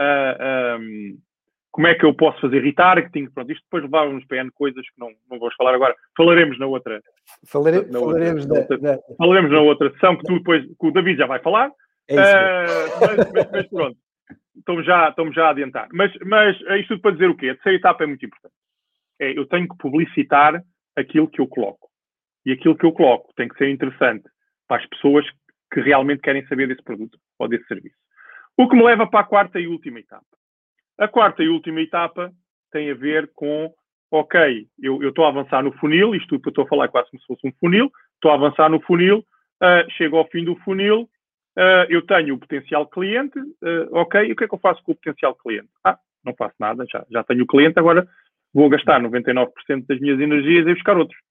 uh, um, como é que eu posso fazer retargeting. Pronto, isto depois levava-nos para N coisas que não, não vamos falar agora. Falaremos na outra. Falare, na falaremos, outra, da, na outra, da... falaremos na outra sessão que, tu depois, que o David já vai falar. É isso. Uh, mas, mas, mas pronto, estamos já, estamos já a adiantar. Mas, mas isto tudo para dizer o quê? A terceira etapa é muito importante. É, eu tenho que publicitar aquilo que eu coloco. E aquilo que eu coloco tem que ser interessante para as pessoas que realmente querem saber desse produto ou desse serviço. O que me leva para a quarta e última etapa. A quarta e última etapa tem a ver com, ok, eu, eu estou a avançar no funil, isto tudo que eu estou a falar é quase como se fosse um funil, estou a avançar no funil, uh, chego ao fim do funil, uh, eu tenho o potencial cliente, uh, ok, e o que é que eu faço com o potencial cliente? Ah, não faço nada, já, já tenho o cliente, agora vou gastar noventa e nove por cento das minhas energias e buscar outros.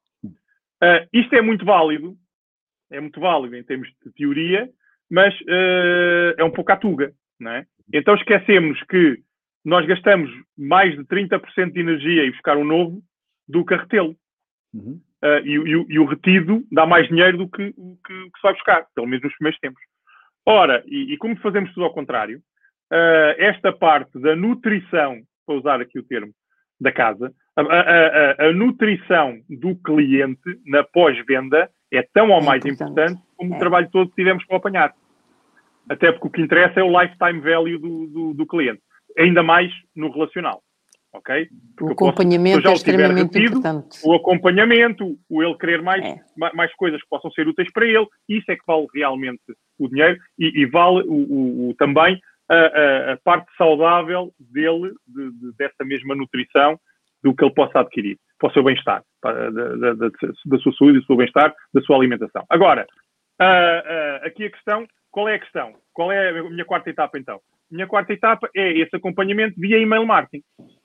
Uh, isto é muito válido, é muito válido em termos de teoria, mas uh, é um pouco à tuga, não é? Então esquecemos que nós gastamos mais de trinta por cento de energia em buscar um novo do que a retê-lo. Uhum. Uh, e, e, e o retido dá mais dinheiro do que o que, que se vai buscar, pelo menos nos primeiros tempos. Ora, e, e como fazemos tudo ao contrário, uh, esta parte da nutrição, para usar aqui o termo, da casa, a, a, a, a nutrição do cliente na pós-venda é tão ou mais é importante. importante como é. O trabalho todo que tivemos para apanhar. Até porque o que interessa é o lifetime value do, do, do cliente. Ainda mais no relacional. Ok? Porque o acompanhamento posso, é extremamente retido, importante. O acompanhamento, o ele querer mais, é. mais coisas que possam ser úteis para ele, isso é que vale realmente o dinheiro e, e vale o, o, o, também a, a, a parte saudável dele, de, de, dessa mesma nutrição, do que ele possa adquirir, para o seu bem-estar, da, da, da, da sua saúde, do seu bem-estar, da sua alimentação. Agora, uh, uh, aqui a questão, qual é a questão? Qual é a minha quarta etapa, então? A minha quarta etapa é esse acompanhamento via e-mail marketing.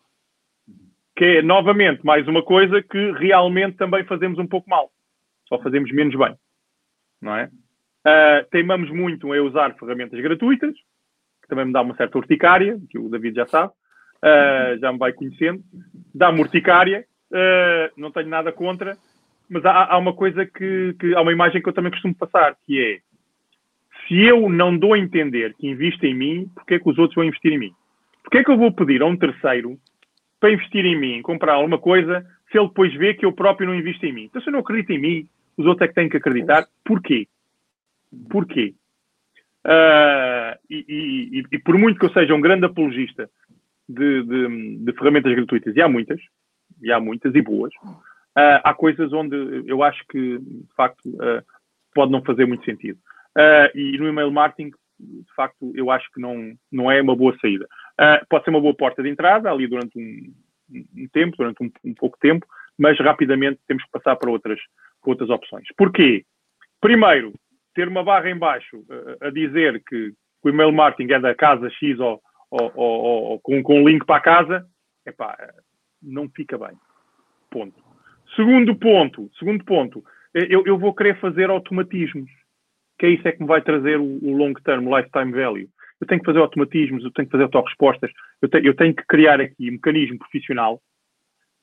Que é, novamente, mais uma coisa que realmente também fazemos um pouco mal. Só fazemos menos bem. Não é? Uh, teimamos muito em usar ferramentas gratuitas, que também me dá uma certa urticária, que o David já sabe, uh, já me vai conhecendo. Dá-me urticária, uh, não tenho nada contra, mas há, há uma coisa que, que... Há uma imagem que eu também costumo passar, que é, se eu não dou a entender que invisto em mim, porque é que os outros vão investir em mim? Porque é que eu vou pedir a um terceiro para investir em mim, comprar alguma coisa, se ele depois vê que eu próprio não invisto em mim? Então, se eu não acredito em mim, os outros é que têm que acreditar. Porquê? Porquê? Uh, e, e, e, e por muito que eu seja um grande apologista de, de, de ferramentas gratuitas, e há muitas, e há muitas e boas, uh, há coisas onde eu acho que, de facto, uh, pode não fazer muito sentido. Uh, e no email marketing, de facto, eu acho que não, não é uma boa saída. Uh, pode ser uma boa porta de entrada, ali durante um, um tempo, durante um, um pouco tempo, mas rapidamente temos que passar para outras, para outras opções. Porquê? Primeiro, ter uma barra em baixo uh, a dizer que o email marketing é da casa X ou, ou, ou, ou com, com um link para a casa, epá, não fica bem. Ponto. Segundo ponto, segundo ponto eu, eu vou querer fazer automatismos, que é isso é que me vai trazer o, o long term, o lifetime value. Eu tenho que fazer automatismos, eu tenho que fazer autorrespostas, eu, te, eu tenho que criar aqui um mecanismo profissional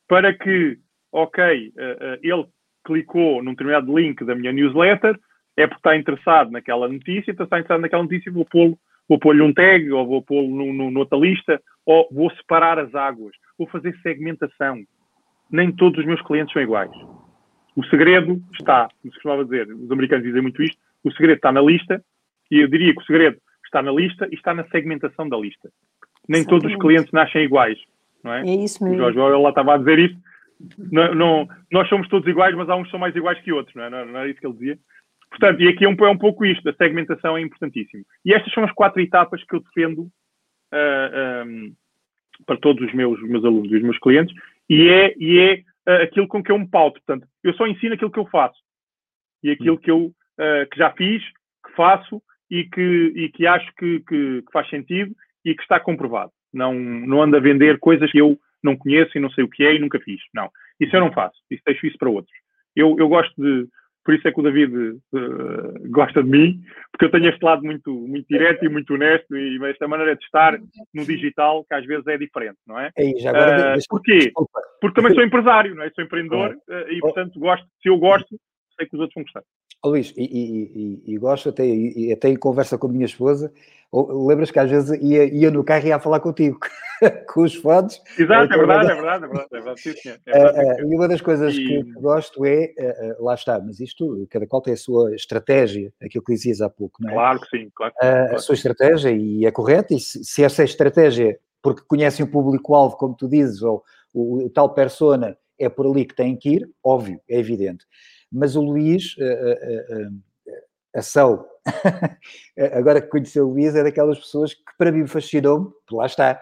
para que, ok, uh, uh, ele clicou num determinado link da minha newsletter, é porque está interessado naquela notícia, então está interessado naquela notícia, vou pô-lo, vou pôr-lhe um tag, ou vou pô-lo no, no, noutra lista, ou vou separar as águas, vou fazer segmentação. Nem todos os meus clientes são iguais. O segredo está, como se costumava dizer, os americanos dizem muito isto, o segredo está na lista, e eu diria que o segredo está na lista e está na segmentação da lista. Nem Exatamente. Todos os clientes nascem iguais, não é? É isso mesmo. O Jorge Orwell lá estava a dizer isso. Não, não, nós somos todos iguais, mas há uns que são mais iguais que outros, não é? Não, não era isso que ele dizia? Portanto, e aqui é um, é um pouco isto, a segmentação é importantíssimo. E estas são as quatro etapas que eu defendo uh, um, para todos os meus, os meus alunos e os meus clientes, e é, e é uh, aquilo com que eu me pauto. Portanto, eu só ensino aquilo que eu faço, e aquilo que eu uh, que já fiz, que faço, e que, e que acho que, que, que faz sentido, e que está comprovado. Não, não ando a vender coisas que eu não conheço e não sei o que é e nunca fiz. Não. Isso eu não faço. Isso deixo isso para outros. Eu, eu gosto de... Por isso é que o David uh, gosta de mim, porque eu tenho este lado muito, muito direto e muito honesto, e esta maneira de estar no digital, que às vezes é diferente, não é? é já agora, uh, porquê? Desculpa. Porque também sou empresário, não é? Sou empreendedor, uh, e portanto, gosto, se eu gosto, sei que os outros vão gostar. Oh, Luís, e, e, e, e gosto até, e, até em conversa com a minha esposa, ou, lembras que às vezes ia, ia no carro e ia falar contigo, com os fones. Exato, é, é, verdade, é verdade, é verdade, é verdade, sim, senhor. É verdade, uh, uh, e uma das coisas e... que, que gosto é, uh, uh, lá está, mas isto, cada qual tem a sua estratégia, aquilo que dizias há pouco, não é? Claro que sim, claro que sim. Uh, claro. A sua estratégia, e é correta, e se, se essa estratégia, porque conhecem o público-alvo, como tu dizes, ou o, o tal persona, é por ali que tem que ir, óbvio, é evidente. Mas o Luís... Uh, uh, uh, ação. Agora que conheceu o Luís, é daquelas pessoas que para mim fascinou-me, porque lá está,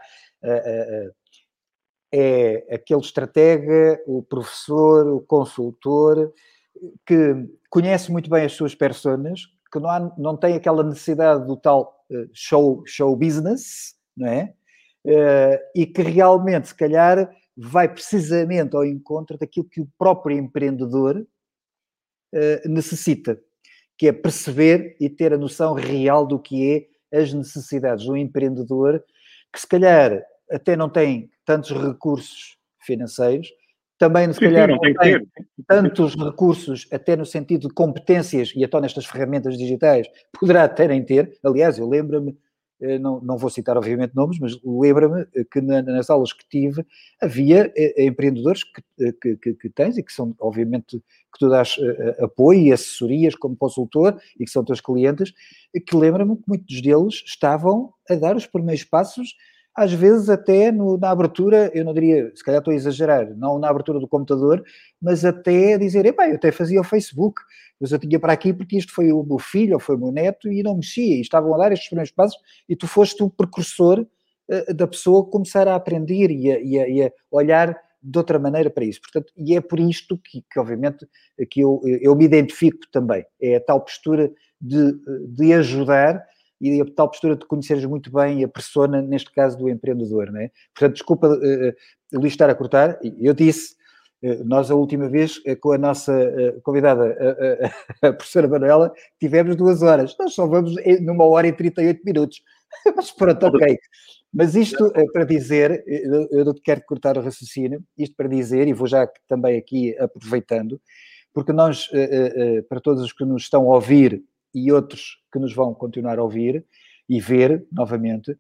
é aquele estratega, o professor, o consultor, que conhece muito bem as suas personas, que não, há, não tem aquela necessidade do tal show, show business, não é? E que realmente, se calhar, vai precisamente ao encontro daquilo que o próprio empreendedor necessita, que é perceber e ter a noção real do que é as necessidades de um empreendedor que, se calhar, até não tem tantos recursos financeiros, também, se sim, calhar, sim, não, não tem, tem tantos recursos, até no sentido de competências, e até nestas ferramentas digitais, poderá terem ter. Aliás, eu lembro-me, não, não vou citar, obviamente, nomes, mas lembro-me que na, nas aulas que tive, havia eh, empreendedores que, que, que, que tens e que são, obviamente, que tu dás uh, apoio e assessorias como consultor e que são teus clientes, e que lembro-me que muitos deles estavam a dar os primeiros passos, às vezes até no, na abertura, eu não diria, se calhar estou a exagerar, não na abertura do computador, mas até a dizer, epá, eu até fazia o Facebook, mas eu tinha para aqui porque isto foi o meu filho ou foi o meu neto e não mexia, e estavam a dar estes primeiros passos, e tu foste o precursor uh, da pessoa começar a aprender e a, e a, e a olhar de outra maneira para isso. Portanto, e é por isto que, que obviamente, que eu, eu me identifico também. É a tal postura de, de ajudar e a tal postura de conheceres muito bem a persona, neste caso, do empreendedor, não é? Portanto, desculpa, uh, Luís, estar a cortar. Eu disse, uh, nós a última vez, uh, com a nossa uh, convidada, uh, uh, a professora Manuela, tivemos duas horas. Nós só vamos numa hora e trinta e oito minutos. Mas pronto, ok. Mas isto é para dizer, eu não quero cortar o raciocínio, isto para dizer, e vou já também aqui aproveitando, porque nós, para todos os que nos estão a ouvir e outros que nos vão continuar a ouvir e ver novamente,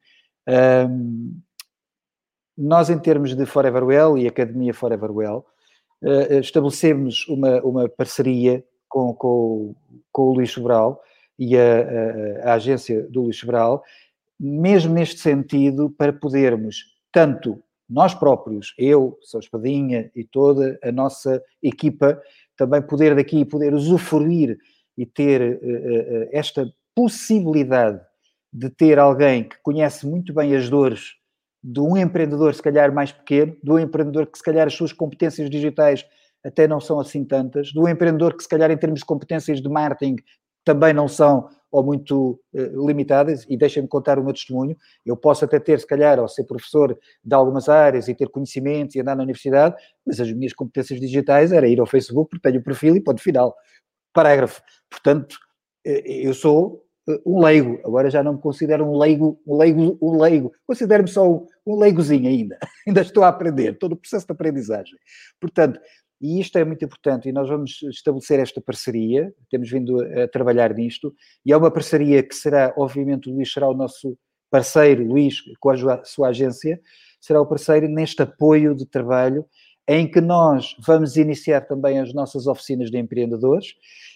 nós em termos de Forever Well e Academia Forever Well, estabelecemos uma, uma parceria com, com, com o Luís Sobral e a, a, a agência do Luís Sobral, mesmo neste sentido, para podermos, tanto nós próprios, eu, São Espadinha e toda a nossa equipa, também poder daqui, poder usufruir e ter uh, uh, esta possibilidade de ter alguém que conhece muito bem as dores de um empreendedor, se calhar mais pequeno, de um empreendedor que se calhar as suas competências digitais até não são assim tantas, de um empreendedor que se calhar em termos de competências de marketing também não são ou muito uh, limitadas, e deixem-me contar o meu testemunho. Eu posso até ter, se calhar, ou ser professor de algumas áreas e ter conhecimentos e andar na universidade, mas as minhas competências digitais era ir ao Facebook porque tenho o perfil e ponto final. Parágrafo. Portanto, eu sou um leigo, agora já não me considero um leigo, um leigo, um leigo, considero-me só um, um leigozinho ainda, ainda estou a aprender, estou no processo de aprendizagem. Portanto, e isto é muito importante, e nós vamos estabelecer esta parceria, temos vindo a, a trabalhar nisto, e é uma parceria que será, obviamente, o Luís será o nosso parceiro, Luís, com a sua agência, será o parceiro neste apoio de trabalho, em que nós vamos iniciar também as nossas oficinas de empreendedores,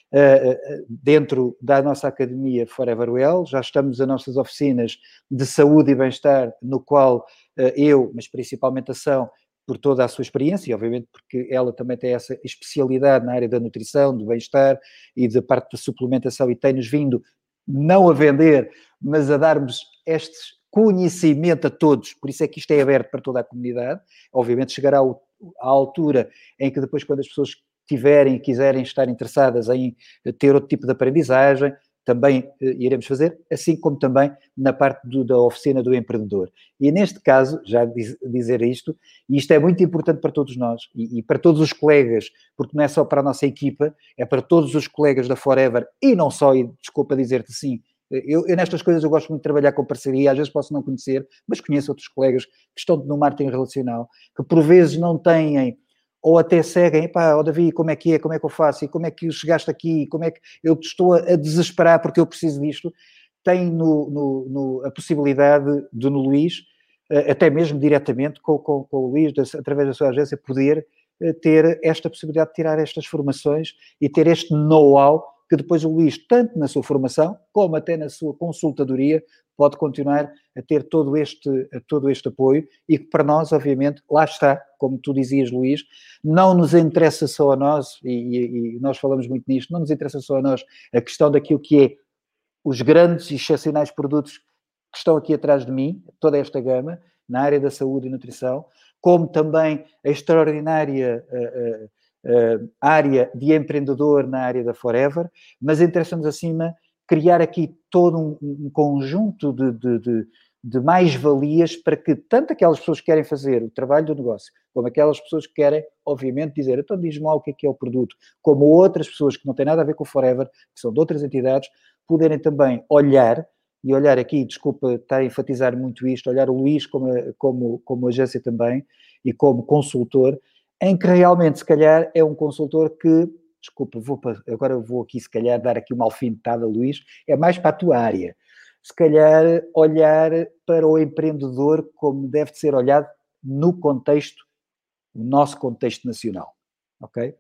Uh, dentro da nossa academia Forever Well, já estamos nas nossas oficinas de saúde e bem-estar, no qual uh, eu, mas principalmente a São, por toda a sua experiência, e obviamente porque ela também tem essa especialidade na área da nutrição, do bem-estar e da parte da suplementação, e tem-nos vindo não a vender, mas a darmos este conhecimento a todos, por isso é que isto é aberto para toda a comunidade. Obviamente chegará à altura em que depois, quando as pessoas tiverem e quiserem estar interessadas em ter outro tipo de aprendizagem, também eh, iremos fazer, assim como também na parte do, da oficina do empreendedor. E neste caso, já diz, dizer isto, e isto é muito importante para todos nós, e, e para todos os colegas, porque não é só para a nossa equipa, é para todos os colegas da Forever, e não só, e desculpa dizer-te sim, eu, eu nestas coisas eu gosto muito de trabalhar com parceria, às vezes posso não conhecer, mas conheço outros colegas que estão no marketing relacional, que por vezes não têm, ou até seguem, pá, ó Davi, como é que é, como é que eu faço, e como é que chegaste aqui, como é que eu estou a desesperar porque eu preciso disto, tem no, no, no, a possibilidade de, no Luís, até mesmo diretamente com, com, com o Luís, através da sua agência, poder ter esta possibilidade de tirar estas formações e ter este know-how que depois o Luís, tanto na sua formação, como até na sua consultadoria, pode continuar a ter todo este, todo este apoio, e que para nós, obviamente, lá está, como tu dizias, Luís, não nos interessa só a nós, e, e, e nós falamos muito nisto, não nos interessa só a nós a questão daquilo que é os grandes e excepcionais produtos que estão aqui atrás de mim, toda esta gama, na área da saúde e nutrição, como também a extraordinária uh, uh, uh, área de empreendedor na área da Forever, mas interessa-nos acima criar aqui todo um, um conjunto de, de, de, de mais-valias para que tanto aquelas pessoas que querem fazer o trabalho do negócio, como aquelas pessoas que querem, obviamente, dizer, então diz-me lá o que é que é o produto, como outras pessoas que não têm nada a ver com o Forever, que são de outras entidades, poderem também olhar, e olhar aqui, desculpa estar a enfatizar muito isto, olhar o Luís como, como, como agência também, e como consultor, em que realmente, se calhar, é um consultor que, desculpa, vou para, agora vou aqui, se calhar, dar aqui uma alfinetada, Luís, é mais para a tua área. Se calhar, olhar para o empreendedor como deve de ser olhado no contexto, no nosso contexto nacional, ok?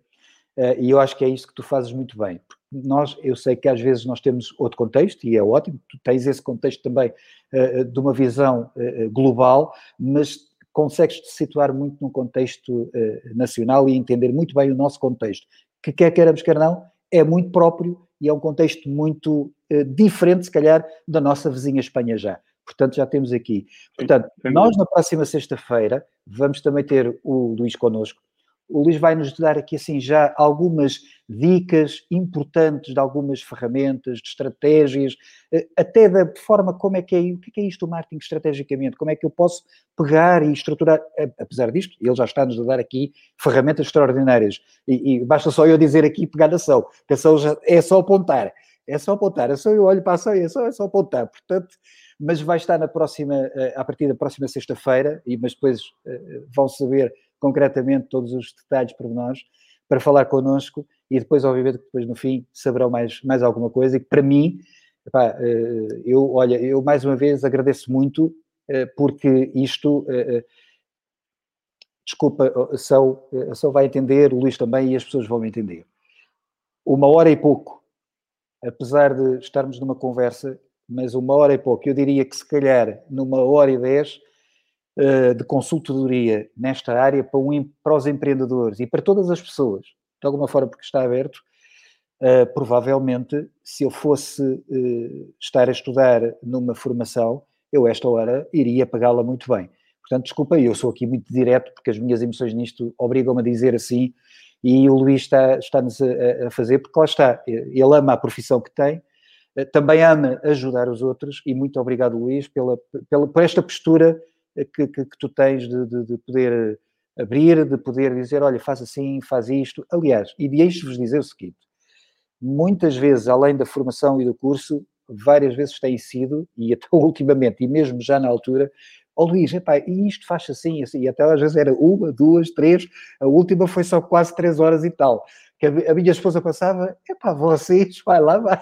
E eu acho que é isso que tu fazes muito bem. Nós, eu sei que às vezes nós temos outro contexto, e é ótimo, tu tens esse contexto também uh, de uma visão uh, global, mas consegues te situar muito num contexto uh, nacional e entender muito bem o nosso contexto, que quer queiramos, quer não, é muito próprio e é um contexto muito uh, diferente, se calhar, da nossa vizinha Espanha já. Portanto, já temos aqui. Portanto, sim, nós na próxima sexta-feira vamos também ter o Luís connosco. O Luís vai nos dar aqui, assim, já algumas dicas importantes de algumas ferramentas, de estratégias, até da forma como é que é, o que é isto o marketing estrategicamente, como é que eu posso pegar e estruturar, apesar disto, ele já está-nos a dar aqui ferramentas extraordinárias, e, e basta só eu dizer aqui pegar a ação, que a ação já é só apontar, é só apontar, é só eu olho para a ação e é só, é só apontar, portanto, mas vai estar na próxima, a partir da próxima sexta-feira, e mas depois vão saber concretamente todos os detalhes por nós, para falar connosco, e depois, obviamente, depois no fim saberão mais, mais alguma coisa, e que para mim, epá, eu, olha, eu mais uma vez agradeço muito, porque isto, desculpa, a São, a São vai entender, o Luís também, e as pessoas vão entender. Uma hora e pouco, apesar de estarmos numa conversa, mas uma hora e pouco, eu diria que se calhar numa hora e dez, de consultoria nesta área para, um, para os empreendedores e para todas as pessoas, de alguma forma, porque está aberto, uh, provavelmente, se eu fosse uh, estar a estudar numa formação, eu, esta hora, iria pagá-la muito bem. Portanto, desculpa, eu sou aqui muito direto, porque as minhas emoções nisto obrigam-me a dizer assim, e o Luís está, está-nos a, a fazer, porque lá está, ele ama a profissão que tem, também ama ajudar os outros, e muito obrigado, Luís, pela, pela, por esta postura Que, que, que tu tens de, de, de poder abrir, de poder dizer, olha, faz assim, faz isto. Aliás, e deixo-vos dizer o seguinte, muitas vezes, além da formação e do curso, várias vezes têm sido, e até ultimamente, e mesmo já na altura, ó oh, Luís, epá, e isto faz assim, assim, e até às vezes era uma, duas, três, a última foi só quase três horas e tal, que a, a minha esposa passava, epá, vocês, vai lá, vai.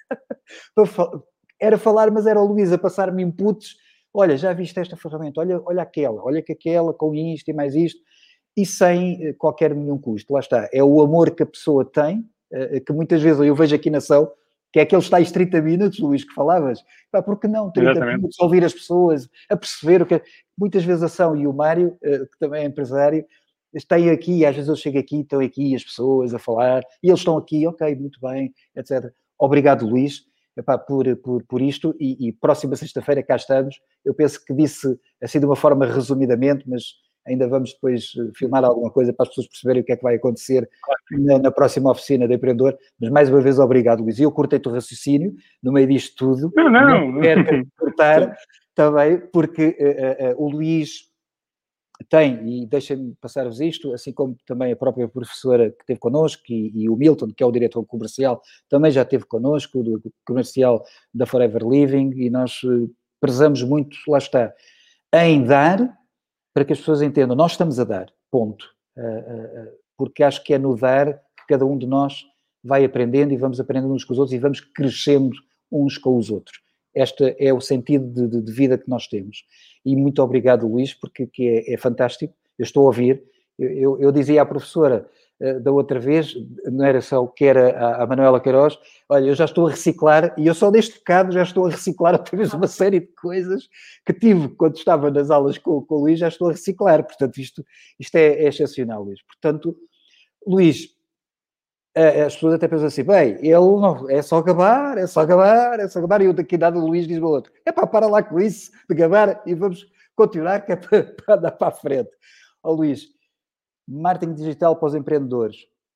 Era falar, mas era o Luís a passar-me inputs, olha, já viste esta ferramenta, olha, olha aquela, olha que aquela, com isto e mais isto, e sem qualquer nenhum custo, lá está, é o amor que a pessoa tem, que muitas vezes eu vejo aqui na ação, que é aqueles tais trinta minutos, Luís, que falavas. Pá, porque não? trinta Exatamente. Minutos, ouvir as pessoas, a perceber o que é. Muitas vezes a ação e o Mário, que também é empresário, têm aqui, às vezes eu chego aqui, estão aqui as pessoas a falar, e eles estão aqui, ok, muito bem, etcétera. Obrigado, Luís, epá, por, por, por isto, e, e próxima sexta-feira cá estamos. Eu penso que disse assim de uma forma resumidamente, mas ainda vamos depois filmar alguma coisa para as pessoas perceberem o que é que vai acontecer na, na próxima oficina de empreendedor. Mas mais uma vez, obrigado, Luís. E eu cortei-te o raciocínio no meio disto tudo. Não, não. Não quero cortar também, porque uh, uh, uh, o Luís tem, e deixem-me passar-vos isto, assim como também a própria professora que esteve connosco, e, e o Milton, que é o diretor comercial, também já esteve connosco, do comercial da Forever Living, e nós uh, prezamos muito, lá está, em dar, para que as pessoas entendam, nós estamos a dar, ponto. Uh, uh, uh, porque acho que é no dar que cada um de nós vai aprendendo e vamos aprendendo uns com os outros e vamos crescendo uns com os outros. Este é o sentido de, de, de vida que nós temos. E muito obrigado, Luís, porque que é, é fantástico. Eu estou a ouvir. Eu, eu, eu dizia à professora uh, da outra vez, não era só que era a, a Manuela Queiroz, olha, eu já estou a reciclar, e eu só neste bocado já estou a reciclar outra vez uma série de coisas que tive quando estava nas aulas com, com o Luís, já estou a reciclar. Portanto, isto, isto é, é excepcional, Luís. Portanto, Luís, as pessoas até pensam assim, bem, ele não, é só gabar, é só gabar, é só gabar, e eu daqui nada, o Luís diz-me ao outro, é pá, para lá com isso, de gabar, e vamos continuar, que é para, para andar para a frente. Ó Luís, marketing digital para os empreendedores.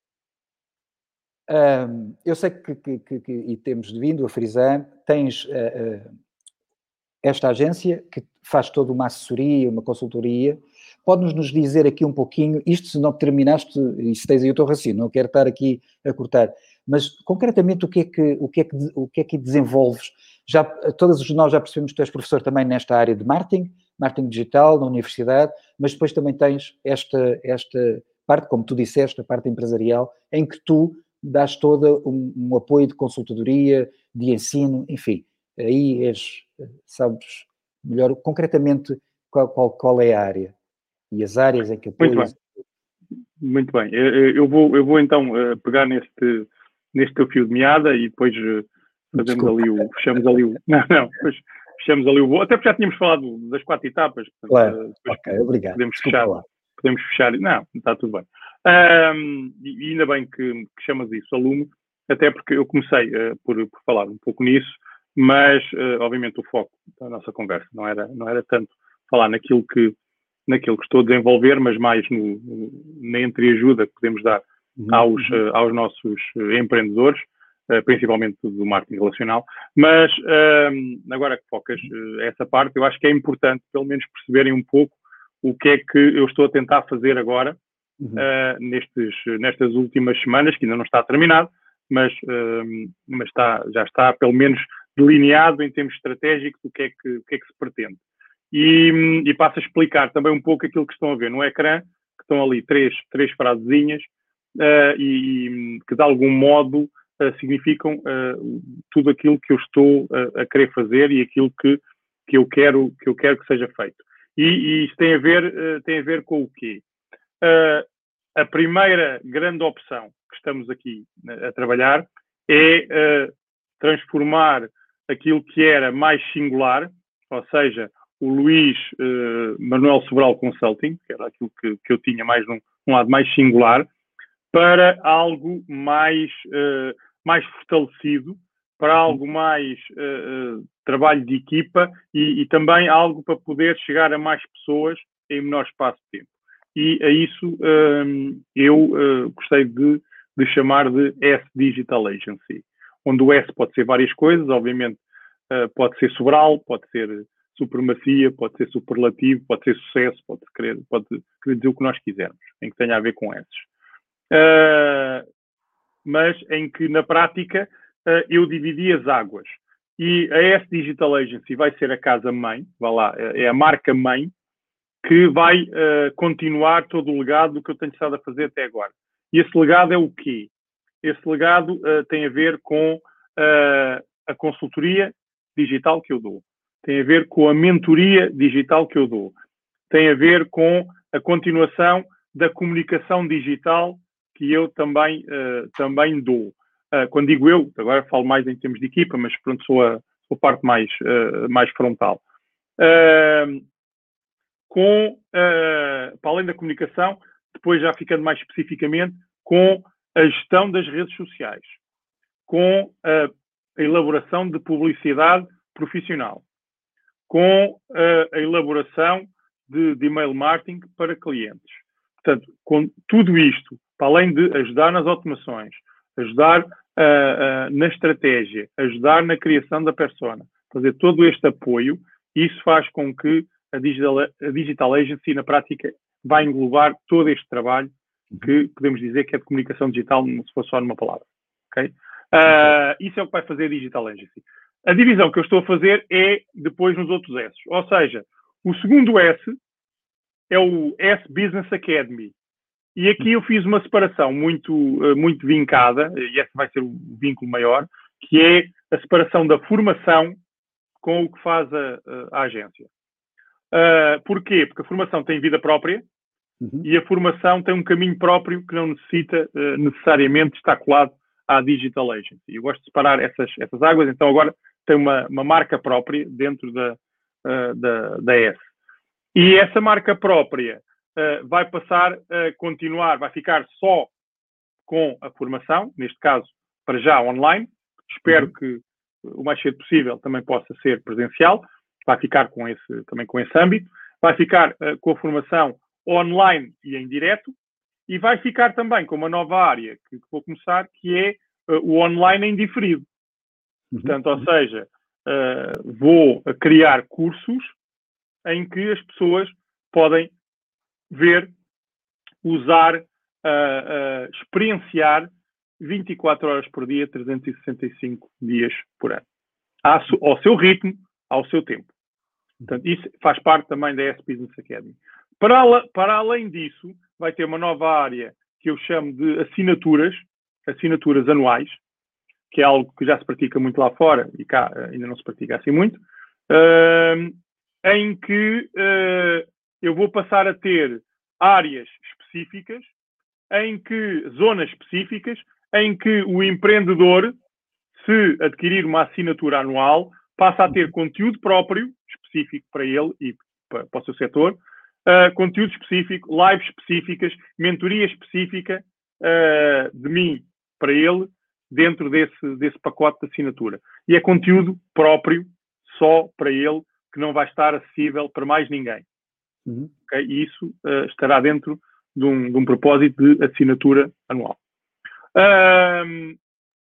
Um, eu sei que, que, que, que, e temos vindo a frisar, tens uh, uh, esta agência que faz toda uma assessoria, uma consultoria. Podes nos dizer aqui um pouquinho, isto se não terminaste, e se tens aí o teu raciocínio, não quero estar aqui a cortar, mas concretamente o que é que, o que, é que, o que, é que desenvolves? Já, todas nós já percebemos que tu és professor também nesta área de marketing, marketing digital, na universidade, mas depois também tens esta, esta parte, como tu disseste, a parte empresarial, em que tu dás todo um, um apoio de consultadoria, de ensino, enfim, aí és, sabes melhor, concretamente, qual, qual, qual é a área? E as áreas em que apoias? Muito bem. Muito bem. Eu vou, eu vou então pegar neste, neste teu fio de meada e depois fazemos Desculpa. ali o... Fechamos ali o... Não, não. Depois fechamos ali o... Até porque já tínhamos falado das quatro etapas. Portanto, claro. Ok, obrigado. Podemos fechar. Lá. Podemos fechar. Não, está tudo bem. Um, e ainda bem que, que chamas isso aluno, até porque eu comecei uh, por, por falar um pouco nisso, mas, uh, obviamente, o foco da nossa conversa não era, não era tanto falar naquilo que naquilo que estou a desenvolver, mas mais no, no, na entreajuda que podemos dar uhum. aos, uh, aos nossos uh, empreendedores, uh, principalmente do marketing relacional. Mas, uh, agora que focas uh, essa parte, eu acho que é importante, pelo menos, perceberem um pouco o que é que eu estou a tentar fazer agora, uhum. uh, nestes, nestas últimas semanas, que ainda não está terminado, mas, uh, mas está, já está, pelo menos, delineado em termos estratégicos o que é que, o que, é que se pretende. E, e passo a explicar também um pouco aquilo que estão a ver no ecrã, que estão ali três, três frasezinhas uh, e, e que de algum modo uh, significam uh, tudo aquilo que eu estou uh, a querer fazer e aquilo que, que, eu, quero, que eu quero que seja feito. E, e isto tem a ver, uh, tem a ver com o quê? Uh, a primeira grande opção que estamos aqui a trabalhar é uh, transformar aquilo que era mais singular, ou seja, o Luís uh, Manuel Sobral Consulting, que era aquilo que, que eu tinha mais num, num lado mais singular, para algo mais, uh, mais fortalecido, para algo mais uh, uh, trabalho de equipa e, e também algo para poder chegar a mais pessoas em menor espaço de tempo. E a isso uh, eu uh, gostei de, de chamar de S Digital Agency, onde o S pode ser várias coisas, obviamente uh, pode ser Sobral, pode ser supremacia, pode ser superlativo, pode ser sucesso, pode querer, pode querer dizer o que nós quisermos, em que tenha a ver com esses. Uh, mas em que, na prática, uh, eu dividi as águas. e a S Digital Agency vai ser a casa-mãe, vá lá, é a marca-mãe, que vai uh, continuar todo o legado do que eu tenho estado a fazer até agora. E esse legado é o quê? Esse legado uh, tem a ver com uh, a consultoria digital que eu dou. Tem a ver com a mentoria digital que eu dou. Tem a ver com a continuação da comunicação digital que eu também, uh, também dou. Uh, quando digo eu, agora falo mais em termos de equipa, mas pronto, sou a, sou a parte mais, uh, mais frontal. Uh, com, uh, para além da comunicação, depois já ficando mais especificamente, com a gestão das redes sociais, com a, a elaboração de publicidade profissional, com uh, a elaboração de, de email marketing para clientes. Portanto, com tudo isto, para além de ajudar nas automações, ajudar uh, uh, na estratégia, ajudar na criação da persona, fazer todo este apoio, isso faz com que a Digital, a Digital Agency, na prática, vai englobar todo este trabalho que podemos dizer que é de comunicação digital, se for só numa palavra. Okay? Uh, isso é o que vai fazer a Digital Agency. A divisão que eu estou a fazer é depois nos outros S. Ou seja, o segundo S é o S Business Academy. E aqui eu fiz uma separação muito, muito vincada, e esse vai ser o vínculo maior, que é a separação da formação com o que faz a, a agência. Uh, porquê? Porque a formação tem vida própria uhum. e a formação tem um caminho próprio que não necessita uh, necessariamente estar colado à Digital Agency. Eu gosto de separar essas, essas águas, então agora tem uma, uma marca própria dentro da, uh, da, da S. E essa marca própria uh, vai passar a continuar, vai ficar só com a formação, neste caso, para já online. Espero uhum. que o mais cedo possível também possa ser presencial. Vai ficar com esse, também com esse âmbito. Vai ficar uh, com a formação online e em direto. E vai ficar também com uma nova área que, que vou começar, que é uh, o online em diferido. Uhum. Portanto, ou seja, uh, vou criar cursos em que as pessoas podem ver, usar, uh, uh, experienciar vinte e quatro horas por dia, trezentos e sessenta e cinco dias por ano. Ao seu ritmo, ao seu tempo. Portanto, isso faz parte também da S Business Academy. Para, para além disso, vai ter uma nova área que eu chamo de assinaturas, assinaturas anuais, que é algo que já se pratica muito lá fora e cá ainda não se pratica assim muito, uh, em que uh, eu vou passar a ter áreas específicas, em que, zonas específicas, em que o empreendedor, se adquirir uma assinatura anual, passa a ter conteúdo próprio, específico para ele e para, para o seu setor, uh, conteúdo específico, lives específicas, mentoria específica uh, de mim para ele, dentro desse, desse pacote de assinatura. E é conteúdo próprio, só para ele, que não vai estar acessível para mais ninguém. Uhum. Okay? E isso uh, estará dentro de um, de um propósito de assinatura anual. Um,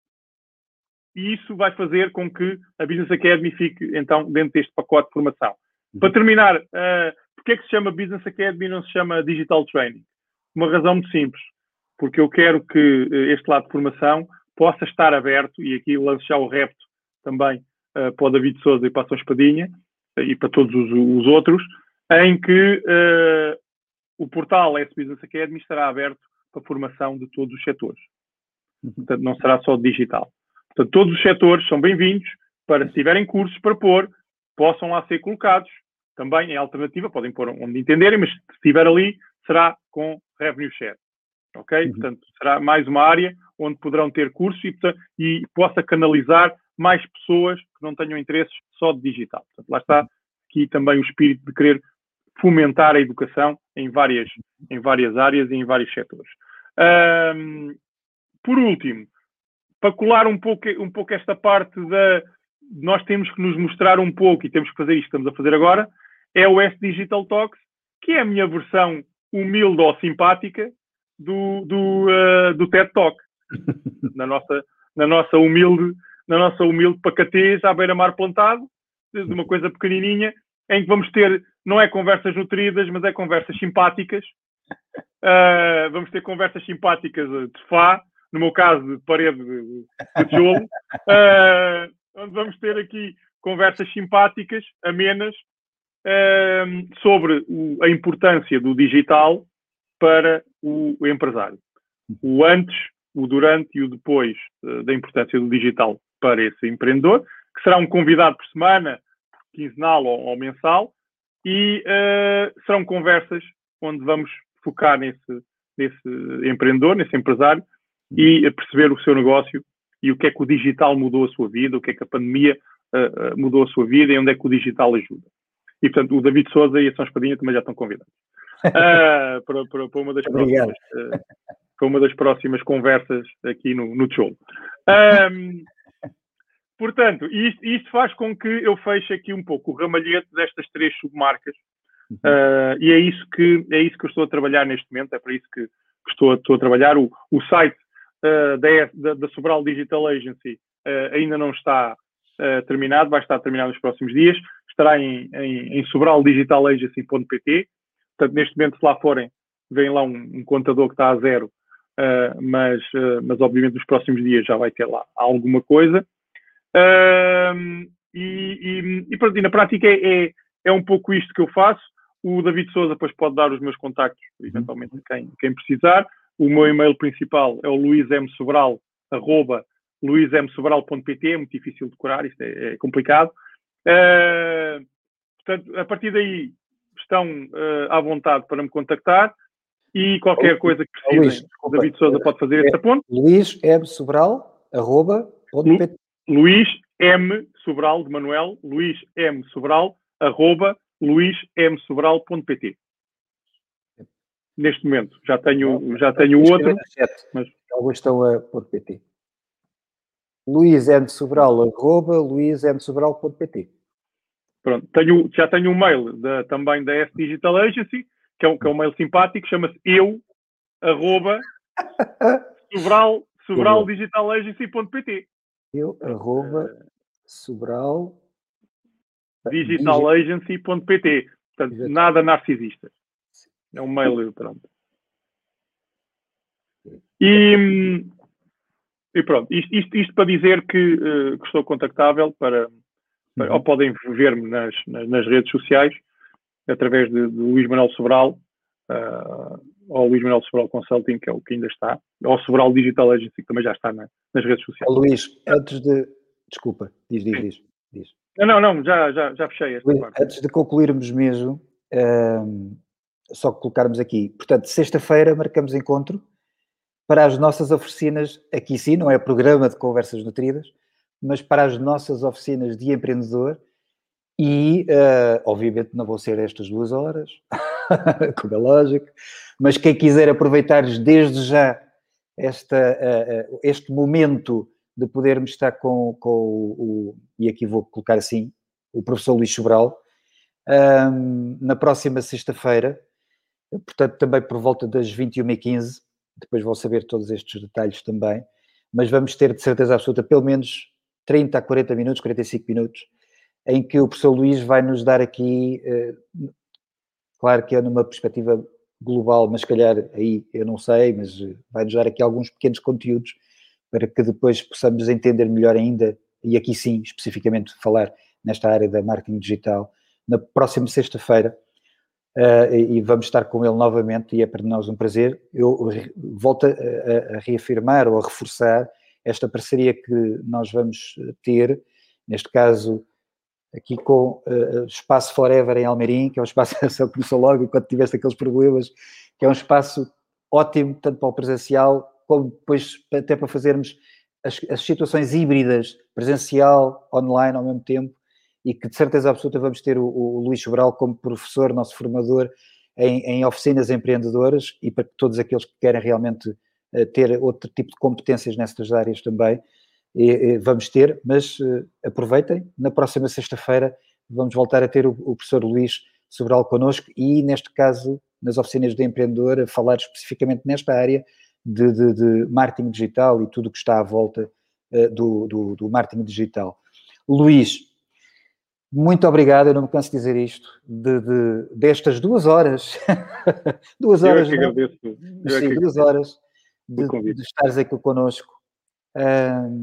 e isso vai fazer com que a Business Academy fique, então, dentro deste pacote de formação. Uhum. Para terminar, uh, porque é que se chama Business Academy e não se chama Digital Training? Uma razão muito simples. Porque eu quero que uh, este lado de formação possa estar aberto, e aqui lanço já o repto também uh, para o David Sousa e para a São Espadinha, uh, e para todos os, os outros, em que uh, o portal S Business Academy estará aberto para a formação de todos os setores. Portanto, não será só digital. Portanto, todos os setores são bem-vindos para, se tiverem cursos para pôr, possam lá ser colocados. Também, em alternativa, podem pôr onde entenderem, mas se estiver ali, será com revenue share. Ok? Uhum. Portanto, será mais uma área onde poderão ter cursos e, e possa canalizar mais pessoas que não tenham interesses só de digital. Portanto, lá está aqui também o espírito de querer fomentar a educação em várias, em várias áreas e em vários setores. Um, por último, para colar um pouco, um pouco esta parte da... Nós temos que nos mostrar um pouco, e temos que fazer isto que estamos a fazer agora, é o S Digital Talks, que é a minha versão humilde ou simpática do, do, uh, do TED Talk. na, nossa, na, nossa humilde, na nossa humilde pacatez à beira-mar plantado, de uma coisa pequenininha, em que vamos ter, não é conversas nutridas, mas é conversas simpáticas. Uh, vamos ter conversas simpáticas de sofá, no meu caso, de parede de, de tijolo. Uh, onde vamos ter aqui conversas simpáticas, amenas, uh, sobre o, a importância do digital para o, o empresário. O antes, o durante e o depois uh, da importância do digital para esse empreendedor, que será um convidado por semana, quinzenal ou, ou mensal, e uh, serão conversas onde vamos focar nesse, nesse empreendedor, nesse empresário, e perceber o seu negócio e o que é que o digital mudou a sua vida, o que é que a pandemia uh, uh, mudou a sua vida e onde é que o digital ajuda. E, portanto, o David Sousa e a São Espadinha também já estão convidados uh, para, para, para, uma das próximas, uh, para uma das próximas conversas aqui no, no show. Um, portanto, isto, isto faz com que eu feche aqui um pouco o ramalhete destas três submarcas. Uh, e é isso, que, é isso que eu estou a trabalhar neste momento, é para isso que, que estou, a, estou a trabalhar. O, o site uh, da, da, da Sobral Digital Agency uh, ainda não está uh, terminado, vai estar terminado nos próximos dias, estará em, em, em sobral digital agency ponto pt. Portanto, neste momento, se lá forem, vem lá um, um contador que está a zero, uh, mas, uh, mas obviamente nos próximos dias já vai ter lá alguma coisa. Uh, e, e, e, pronto, e na prática é, é, é um pouco isto que eu faço. O David Sousa depois pode dar os meus contactos, eventualmente, quem, quem precisar. O meu e-mail principal é o luizmsobral, arroba luizmsobral ponto pt. É muito difícil de decorar, isto é, é complicado. Uh, portanto, a partir daí estão uh, à vontade para me contactar e qualquer coisa que precisem, Luís, o David Sousa pode fazer esse ponto. Luís M. Sobral, arroba, ponto pt. Luís M. Sobral, de Manuel, Luís M. Sobral, arroba, luís m sobral ponto pt. Neste momento já tenho, já tenho outro. Mas alguns estão a .pt. Luís M. Sobral, arroba, luís m sobral ponto pt. Pronto, tenho, já tenho um mail da, também da S Digital Agency, que é um, que é um mail simpático, chama-se eu, arroba, sobral, sobral digital agency ponto pt. Eu, arroba, sobral... digital agency ponto pt. Portanto, Exato. Nada narcisista. É um mail, pronto. E, e pronto, isto, isto, isto para dizer que, uh, que estou contactável para, para uhum. ou podem ver-me nas, nas, nas redes sociais, através de, de Luís Manuel Sobral, uh, ou Luís Manuel Sobral Consulting, que é o que ainda está, ou Sobral Digital Agency, que também já está na, nas redes sociais. Oh, Luís, antes de... Desculpa, diz, diz, diz. diz. Não, não, já, já, já fechei esta Luís, parte. Antes de concluirmos mesmo, um, só colocarmos aqui, portanto, sexta-feira marcamos encontro para as nossas oficinas, aqui sim, não é programa de conversas nutridas, mas para as nossas oficinas de empreendedor e, uh, obviamente, não vão ser estas duas horas, como é lógico, mas quem quiser aproveitar desde já esta, uh, este momento de podermos estar com, com o, o, e aqui vou colocar assim, o professor Luís Sobral, um, na próxima sexta-feira, portanto também por volta das vinte e uma e quinze, depois vão saber todos estes detalhes também, mas vamos ter de certeza absoluta pelo menos trinta a quarenta minutos, quarenta e cinco minutos, em que o professor Luís vai nos dar aqui, uh, claro que é numa perspectiva global, mas se calhar aí eu não sei, mas vai nos dar aqui alguns pequenos conteúdos para que depois possamos entender melhor ainda, e aqui sim, especificamente falar nesta área da marketing digital, na próxima sexta-feira, uh, e vamos estar com ele novamente, e é para nós um prazer. Eu volto a, a, a reafirmar ou a reforçar esta parceria que nós vamos ter, neste caso, aqui com o uh, Espaço Forever em Almeirim, que é um espaço que só começou logo enquanto tiveste aqueles problemas, que é um espaço ótimo, tanto para o presencial, como depois até para fazermos as, as situações híbridas, presencial, online ao mesmo tempo, e que de certeza absoluta vamos ter o, o Luís Sobral como professor, nosso formador em, em oficinas empreendedoras, e para todos aqueles que querem realmente uh, ter outro tipo de competências nestas áreas também, e, e vamos ter, mas uh, aproveitem, na próxima sexta-feira vamos voltar a ter o, o professor Luís Sobral connosco, e neste caso, nas oficinas de empreendedor, a falar especificamente nesta área De, de, de marketing digital e tudo o que está à volta uh, do, do, do marketing digital. Luís, muito obrigado, eu não me canso de dizer isto, de, de, destas duas horas, duas horas, eu é que agradeço. Não, sim, é que duas horas de, de estares aqui connosco. Um,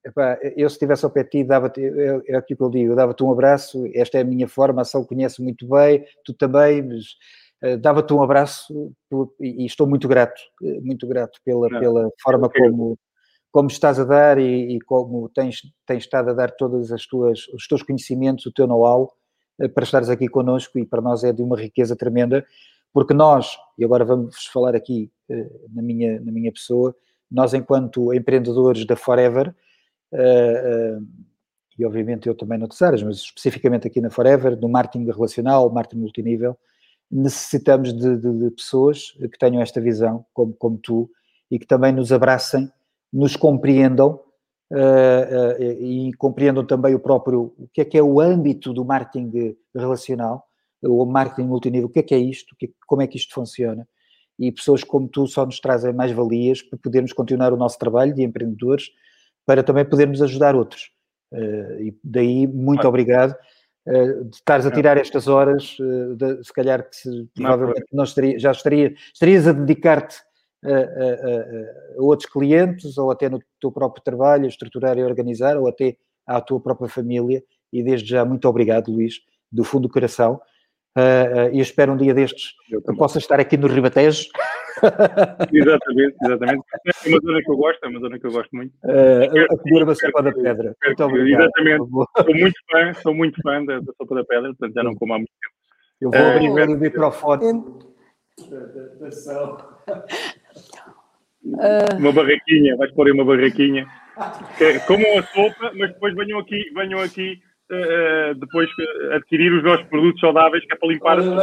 epá, eu se estivesse ao pé de ti, dava-te, é aquilo que eu digo, eu dava-te um abraço, esta é a minha forma, a Sal conhece muito bem, tu também, mas uh, dava-te um abraço tu, e, e estou muito grato, muito grato pela, Não, pela forma como, como estás a dar e, e como tens, tens estado a dar todos as tuas, os teus conhecimentos, o teu know-how, uh, para estares aqui connosco, e para nós é de uma riqueza tremenda, porque nós, e agora vamos falar aqui uh, na, minha, na minha pessoa, nós enquanto empreendedores da Forever, Uh, uh, e obviamente eu também noutras áreas, mas especificamente aqui na Forever, no marketing relacional, marketing multinível, necessitamos de, de, de pessoas que tenham esta visão, como, como tu, e que também nos abracem, nos compreendam uh, uh, e compreendam também o próprio, o que é que é o âmbito do marketing relacional, o marketing multinível, o que é que é isto, como é que isto funciona, e pessoas como tu só nos trazem mais valias para podermos continuar o nosso trabalho de empreendedores, para também podermos ajudar outros. Uh, e daí, muito ah. obrigado uh, de estares a tirar estas horas, uh, de, se calhar que se, provavelmente não estaria, já estaria, estarias a dedicar-te a, a, a, a outros clientes, ou até no teu próprio trabalho, a estruturar e organizar, ou até à tua própria família, e desde já muito obrigado, Luís, do fundo do coração, uh, uh, e espero um dia destes que possas estar aqui no Ribatejo. Exatamente, exatamente. É uma zona que eu gosto, é uma zona que eu gosto muito. Uh, a comer uma sopa da pedra. Muito obrigado. Exatamente. Sou muito fã, sou muito fã da, da sopa da pedra, portanto já não como há muito tempo. Eu vou abrir uh, o microfone. Uma barraquinha, vais pôr aí uma barraquinha. Comam a sopa, mas depois venham aqui, venham aqui uh, depois adquirir os nossos produtos saudáveis, que é para limpar a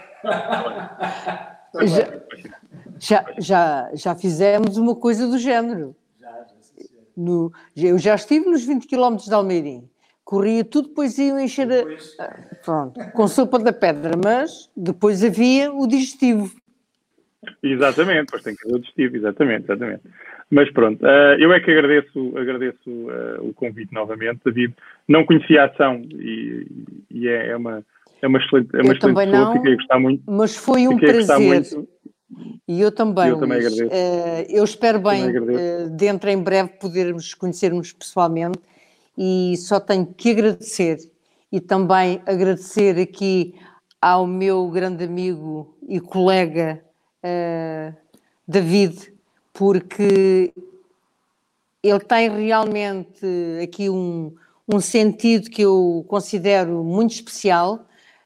sopa. Já, já, já, já fizemos uma coisa do género. No, eu já estive nos vinte quilómetros de Almeirim. Corria tudo, depois iam encher a, pronto, com sopa da pedra, mas depois havia o digestivo. Exatamente, depois tem que haver o digestivo, exatamente, exatamente. Mas pronto, uh, eu é que agradeço, agradeço uh, o convite novamente, David. Não conhecia a ação e, e é, é uma... É uma excelente, é uma eu também pessoa, não, fiquei a gostar muito. Mas foi um prazer. E eu também, eu também Luís. agradeço. Uh, eu espero bem, uh, dentro em breve, podermos conhecermos pessoalmente, e só tenho que agradecer, e também agradecer aqui ao meu grande amigo e colega uh, David, porque ele tem realmente aqui um, um sentido que eu considero muito especial,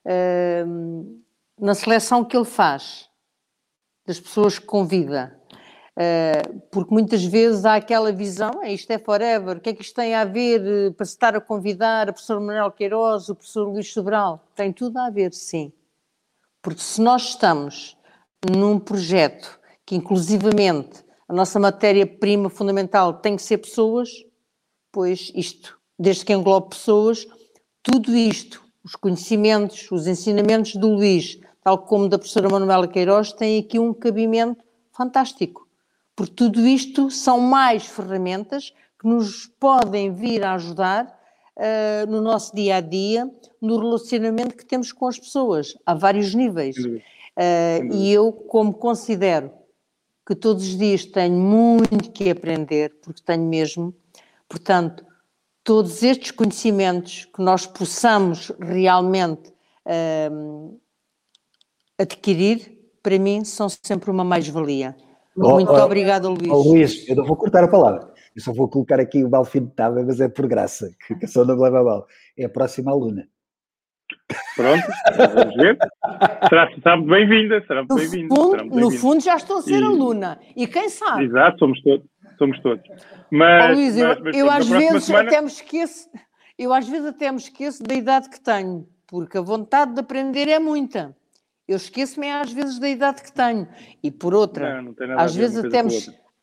Uh, na seleção que ele faz das pessoas que convida, uh, porque muitas vezes há aquela visão, é, isto é Forever, o que é que isto tem a ver uh, para se estar a convidar a professora Manuel Queiroz, o professor Luís Sobral? Tem tudo a ver, sim, porque se nós estamos num projeto que inclusivamente a nossa matéria-prima fundamental tem que ser pessoas, pois isto, desde que englobe pessoas, tudo isto, os conhecimentos, os ensinamentos do Luís, tal como da professora Manuela Queiroz, têm aqui um cabimento fantástico. Porque tudo isto são mais ferramentas que nos podem vir a ajudar uh, no nosso dia-a-dia, no relacionamento que temos com as pessoas, a vários níveis. Uh, e eu, como considero que todos os dias tenho muito que aprender, porque tenho mesmo, portanto, todos estes conhecimentos que nós possamos realmente uh, adquirir, para mim, são sempre uma mais-valia. Oh, Muito oh, obrigada, Luís. Oh, Luís, eu não vou cortar a palavra. Eu só vou colocar aqui o alfinetada, mas é por graça, que a só não leva a mal. É a próxima aluna. Pronto, vamos ver. Será, será muito bem-vinda, será muito bem-vinda. No fundo, já estou a ser e, aluna. E quem sabe? Exato, somos todos. Somos todos. Mas, oh, Luís, eu, mas, mas, eu às vezes semana... até me esqueço, eu às vezes até me esqueço da idade que tenho, porque a vontade de aprender é muita. Eu esqueço-me às vezes da idade que tenho. E por outra, não, não às vezes até me...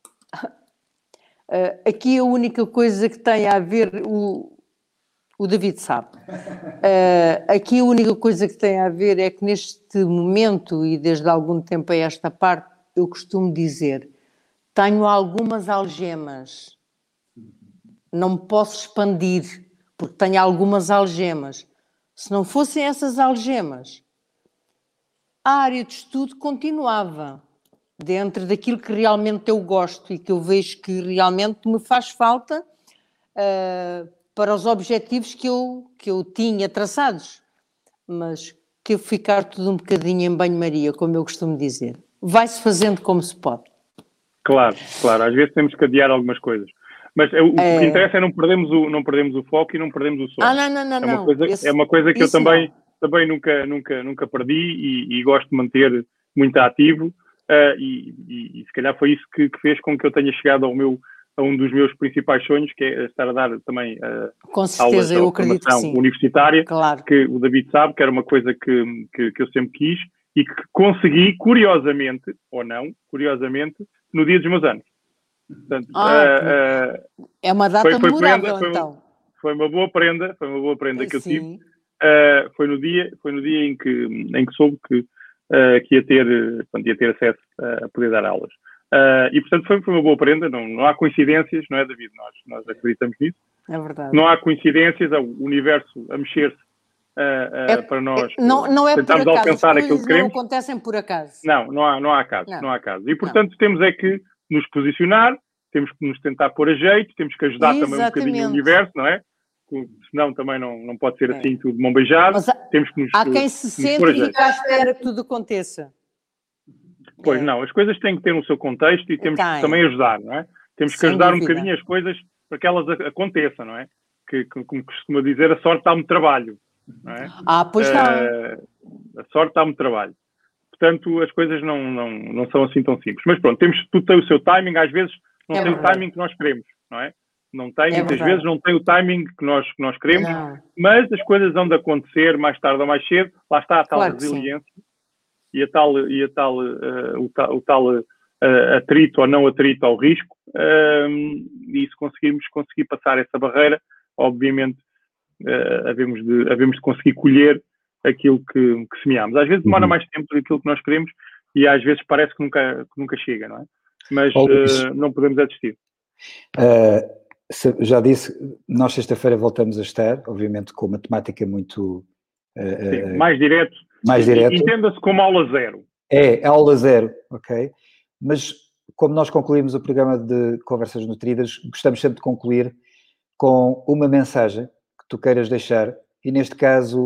Aqui a única coisa que tem a ver, o, o David sabe, aqui a única coisa que tem a ver é que neste momento, e desde algum tempo a esta parte, eu costumo dizer, tenho algumas algemas, não me posso expandir, porque tenho algumas algemas. Se não fossem essas algemas, a área de estudo continuava dentro daquilo que realmente eu gosto e que eu vejo que realmente me faz falta uh, para os objetivos que eu, que eu tinha traçados, mas que eu ficar tudo um bocadinho em banho-maria, como eu costumo dizer. Vai-se fazendo como se pode. Claro, claro. Às vezes temos que adiar algumas coisas. Mas é, o, é... o que interessa é não perdermos o, não perdermos o foco e não perdermos o sonho. Ah, não, não, não. É uma não. coisa, Esse, é uma coisa que eu também, não. também nunca, nunca, nunca perdi e, e gosto de manter muito ativo. Uh, e, e, e se calhar foi isso que, que fez com que eu tenha chegado ao meu, a um dos meus principais sonhos, que é estar a dar também uh, com certeza, eu acredito que sim. universitária, claro. Que o David sabe que era uma coisa que, que, que eu sempre quis e que consegui, curiosamente, ou não, curiosamente, no dia dos meus anos. Portanto, ah, uh, uh, é uma data foi, foi memorável, prenda, então. Foi, foi uma boa prenda, foi uma boa prenda que sim. eu tive. Uh, foi no dia, foi no dia em que, em que soube que, uh, que ia ter, portanto, ia ter acesso a poder dar aulas. Uh, e, portanto, foi, foi uma boa prenda. Não, não há coincidências, não é, David? Nós, nós acreditamos nisso. É verdade. Não há coincidências, é o universo a mexer-se uh, uh, é, para nós. Não, não é tentarmos por acaso, alcançar aquilo que queremos. Não acontecem por acaso. Não, não há, não há caso, não. não há caso. E, portanto, não. temos é que nos posicionar, temos que nos tentar pôr a jeito, temos que ajudar Exatamente. também um bocadinho o universo, não é? Senão também não, não pode ser assim é. tudo de mão beijada. Mas há, temos que nos, há quem se sente e fica à espera que tudo aconteça. Pois é. não, as coisas têm que ter um seu contexto e temos Tem. que também ajudar, não é? Temos que Sem ajudar dúvida. um bocadinho as coisas para que elas aconteçam, não é? Que, como costuma dizer, a sorte dá-me trabalho, não é? Ah, pois uh, não. A sorte dá-me trabalho. Portanto, as coisas não, não, não são assim tão simples. Mas pronto, temos, tudo tem o seu timing, às vezes não é tem verdade. o timing que nós queremos, não é? Não tem, é muitas verdade. vezes não tem o timing que nós, que nós queremos, não. mas as coisas vão de acontecer mais tarde ou mais cedo. Lá está a tal claro resiliência e a tal, e a tal, uh, o tal, o tal uh, atrito ou não atrito ao risco. Uh, e se conseguirmos conseguir passar essa barreira, obviamente uh, havemos, de, havemos de conseguir colher aquilo que, que semeamos. Às vezes demora uhum. mais tempo do que aquilo que nós queremos e às vezes parece que nunca, que nunca chega, não é? Mas oh, uh, não podemos desistir. Uh... Já disse, nós sexta-feira voltamos a estar, obviamente com uma temática muito... Uh, Sim, mais direto. Mais direto. Entenda-se como aula zero. É, aula zero, ok. Mas como nós concluímos o programa de Conversas Nutridas, gostamos sempre de concluir com uma mensagem que tu queiras deixar, e neste caso,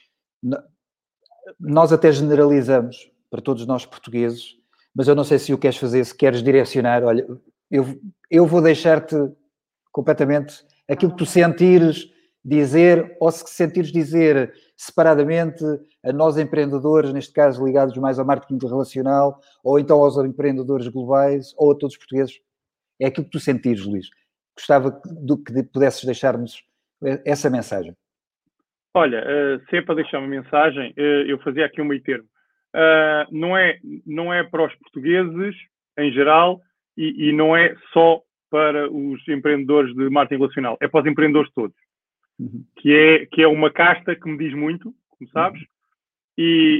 nós até generalizamos para todos nós portugueses, mas eu não sei se o queres fazer, se queres direcionar, olha, eu, eu vou deixar-te completamente aquilo que tu sentires dizer, ou se sentires dizer separadamente a nós empreendedores, neste caso ligados mais ao marketing relacional, ou então aos empreendedores globais, ou a todos os portugueses. É aquilo que tu sentires, Luís. Gostava do que pudesses deixar-nos essa mensagem. Olha, uh, se é para deixar uma mensagem, uh, eu fazia aqui um meio termo. Uh, não, é, não é para os portugueses, em geral, e, e não é só para os empreendedores de marketing relacional, é para os empreendedores todos, uhum. que, é, que é uma casta que me diz muito, como sabes, uhum. e,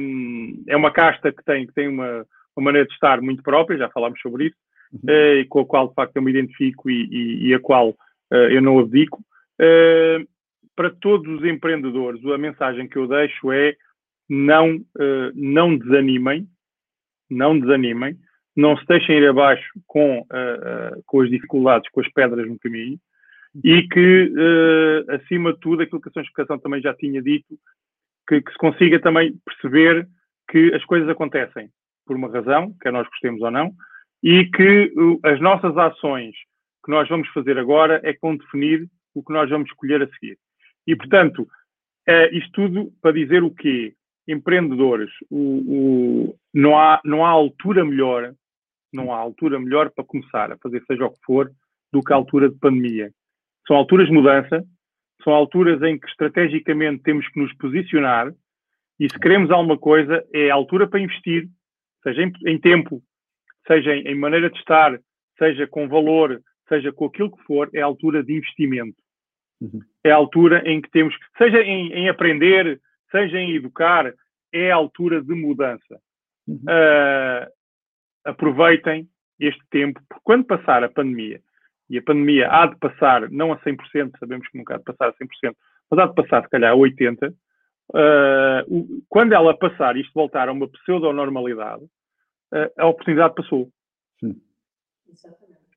e é uma casta que tem, que tem uma, uma maneira de estar muito própria, já falámos sobre isso, uhum. eh, com a qual de facto eu me identifico e, e, e a qual eh, eu não abdico. Eh, para todos os empreendedores, a mensagem que eu deixo é não, eh, não desanimem, não desanimem, não se deixem ir abaixo com, uh, uh, com as dificuldades, com as pedras no caminho e que, uh, acima de tudo, aquilo que a sua explicação também já tinha dito, que, que se consiga também perceber que as coisas acontecem por uma razão, quer nós gostemos ou não, e que uh, as nossas ações que nós vamos fazer agora é que vão definir o que nós vamos escolher a seguir. E, portanto, uh, isto tudo para dizer o quê? Empreendedores, o, o, não, há, não há altura melhor não há altura melhor para começar a fazer seja o que for do que a altura de pandemia. São alturas de mudança, são alturas em que estrategicamente temos que nos posicionar e se queremos alguma coisa é a altura para investir, seja em, em tempo, seja em, em maneira de estar, seja com valor, seja com aquilo que for, é a altura de investimento. Uhum. É a altura em que temos, seja em, em aprender, seja em educar, é a altura de mudança. Uhum. Uh, aproveitem este tempo, porque quando passar a pandemia, e a pandemia há de passar, não a cem por cento, sabemos que nunca há de passar a cem por cento, mas há de passar, se calhar, a oitenta por cento, uh, quando ela passar e isto voltar a uma pseudo-normalidade, uh, a oportunidade passou. Sim.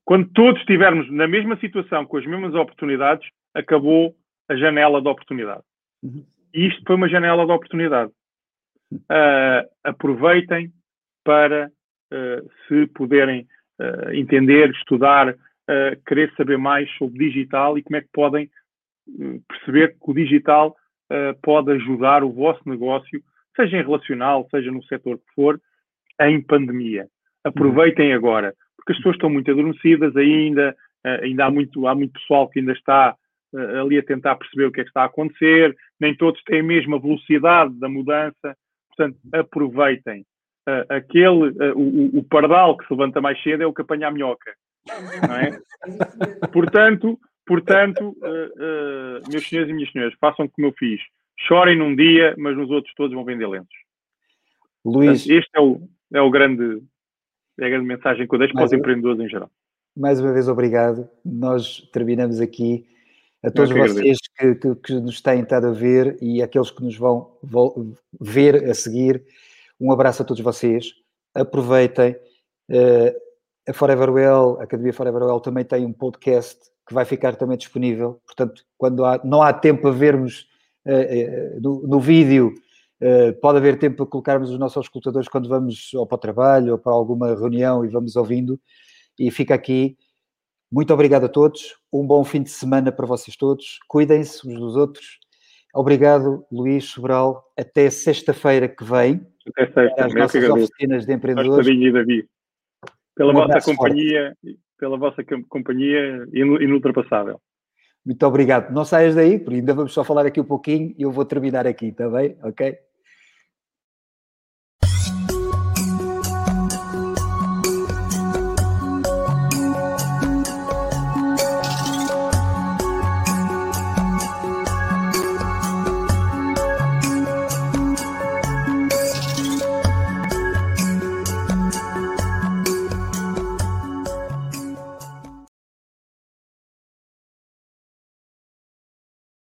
Quando todos estivermos na mesma situação, com as mesmas oportunidades, acabou a janela de oportunidade. Uhum. E isto foi uma janela de oportunidade. Uh, aproveitem para, uh, se puderem uh, entender, estudar, uh, querer saber mais sobre digital e como é que podem uh, perceber que o digital uh, pode ajudar o vosso negócio, seja em relacional, seja no setor que for, em pandemia. Aproveitem uhum. agora, porque as pessoas estão muito adormecidas ainda, uh, ainda há muito, há muito pessoal que ainda está uh, ali a tentar perceber o que é que está a acontecer, nem todos têm a mesma velocidade da mudança. Portanto, aproveitem. Uh, aquele, uh, o, o pardal que se levanta mais cedo é o que apanha a minhoca. Não é? Portanto, portanto uh, uh, meus senhores e minhas senhoras, façam como eu fiz. Chorem num dia, mas nos outros todos vão vender lenços. Luís, portanto, este é o, é o grande, é a grande mensagem que eu deixo para os empreendedores em geral. Mais uma vez, obrigado. Nós terminamos aqui. A todos que vocês que, que, que nos têm estado a ver e aqueles que nos vão, vão ver a seguir, um abraço a todos vocês. Aproveitem. Uh, a Forever Well, a Academia Forever Well também tem um podcast que vai ficar também disponível. Portanto, quando há, não há tempo a vermos uh, uh, no, no vídeo, uh, pode haver tempo para colocarmos os nossos escutadores quando vamos ou para o trabalho ou para alguma reunião e vamos ouvindo. E fica aqui. Muito obrigado a todos, um bom fim de semana para vocês todos, cuidem-se uns dos outros. Obrigado, Luís Sobral, até sexta-feira que vem, até sexta, às nossas oficinas de empreendedores. E Davi, pela um vossa companhia, forte. pela vossa companhia inultrapassável. Muito obrigado. Não saias daí, porque ainda vamos só falar aqui um pouquinho e eu vou terminar aqui, está bem? Ok?